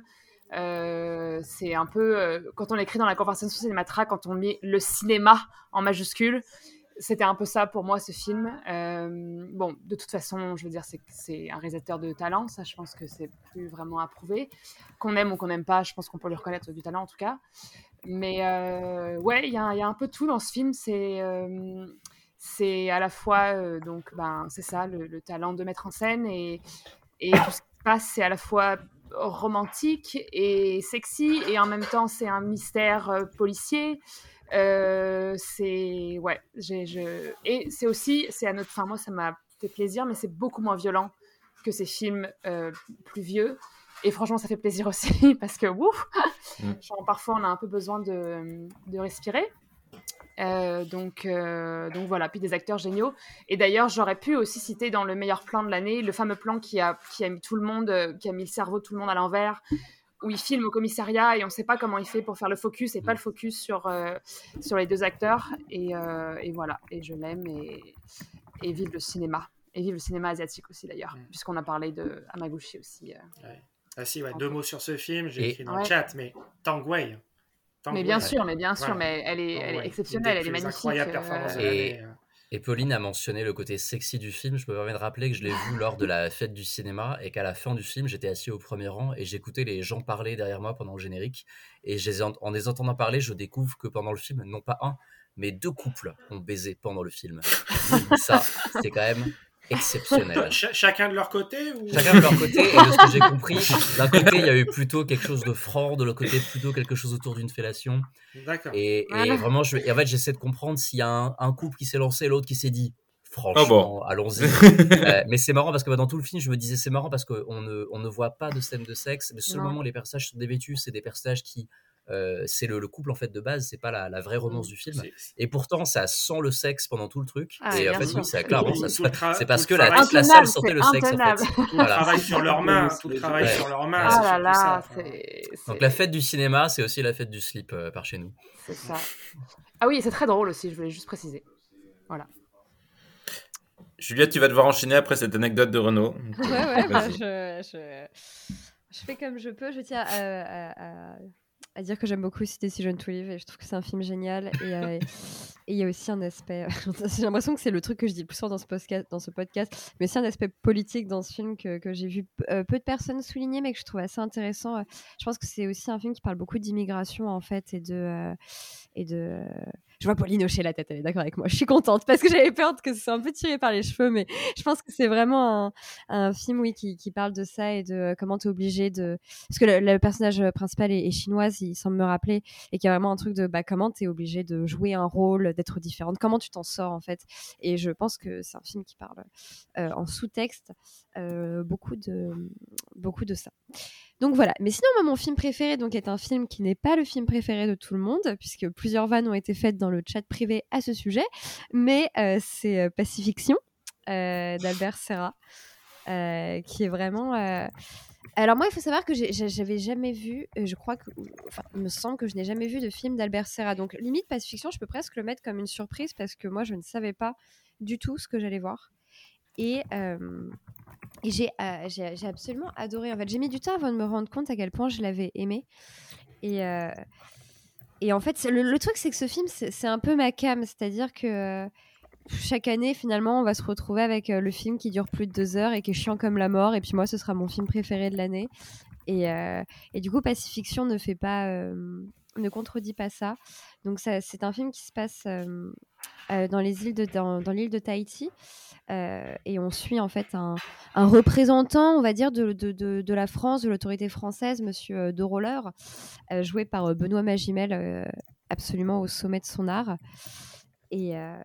Euh, c'est un peu, euh, quand on l'écrit dans la conversation Cinématrack, quand on met le cinéma en majuscule, c'était un peu ça pour moi, ce film. Euh, bon, de toute façon, je veux dire, c'est, c'est un réalisateur de talent, ça je pense que c'est plus vraiment à prouver. Qu'on aime ou qu'on n'aime pas, je pense qu'on peut lui reconnaître du talent en tout cas. Mais euh, ouais, il y, a- il y a un peu tout dans ce film. C'est, euh, c'est à la fois, euh, donc, ben, c'est ça, le, le talent de mettre en scène et, et tout ce qui se passe, c'est à la fois romantique et sexy et en même temps, c'est un mystère euh, policier. Euh, c'est ouais, j'ai, je... et c'est aussi, c'est à notre, enfin moi ça m'a fait plaisir, mais c'est beaucoup moins violent que ces films euh, plus vieux. Et franchement, ça fait plaisir aussi parce que ouf, Mm. genre, parfois on a un peu besoin de, de respirer. Euh, donc, euh, donc voilà, puis des acteurs géniaux. Et d'ailleurs, j'aurais pu aussi citer dans le meilleur plan de l'année, le fameux plan qui a, qui a mis tout le monde, euh, qui a mis le cerveau de tout le monde à l'envers, où il filme au commissariat et on ne sait pas comment il fait pour faire le focus et pas le focus sur, euh, sur les deux acteurs. Et, euh, et voilà, et je l'aime et, et vive le cinéma. Et vive le cinéma asiatique aussi d'ailleurs, Mm. puisqu'on a parlé de Hamaguchi aussi. euh. Ouais. Ah si, ouais, deux mots sur ce film, j'ai Et- écrit dans Ouais. le chat, mais Tang Wei. Tang Mais Wei. bien sûr, mais bien sûr, Ouais. mais elle est, Tang elle est Wei, exceptionnelle, une elle des est plus magnifique. incroyables euh, performances de Et- l'année. euh. Et Pauline a mentionné le côté sexy du film. Je me permets de rappeler que je l'ai vu lors de la fête du cinéma et qu'à la fin du film, j'étais assis au premier rang et j'écoutais les gens parler derrière moi pendant le générique. Et je les ai en, en les entendant parler, je découvre que pendant le film, non pas un, mais deux couples ont baisé pendant le film. Ça, c'est quand même exceptionnel. Ch- chacun de leur côté ou... Chacun de leur côté, et de ce que j'ai compris, d'un côté, il y a eu plutôt quelque chose de franc, de l'autre côté, plutôt quelque chose autour d'une fellation. D'accord. Et, et Voilà. vraiment, je, et en fait, j'essaie de comprendre s'il y a un, un couple qui s'est lancé et l'autre qui s'est dit, franchement, Ah bon. allons-y. Euh, mais c'est marrant parce que bah, dans tout le film, je me disais, c'est marrant parce qu'on ne, on ne voit pas de scène de sexe. Le seul Non. moment où les personnages sont dévêtus, c'est des personnages qui. Euh, c'est le, le couple en fait de base, c'est pas la, la vraie romance Mm. du film. C'est- Et pourtant, ça sent le sexe pendant tout le truc. Ah, et en bien fait, sûr. oui, ça, clairement, Tout- ça, tout le tra- c'est parce tout que le la, travail- toute la Intenable, salle sentait le c'est sexe en intenable. fait. Tout le Voilà. travail sur leurs mains, tout le travail Ouais. sur leurs mains, Ouais. c'est Ah là surtout là, ça. Enfin, c'est, Donc c'est- la fête du cinéma, c'est aussi la fête du slip euh, par chez nous. c'est ça. Ah oui, et c'est très drôle aussi, je voulais juste préciser. Voilà. Juliette, tu vas devoir enchaîner après cette anecdote de Renaud. Ouais, ouais, bah, Vas-y. je, je, je fais comme je peux. Je tiens à, à- à- à dire que j'aime beaucoup aussi Decision to Live et je trouve que c'est un film génial. Et euh, et il y a aussi un aspect. J'ai l'impression que c'est le truc que je dis le plus souvent dans ce podcast, dans ce podcast, mais aussi un aspect politique dans ce film que, que j'ai vu p- euh, peu de personnes souligner, mais que je trouve assez intéressant. Je pense que c'est aussi un film qui parle beaucoup d'immigration en fait et de euh, et de. Euh... Je vois Pauline hocher la tête, elle est d'accord avec moi. Je suis contente parce que j'avais peur que ce soit un peu tiré par les cheveux, mais je pense que c'est vraiment un, un film oui, qui, qui parle de ça et de euh, comment tu es obligé de. Parce que le, le personnage principal est, est chinoise, il semble me rappeler, et qu'il y a vraiment un truc de bah, comment tu es obligé de jouer un rôle, d'être différente, comment tu t'en sors en fait. Et je pense que c'est un film qui parle euh, en sous-texte euh, beaucoup, de, beaucoup de ça. Donc voilà, mais sinon moi mon film préféré donc est un film qui n'est pas le film préféré de tout le monde puisque plusieurs vannes ont été faites dans le chat privé à ce sujet, mais euh, c'est euh, Pacifiction euh, d'Albert Serra euh, qui est vraiment... Euh... Alors moi il faut savoir que j'ai, j'avais jamais vu, je crois que, enfin il me semble que je n'ai jamais vu de film d'Albert Serra, donc limite Pacifiction je peux presque le mettre comme une surprise parce que moi je ne savais pas du tout ce que j'allais voir. Et, euh, et j'ai, euh, j'ai, j'ai absolument adoré. En fait, j'ai mis du temps avant de me rendre compte à quel point je l'avais aimé. Et, euh, et en fait, c'est, le, le truc, c'est que ce film, c'est, c'est un peu ma came. C'est-à-dire que euh, chaque année, finalement, on va se retrouver avec euh, le film qui dure plus de deux heures et qui est chiant comme la mort. Et puis moi, ce sera mon film préféré de l'année. Et, euh, et du coup, Pacifiction ne fait pas... Euh, ne contredit pas ça. Donc, ça, c'est un film qui se passe... Euh, Euh, dans les îles de dans, dans l'île de Tahiti euh, et on suit en fait un, un représentant on va dire de, de, de, de la France, de l'autorité française, monsieur De Roller euh, joué par euh, Benoît Magimel euh, absolument au sommet de son art et euh,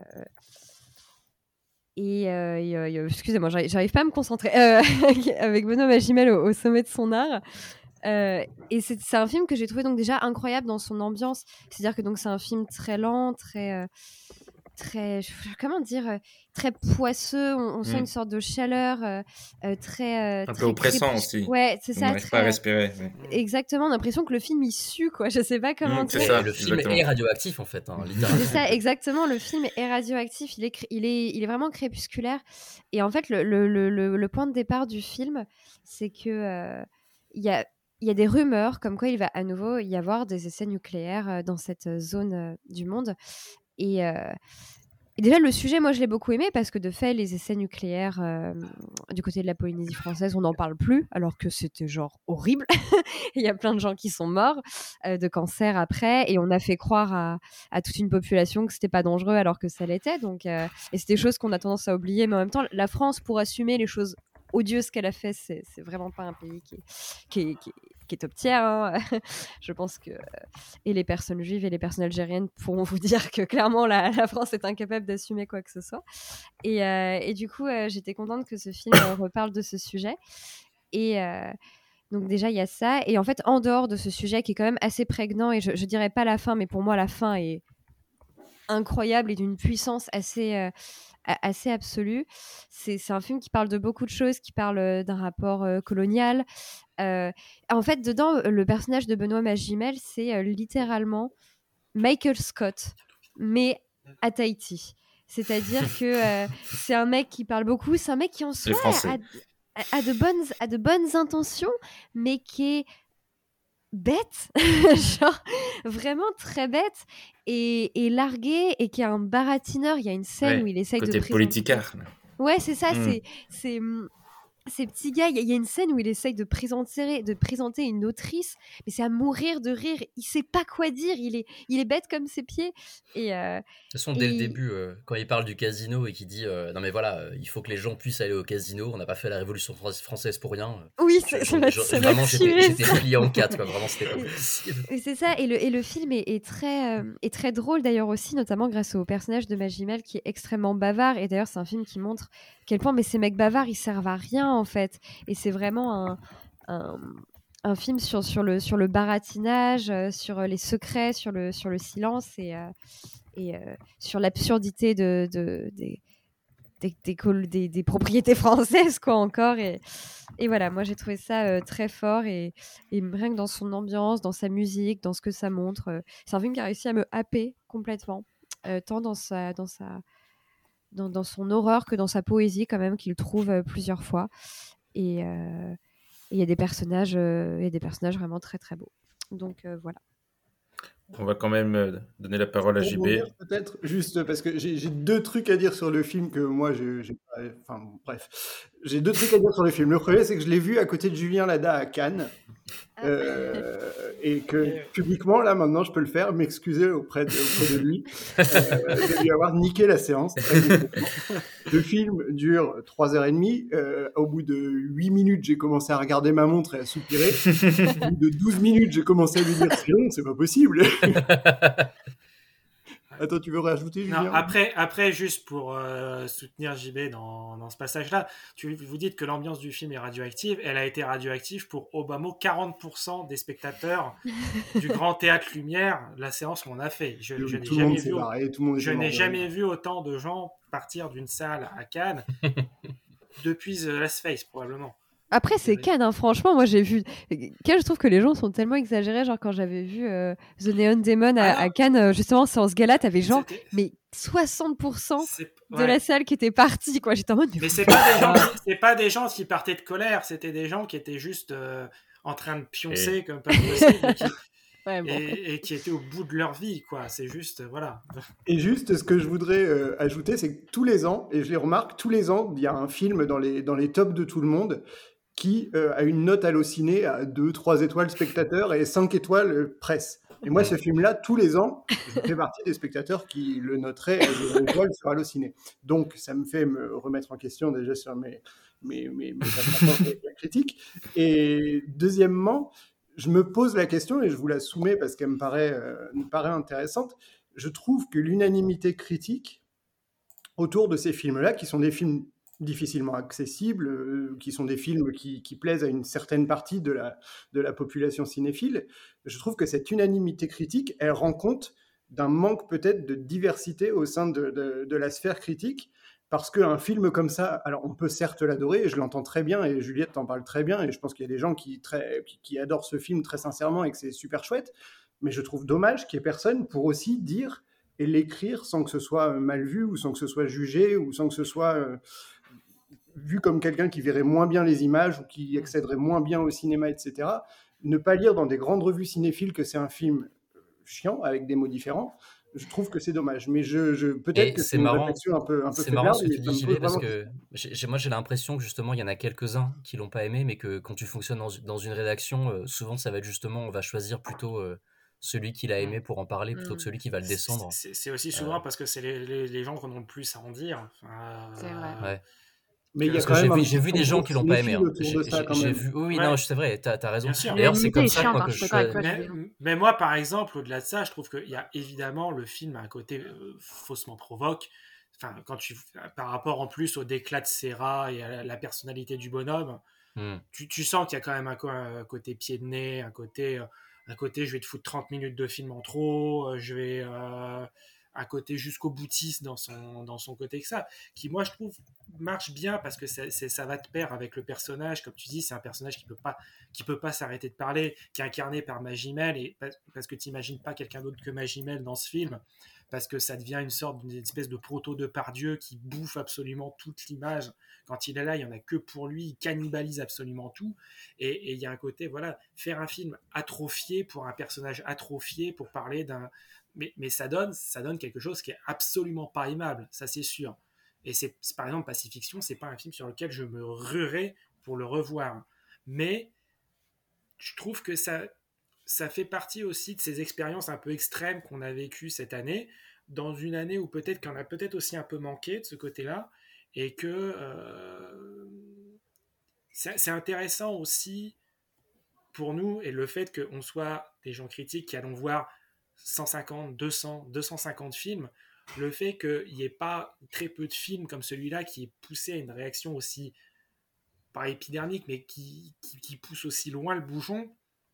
et, euh, et euh, excusez-moi j'arrive, j'arrive pas à me concentrer euh, avec Benoît Magimel au, au sommet de son art. Euh, et c'est, c'est un film que j'ai trouvé donc déjà incroyable dans son ambiance, c'est-à-dire que donc c'est un film très lent, très euh, très comment dire euh, très poisseux, on, on sent mmh. une sorte de chaleur euh, euh, très euh, un très peu oppressant crép... aussi, ouais c'est on ça, n'arrive très... pas à respirer mais... exactement, on a l'impression que le film il sue quoi, je sais pas comment mmh, dire. c'est ça, le film exactement. est radioactif en fait hein, littéralement. C'est ça exactement, le film est radioactif, il est, cr... il est, il est vraiment crépusculaire et en fait le, le, le, le, le point de départ du film c'est que euh, il y a Il y a des rumeurs comme quoi il va à nouveau y avoir des essais nucléaires dans cette zone du monde. Et, euh, et déjà, le sujet, moi, je l'ai beaucoup aimé parce que de fait, les essais nucléaires euh, du côté de la Polynésie française, on n'en parle plus, alors que c'était genre horrible. Il y a plein de gens qui sont morts euh, de cancer après. Et on a fait croire à, à toute une population que c'était pas dangereux alors que ça l'était. Donc, euh, et c'est des choses qu'on a tendance à oublier. Mais en même temps, la France, pour assumer les choses odieux qu'elle a fait, c'est, c'est vraiment pas un pays qui est, qui est, qui est, qui est top tier hein. Je pense que et les personnes juives et les personnes algériennes pourront vous dire que clairement la, la France est incapable d'assumer quoi que ce soit et, euh, et du coup euh, j'étais contente que ce film euh, reparle de ce sujet et euh, donc déjà il y a ça et en fait en dehors de ce sujet qui est quand même assez prégnant et je, je dirais pas la fin mais pour moi la fin est incroyable et d'une puissance assez euh, assez absolue. C'est, c'est un film qui parle de beaucoup de choses, qui parle d'un rapport euh, colonial. Euh, en fait, dedans, le personnage de Benoît Magimel, c'est euh, littéralement Michael Scott, mais à Tahiti. C'est-à-dire que euh, c'est un mec qui parle beaucoup, c'est un mec qui en soi a, a, a, de bonnes, a de bonnes intentions, mais qui est bête, genre vraiment très bête et, et largué et qui est un baratineur. Il y a une scène ouais, où il essaye côté de présenter... politicard. Ouais, c'est ça, mmh. c'est... c'est... ces petits gars, il y, y a une scène où il essaye de présenter, de présenter une autrice, mais c'est à mourir de rire. Il sait pas quoi dire. Il est, il est bête comme ses pieds. Et euh, de toute façon, dès et... le début, euh, quand il parle du casino et qu'il dit euh, non mais voilà, euh, il faut que les gens puissent aller au casino. On n'a pas fait la Révolution française pour rien. Oui, ça, ça m'a, ça vraiment, m'a j'étais, j'étais plié en quatre. Quoi, vraiment, c'était pas possible. Et c'est ça. Et le, et le film est, est très, euh, est très drôle d'ailleurs aussi, notamment grâce au personnage de Magimel qui est extrêmement bavard. Et d'ailleurs, c'est un film qui montre à quel point mais ces mecs bavards, ils servent à rien en fait. Et c'est vraiment un, un, un film sur, sur, le, sur le baratinage, euh, sur les secrets, sur le, sur le silence et, euh, et euh, sur l'absurdité de, de, des, des, des, des, des propriétés françaises, quoi, encore. Et, et voilà, moi, j'ai trouvé ça euh, très fort. Et, et rien que dans son ambiance, dans sa musique, dans ce que ça montre, euh, c'est un film qui a réussi à me happer complètement, euh, tant dans sa... Dans sa Dans, dans son horreur que dans sa poésie quand même qu'il trouve euh, plusieurs fois et il euh, y a des personnages il euh, y a des personnages vraiment très très beaux donc euh, voilà On va quand même euh, donner la parole à J B. Peut-être, juste parce que j'ai, j'ai deux trucs à dire sur le film que moi, je, j'ai pas... Enfin, bon, bref. J'ai deux trucs à dire sur le film. Le premier, c'est que je l'ai vu à côté de Julien Lada à Cannes. Euh, et que publiquement, là, maintenant, je peux le faire, m'excuser auprès de, auprès de lui euh, de lui avoir niqué la séance. Le film dure trois heures trente. Euh, au bout de huit minutes, j'ai commencé à regarder ma montre et à soupirer. Au bout de douze minutes, j'ai commencé à lui dire « C'est long, c'est pas possible !» Attends, tu veux rajouter, Julien? Non, après, après, juste pour euh, soutenir J B dans, dans ce passage-là, tu, vous dites que l'ambiance du film est radioactive. Elle a été radioactive pour au bas mot quarante pour cent des spectateurs du Grand Théâtre Lumière, la séance qu'on a fait. Je, je n'ai jamais, vu, barré, je n'ai jamais vu autant de gens partir d'une salle à Cannes depuis The Last Face, probablement. Après, c'est Cannes, hein. Franchement, moi j'ai vu. Cannes, je trouve que les gens sont tellement exagérés. Genre, quand j'avais vu euh, The Neon Demon à, à Cannes, justement, c'est en ce gala, t'avais genre, C'était... mais soixante pour cent c'est... de ouais. la salle qui était partie, quoi. J'étais en mode. Mais, mais c'est, pas des gens, c'est pas des gens qui partaient de colère, c'était des gens qui étaient juste euh, en train de pioncer et... comme pas possible. et, qui... ouais, bon. et, et qui étaient au bout de leur vie, quoi. C'est juste, voilà. Et juste, ce que je voudrais euh, ajouter, c'est que tous les ans, et je les remarque, tous les ans, il y a un film dans les, dans les tops de tout le monde qui euh, a une note Allociné à deux, trois étoiles spectateurs et cinq étoiles euh, presse. Et moi, ce film-là, tous les ans, je fais partie des spectateurs qui le noteraient à deux étoiles sur Allociné. Donc, ça me fait me remettre en question déjà sur mes, mes, mes, mes apparences avec la critique. Et deuxièmement, je me pose la question, et je vous la soumets parce qu'elle me paraît, euh, me paraît intéressante. Je trouve que l'unanimité critique autour de ces films-là, qui sont des films difficilement accessibles, euh, qui sont des films qui, qui plaisent à une certaine partie de la, de la population cinéphile, je trouve que cette unanimité critique, elle rend compte d'un manque peut-être de diversité au sein de, de, de la sphère critique, parce qu'un film comme ça, alors on peut certes l'adorer, et je l'entends très bien, et Juliette t'en parle très bien, et je pense qu'il y a des gens qui, très, qui, qui adorent ce film très sincèrement, et que c'est super chouette, mais je trouve dommage qu'il y ait personne pour aussi dire et l'écrire sans que ce soit mal vu, ou sans que ce soit jugé, ou sans que ce soit... Euh, vu comme quelqu'un qui verrait moins bien les images ou qui accéderait moins bien au cinéma, et cetera. Ne pas lire dans des grandes revues cinéphiles que c'est un film chiant, avec des mots différents, je trouve que c'est dommage. Mais je, je, peut-être et que c'est, c'est marrant, une réflexion un peu un peu c'est marrant ce que tu dis, J B, parce que j'ai, moi j'ai l'impression que justement il y en a quelques-uns qui l'ont pas aimé, mais que quand tu fonctionnes dans, dans une rédaction, euh, souvent ça va être justement, on va choisir plutôt... Euh, celui qui l'a aimé pour en parler plutôt que celui qui va le descendre. C'est, c'est aussi souvent euh... parce que c'est les, les, les gens qui en ont le plus à en dire. Enfin, c'est vrai. Ouais. Mais il y a quand même j'ai, vu, j'ai vu des gens qui l'ont pas aimé. Hein. J'ai, j'ai, j'ai vu, oui, ouais. non, c'est vrai, t'as, t'as raison. D'ailleurs, c'est comme ça moi, que je. Mais, mais moi, par exemple, au-delà de ça, je trouve qu'il y a évidemment le film à un côté euh, faussement provoque. Enfin, quand tu, par rapport en plus au déclat de Serra et à la, la personnalité du bonhomme, hmm. tu, tu sens qu'il y a quand même un, un côté pied de nez, un côté. Euh, À côté, je vais te foutre trente minutes de film en trop, je vais euh, à côté jusqu'au boutiste dans son, dans son côté que ça, qui moi je trouve marche bien parce que c'est, c'est, ça va de pair avec le personnage, comme tu dis, c'est un personnage qui peut pas, qui peut pas s'arrêter de parler, qui est incarné par Magimel, et parce que tu n'imagines pas quelqu'un d'autre que Magimel dans ce film, parce que ça devient une sorte d'une espèce de proto-Depardieu qui bouffe absolument toute l'image. Quand il est là, il n'y en a que pour lui, il cannibalise absolument tout. Et il y a un côté, voilà, faire un film atrophié pour un personnage atrophié, pour parler d'un... Mais, mais ça, donne, ça donne quelque chose qui est absolument pas aimable, ça c'est sûr. Et c'est, c'est par exemple, Pacifiction, c'est pas un film sur lequel je me ruerais pour le revoir. Mais je trouve que ça... ça fait partie aussi de ces expériences un peu extrêmes qu'on a vécues cette année, dans une année où peut-être qu'on a peut-être aussi un peu manqué de ce côté-là, et que euh, c'est, c'est intéressant aussi pour nous, et le fait qu'on soit des gens critiques qui allons voir cent cinquante, deux cents, deux cent cinquante films, le fait qu'il n'y ait pas très peu de films comme celui-là qui est poussé à une réaction aussi, pas épidermique, mais qui, qui, qui pousse aussi loin le bouchon.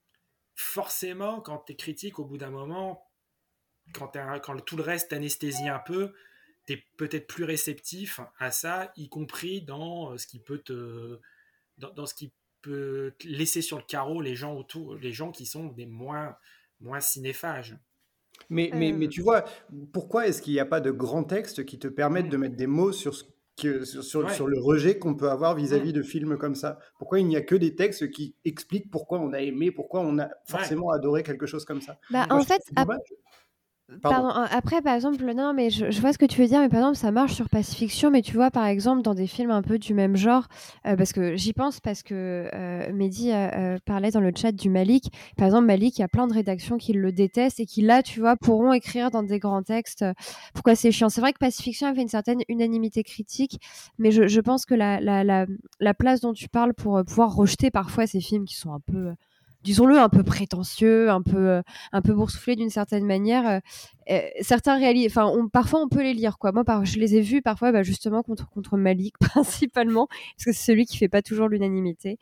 Forcément, quand tu es critique, au bout d'un moment, quand, quand tout le reste t'anesthésie un peu, tu es peut-être plus réceptif à ça, y compris dans ce qui peut te, dans, dans ce qui peut te laisser sur le carreau les gens autour, les gens qui sont des moins, moins cinéphages. Mais, euh... mais, mais tu vois, pourquoi est-ce qu'il n'y a pas de grands textes qui te permettent de mettre des mots sur ce que, sur, sur, Ouais. sur le rejet qu'on peut avoir vis-à-vis Mm. de films comme ça. Pourquoi il n'y a que des textes qui expliquent pourquoi on a aimé, pourquoi on a forcément ouais. adoré quelque chose comme ça. Bah, Moi, en je fait, trouve dommage. Pardon. Pardon, après, par exemple, non, mais je, je vois ce que tu veux dire, mais par exemple, ça marche sur Pacifiction, mais tu vois, par exemple, dans des films un peu du même genre, euh, parce que j'y pense, parce que euh, Mehdi euh, euh, parlait dans le chat du Malik. Par exemple, Malik, il y a plein de rédactions qui le détestent et qui, là, tu vois, pourront écrire dans des grands textes euh, pourquoi c'est chiant. C'est vrai que Pacifiction a fait une certaine unanimité critique, mais je, je pense que la, la, la, la place dont tu parles pour euh, pouvoir rejeter parfois ces films qui sont un peu... Euh, disons-le, un peu prétentieux, un peu, euh, un peu boursouflé d'une certaine manière. Euh, euh, certains réalisent, enfin, on, parfois on peut les lire, quoi. Moi, par, je les ai vus parfois, bah, justement contre contre Malik principalement, parce que c'est celui qui fait pas toujours l'unanimité.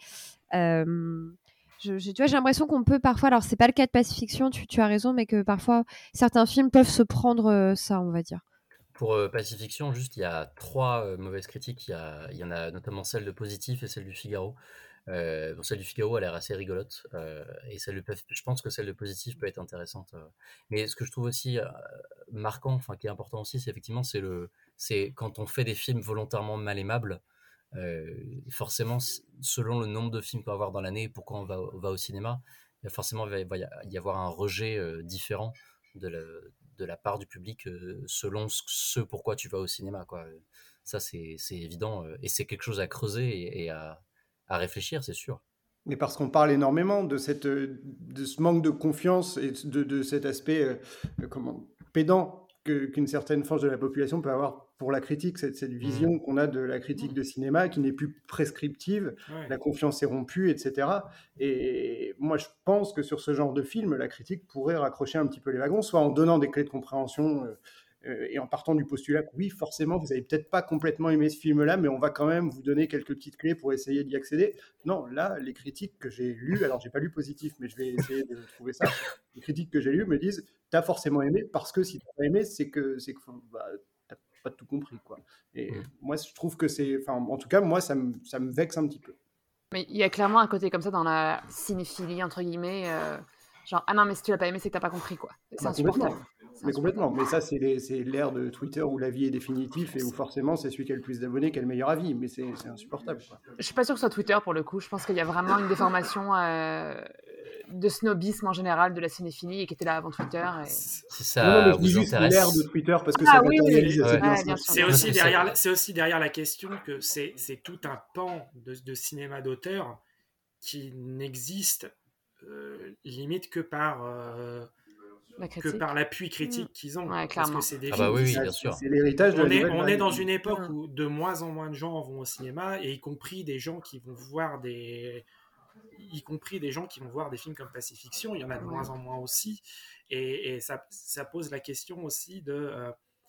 Euh, je, je, tu vois, j'ai l'impression qu'on peut parfois, alors c'est pas le cas de Pacifiction, tu, tu as raison, mais que parfois certains films peuvent se prendre euh, ça, on va dire. Pour euh, Pacifiction, juste, il y a trois euh, mauvaises critiques. Il y, a, il y en a notamment celle de Positif et celle du Figaro. Euh, bon, celle du Figaro a l'air assez rigolote euh, et celle de, je pense que celle de Positif peut être intéressante. Euh. Mais ce que je trouve aussi euh, marquant, enfin qui est important aussi, c'est effectivement c'est le, c'est quand on fait des films volontairement mal aimables. Euh, forcément, selon le nombre de films qu'on va avoir dans l'année, pourquoi on va, on va au cinéma, il y a forcément il va y avoir un rejet euh, différent de la, de la part du public euh, selon ce, ce pourquoi tu vas au cinéma, quoi. Ça c'est, c'est évident euh, et c'est quelque chose à creuser et, et à à réfléchir, c'est sûr. Mais parce qu'on parle énormément de, cette, de ce manque de confiance et de, de cet aspect euh, comment, pédant que, qu'une certaine frange de la population peut avoir pour la critique, cette, cette vision mmh. qu'on a de la critique de cinéma qui n'est plus prescriptive, ouais. La confiance est rompue, et cetera. Et moi, je pense que sur ce genre de film, la critique pourrait raccrocher un petit peu les wagons, soit en donnant des clés de compréhension euh, et en partant du postulat que oui, forcément, vous n'avez peut-être pas complètement aimé ce film-là, mais on va quand même vous donner quelques petites clés pour essayer d'y accéder. Non, là, les critiques que j'ai lues, alors j'ai pas lu Positif, mais je vais essayer de trouver ça, les critiques que j'ai lues me disent, t'as forcément aimé, parce que si t'as pas aimé, c'est que, c'est que bah, t'as pas tout compris, quoi. Et mmh. moi, je trouve que c'est, enfin, en tout cas, moi, ça me, ça me vexe un petit peu. Mais il y a clairement un côté comme ça dans la cinéphilie, entre guillemets, euh, genre, ah non, mais si tu l'as pas aimé, c'est que t'as pas compris, quoi. C'est bah, insupportable. Mais complètement, mais ça c'est, les, c'est l'ère de Twitter où l'avis est définitif et où forcément c'est celui qui a le plus d'abonnés qui a le meilleur avis, mais c'est, c'est insupportable, quoi. Je suis pas sûre que ce soit Twitter pour le coup, je pense qu'il y a vraiment une déformation euh, de snobisme en général de la cinéphilie et qui était là avant Twitter. Et... Si ça non, non, vous intéresse. L'ère de Twitter parce que ah, ça oui, matérialise oui, assez oui. bien. Ouais, bien sûr. C'est, aussi derrière, c'est aussi derrière la question que c'est, c'est tout un pan de, de cinéma d'auteur qui n'existe euh, limite que par... Euh, que par l'appui critique mmh. qu'ils ont. Ouais, parce que c'est des ah bah oui, oui, bien sûr. C'est l'héritage de on la est, on est dans vie. une époque mmh. où de moins en moins de gens vont au cinéma, et y compris des gens qui vont voir des... y compris des gens qui vont voir des films comme Pacifiction, il y en a de mmh. moins en moins aussi. Et, et ça, ça pose la question aussi de... Euh,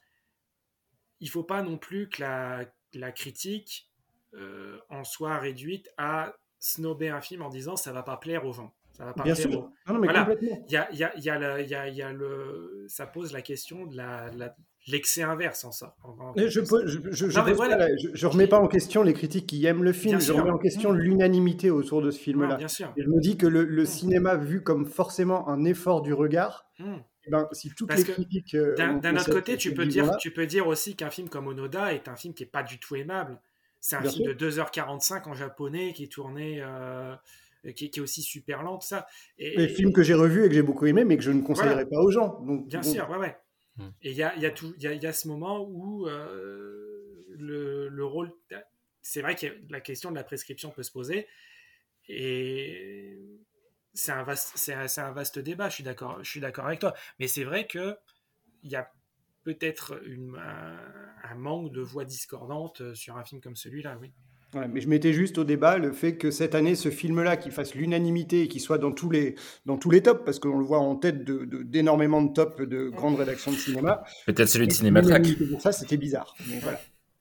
il ne faut pas non plus que la, la critique euh, en soit réduite à snobber un film en disant ça ne va pas plaire aux gens. Ça va pas Bien sûr. Au... Non, non, mais voilà. complètement. Il y a, il y a, il y a le, il y a, il y a le, ça pose la question de la, la, l'excès inverse en ça. En, en je, je, je, je, non, je, voilà. pas, je, je remets pas en question les critiques qui aiment le film. Bien je sûr. remets en question mmh. l'unanimité autour de ce film-là. Non, bien sûr. Et je me dis que le, le mmh. cinéma vu comme forcément un effort du regard. Mmh. Ben, si toutes Parce les critiques. Euh, d'un, d'un autre côté, tu peux dire, tu peux dire aussi qu'un film comme Onoda est un film qui est pas du tout aimable. C'est un bien film sûr. de deux heures quarante-cinq en japonais qui est tourné. Euh, Qui, qui est aussi super lent, tout ça. Et, les films que j'ai revus et que j'ai beaucoup aimé, mais que je ne conseillerais voilà. pas aux gens. Donc, bien bon. sûr, ouais, ouais. Mmh. Et il y a, y, a y, a, y a ce moment où euh, le, le rôle... C'est vrai que la question de la prescription peut se poser, et c'est un vaste, c'est un, c'est un vaste débat, je suis d'accord, je suis d'accord avec toi. Mais c'est vrai qu'il y a peut-être une, un, un manque de voix discordantes sur un film comme celui-là, oui. Ouais, mais je mettais juste au débat le fait que cette année, ce film-là, qui fasse l'unanimité et qui soit dans tous les, dans tous les tops, parce qu'on le voit en tête de, de, d'énormément de tops de grandes rédactions de cinéma. Peut-être celui de Cinématrack. Pour ça, c'était bizarre. Mais voilà.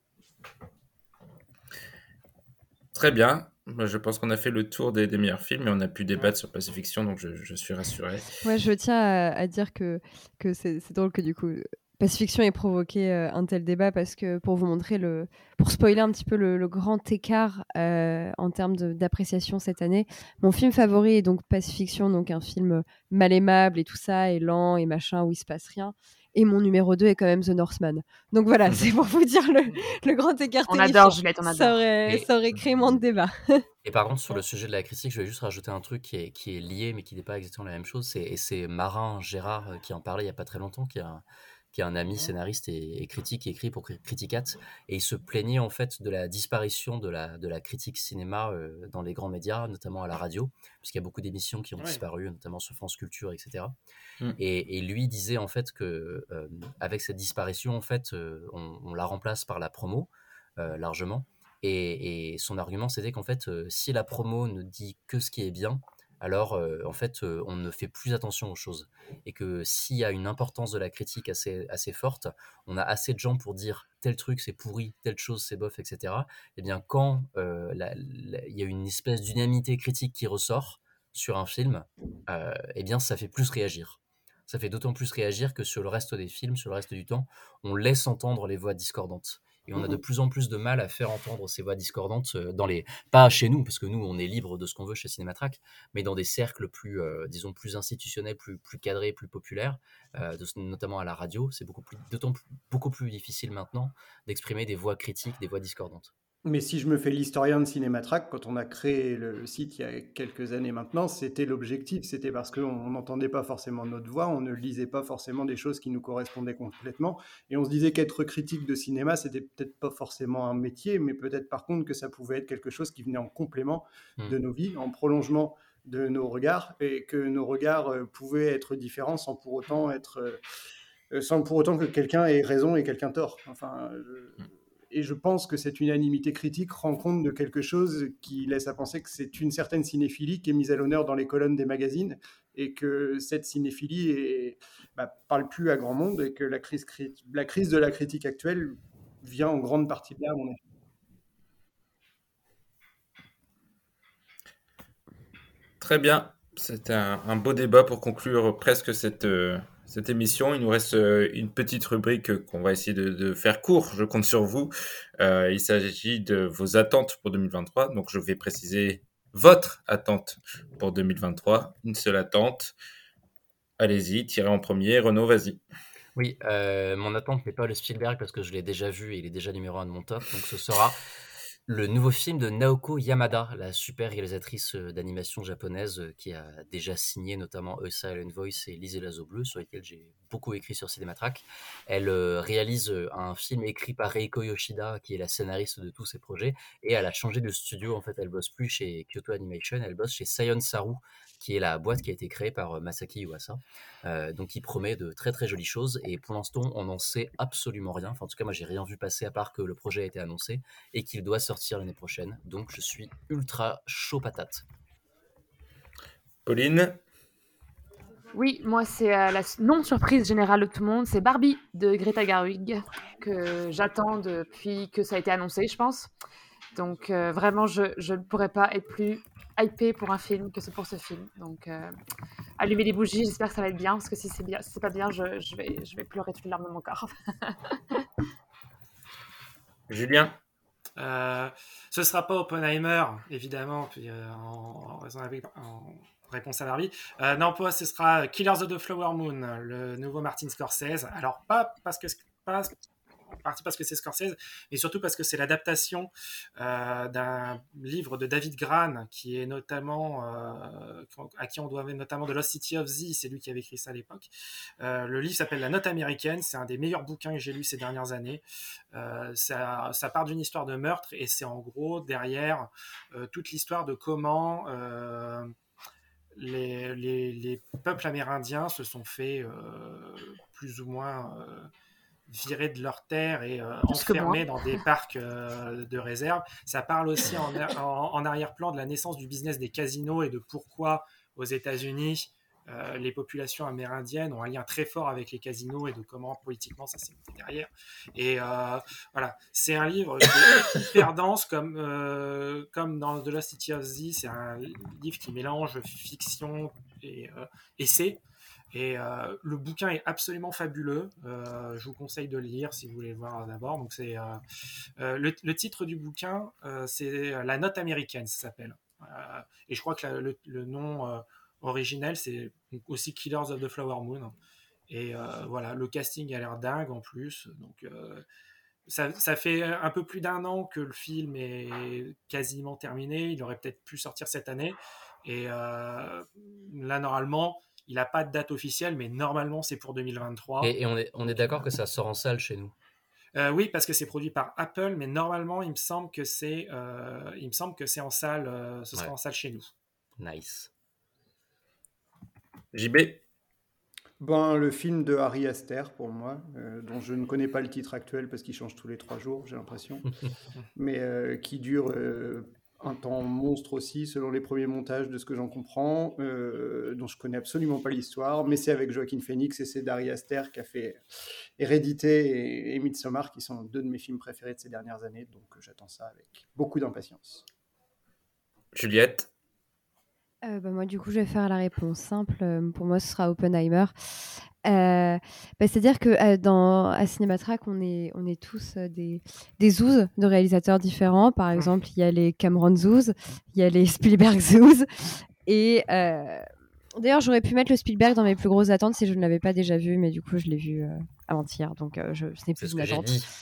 Très bien. Moi, je pense qu'on a fait le tour des, des meilleurs films et on a pu débattre sur Pacifiction, donc je, je suis rassuré. Ouais, je tiens à, à dire que, que c'est, c'est drôle que du coup... Pacifiction ait provoqué euh, un tel débat parce que pour vous montrer le, pour spoiler un petit peu le, le grand écart euh, en termes de, d'appréciation cette année, mon film favori est donc Pacifiction, donc un film mal aimable et tout ça, et lent et machin où il se passe rien. et mon numéro deux est quand même The Northman. Donc voilà, c'est pour vous dire le, le grand écart. On adore, Juliette, on adore. Ça aurait, Et- ça aurait créé moins de débats. Et par contre, sur le sujet de la critique, je vais juste rajouter un truc qui est, qui est lié, mais qui n'est pas exactement la même chose. C'est, et c'est Marin Gérard euh, qui en parlait il n'y a pas très longtemps, qui est un, qui est un ami scénariste et, et critique, qui écrit pour Cri- Criticat. Et il se plaignait en fait de la disparition de la, de la critique cinéma euh, dans les grands médias, notamment à la radio, puisqu'il y a beaucoup d'émissions qui ont Ouais. disparu, notamment sur France Culture, et cetera. Mm. Et, et lui disait en fait que euh, avec cette disparition, en fait, euh, on, on la remplace par la promo euh, largement. Et, et son argument, c'était qu'en fait, euh, si la promo ne dit que ce qui est bien, alors euh, en fait, euh, on ne fait plus attention aux choses. Et que s'il y a une importance de la critique assez, assez forte, on a assez de gens pour dire tel truc c'est pourri, telle chose c'est bof, et cetera. Et bien quand euh, la- la- il y a une espèce d'unanimité critique qui ressort sur un film, euh, eh bien ça fait plus réagir. Ça fait d'autant plus réagir que sur le reste des films, sur le reste du temps, on laisse entendre les voix discordantes. Et on a de plus en plus de mal à faire entendre ces voix discordantes euh, dans les, pas chez nous, parce que nous, on est libre de ce qu'on veut chez Cinématrack, mais dans des cercles plus, euh, disons, plus institutionnels, plus, plus cadrés, plus populaires, euh, de- notamment à la radio. C'est beaucoup plus, d'autant plus, beaucoup plus difficile maintenant d'exprimer des voix critiques, des voix discordantes. Mais si je me fais l'historien de Cinématrack, quand on a créé le site il y a quelques années maintenant, c'était l'objectif. C'était parce qu'on n'entendait pas forcément notre voix, on ne lisait pas forcément des choses qui nous correspondaient complètement. Et on se disait qu'être critique de cinéma, c'était peut-être pas forcément un métier, mais peut-être par contre que ça pouvait être quelque chose qui venait en complément Mm. de nos vies, en prolongement de nos regards, et que nos regards euh, pouvaient être différents sans pour autant être, euh, sans pour autant que quelqu'un ait raison et quelqu'un tort. Enfin, je- Et je pense que cette unanimité critique rend compte de quelque chose qui laisse à penser que c'est une certaine cinéphilie qui est mise à l'honneur dans les colonnes des magazines et que cette cinéphilie est, bah, parle plus à grand monde et que la crise, crit- la crise de la critique actuelle vient en grande partie de là, à mon avis. Très bien. C'était un, un beau débat pour conclure presque cette, euh, cette émission. Il nous reste euh, une petite rubrique euh, qu'on va essayer de, de faire court. Je compte sur vous. Euh, il s'agit de vos attentes pour deux mille vingt-trois. Donc, je vais préciser votre attente pour deux mille vingt-trois. Une seule attente. Allez-y, tirez en premier. Renaud, vas-y. Oui, euh, mon attente n'est pas le Spielberg parce que je l'ai déjà vu et il est déjà numéro un de mon top. Donc ce sera le nouveau film de Naoko Yamada, la super réalisatrice euh, d'animation japonaise euh, qui a déjà signé notamment A Silent Voice et Lise et l'oiseau bleu, sur lesquels j'ai beaucoup écrit sur Cinématrack. Elle euh, réalise euh, un film écrit par Reiko Yoshida, qui est la scénariste de tous ses projets, et elle a changé de studio. En fait, elle bosse plus chez Kyoto Animation, elle bosse chez Sion Saru, qui est la boîte qui a été créée par euh, Masaki Yuasa. Euh, donc, il promet de très très jolies choses, et pour l'instant, on n'en sait absolument rien. Enfin, en tout cas, moi, j'ai rien vu passer à part que le projet a été annoncé et qu'il doit sortir l'année prochaine. Donc, je suis ultra chaud patate. Pauline? Oui, moi, c'est euh, la s- non-surprise générale de tout le monde. C'est Barbie de Greta Gerwig, que j'attends depuis que ça a été annoncé, je pense. Donc, euh, vraiment, je, je ne pourrais pas être plus hypée pour un film que c'est pour ce film. Donc, euh, allumez les bougies, j'espère que ça va être bien, parce que si c'est bien, si c'est pas bien, je, je vais, je vais pleurer toutes les larmes de mon corps. Julien? Euh, ce sera pas Oppenheimer, évidemment, puis, euh, en, en raison avec- en réponse à Barbie. Euh, non, pas, ce sera Killers of the Flower Moon, le nouveau Martin Scorsese. Alors, pas parce que pas en partie parce que c'est Scorsese, mais surtout parce que c'est l'adaptation euh, d'un livre de David Gran, qui est notamment euh, à qui on doit notamment The Lost City of Z, c'est lui qui avait écrit ça à l'époque. Euh, le livre s'appelle La Note américaine, c'est un des meilleurs bouquins que j'ai lu ces dernières années. Euh, ça, ça part d'une histoire de meurtre et c'est en gros derrière euh, toute l'histoire de comment euh, les, les, les peuples amérindiens se sont fait euh, plus ou moins euh, virés de leurs terres et euh, enfermés dans des parcs euh, de réserve. Ça parle aussi en, en, en arrière-plan de la naissance du business des casinos et de pourquoi aux États-Unis euh, les populations amérindiennes ont un lien très fort avec les casinos et de comment politiquement ça s'est mis derrière. Et euh, voilà, c'est un livre qui est hyper dense comme, euh, comme dans The Lost City of Z. C'est un livre qui mélange fiction et euh, essai. Et euh, le bouquin est absolument fabuleux. Euh, je vous conseille de le lire si vous voulez le voir d'abord. Donc c'est euh, euh, le, le titre du bouquin, euh, c'est La Note américaine, ça s'appelle. Euh, et je crois que la, le, le nom euh, originel, c'est aussi Killers of the Flower Moon. Et euh, voilà, le casting a l'air dingue en plus. Donc, euh, ça, ça fait un peu plus d'un an que le film est quasiment terminé. Il aurait peut-être pu sortir cette année. Et euh, là, normalement, il n'a pas de date officielle, mais normalement, c'est pour deux mille vingt-trois. Et, et on est, on est d'accord que ça sort en salle chez nous. Euh, oui, parce que c'est produit par Apple, mais normalement, il me semble que c'est, euh, il me semble que c'est en salle, euh, ce sera Ouais. en salle chez nous. Nice. J B. Ben, le film de Harry Aster, pour moi, euh, dont je ne connais pas le titre actuel parce qu'il change tous les trois jours, j'ai l'impression, mais euh, qui dure euh, un temps monstre aussi, selon les premiers montages de ce que j'en comprends, euh, dont je connais absolument pas l'histoire, mais c'est avec Joaquin Phoenix et c'est d'Harry Aster qui a fait Hérédité et, et Midsommar, qui sont deux de mes films préférés de ces dernières années, donc euh, j'attends ça avec beaucoup d'impatience. Juliette. Euh, bah, moi, du coup, je vais faire la réponse simple. Euh, Pour moi, ce sera Oppenheimer. Euh, bah, c'est-à-dire que euh, dans, à Cinématrack, on est, on est tous euh, des, des zouzes de réalisateurs différents. Par exemple, il y a les Cameron zouzes, il y a les Spielberg zouzes. Et euh, d'ailleurs, j'aurais pu mettre le Spielberg dans mes plus grosses attentes si je ne l'avais pas déjà vu, mais du coup, je l'ai vu euh, avant-hier, donc euh, je, ce n'est plus C'est ce une que j'ai attente. dit.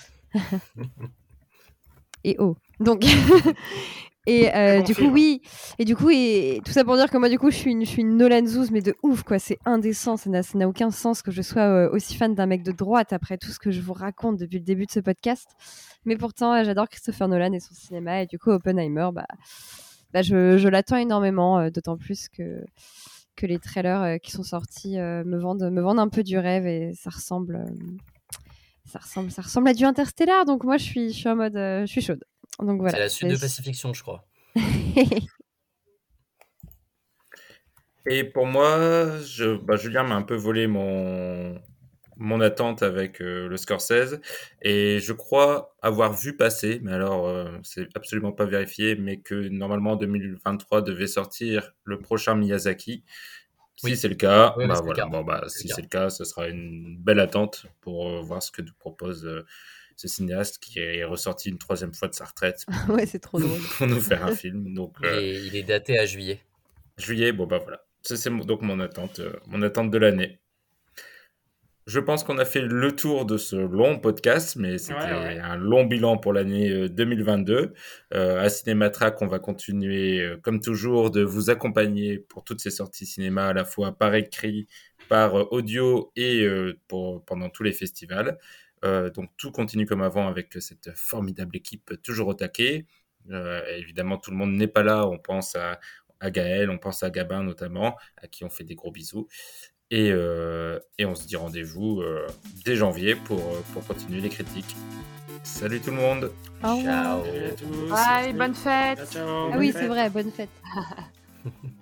Et oh, donc et euh, Bon du coup film. oui, et du coup et tout ça pour dire que moi du coup je suis une je suis une Nolan Zouz, mais de ouf quoi, c'est indécent, ça n'a ça n'a aucun sens que je sois euh, aussi fan d'un mec de droite après tout ce que je vous raconte depuis le début de ce podcast. Mais pourtant euh, j'adore Christopher Nolan et son cinéma, et du coup Oppenheimer, bah, bah je, je l'attends énormément, euh, d'autant plus que que les trailers euh, qui sont sortis euh, me vendent me vendent un peu du rêve, et ça ressemble euh, ça ressemble ça ressemble à du Interstellar, donc moi je suis je suis en mode euh, je suis chaude. Donc voilà. C'est la suite C'est- de Pacifiction, je crois. Et pour moi, je, bah, Julien m'a un peu volé mon, mon attente avec euh, le Scorsese. Et je crois avoir vu passer, mais alors euh, c'est absolument pas vérifié, mais que normalement en deux mille vingt-trois devait sortir le prochain Miyazaki. Si Oui. c'est le cas, Oui, oui, bah c'est le voilà, cas. bon, bah, C'est si le cas. c'est le cas, ce sera une belle attente pour euh, voir ce que nous propose euh, ce cinéaste qui est ressorti une troisième fois de sa retraite Ouais, c'est trop drôle. pour nous faire un film. Donc, Il euh, est, il est daté à juillet. juillet, bon bah voilà. Ça, c'est mon- donc mon attente, euh, mon attente de l'année. Je pense qu'on a fait le tour de ce long podcast, mais c'était Ouais, ouais. un long bilan pour l'année euh, deux mille vingt-deux. Euh, à Cinématrack, on va continuer, euh, comme toujours, de vous accompagner pour toutes ces sorties cinéma, à la fois par écrit, par euh, audio et euh, pour, pendant tous les festivals. Euh, donc tout continue comme avant avec cette formidable équipe toujours au taquet. Euh, évidemment, tout le monde n'est pas là. On pense à, à Gaël, on pense à Gabin notamment, à qui on fait des gros bisous. Et, euh, et on se dit rendez-vous euh, dès janvier pour, euh, pour continuer les critiques. Salut tout le monde. Au revoir. Ciao. Salut à tous. Bye, Merci. bonne fête. Ciao, ciao, Ah bonne oui, fête. c'est vrai, bonne fête.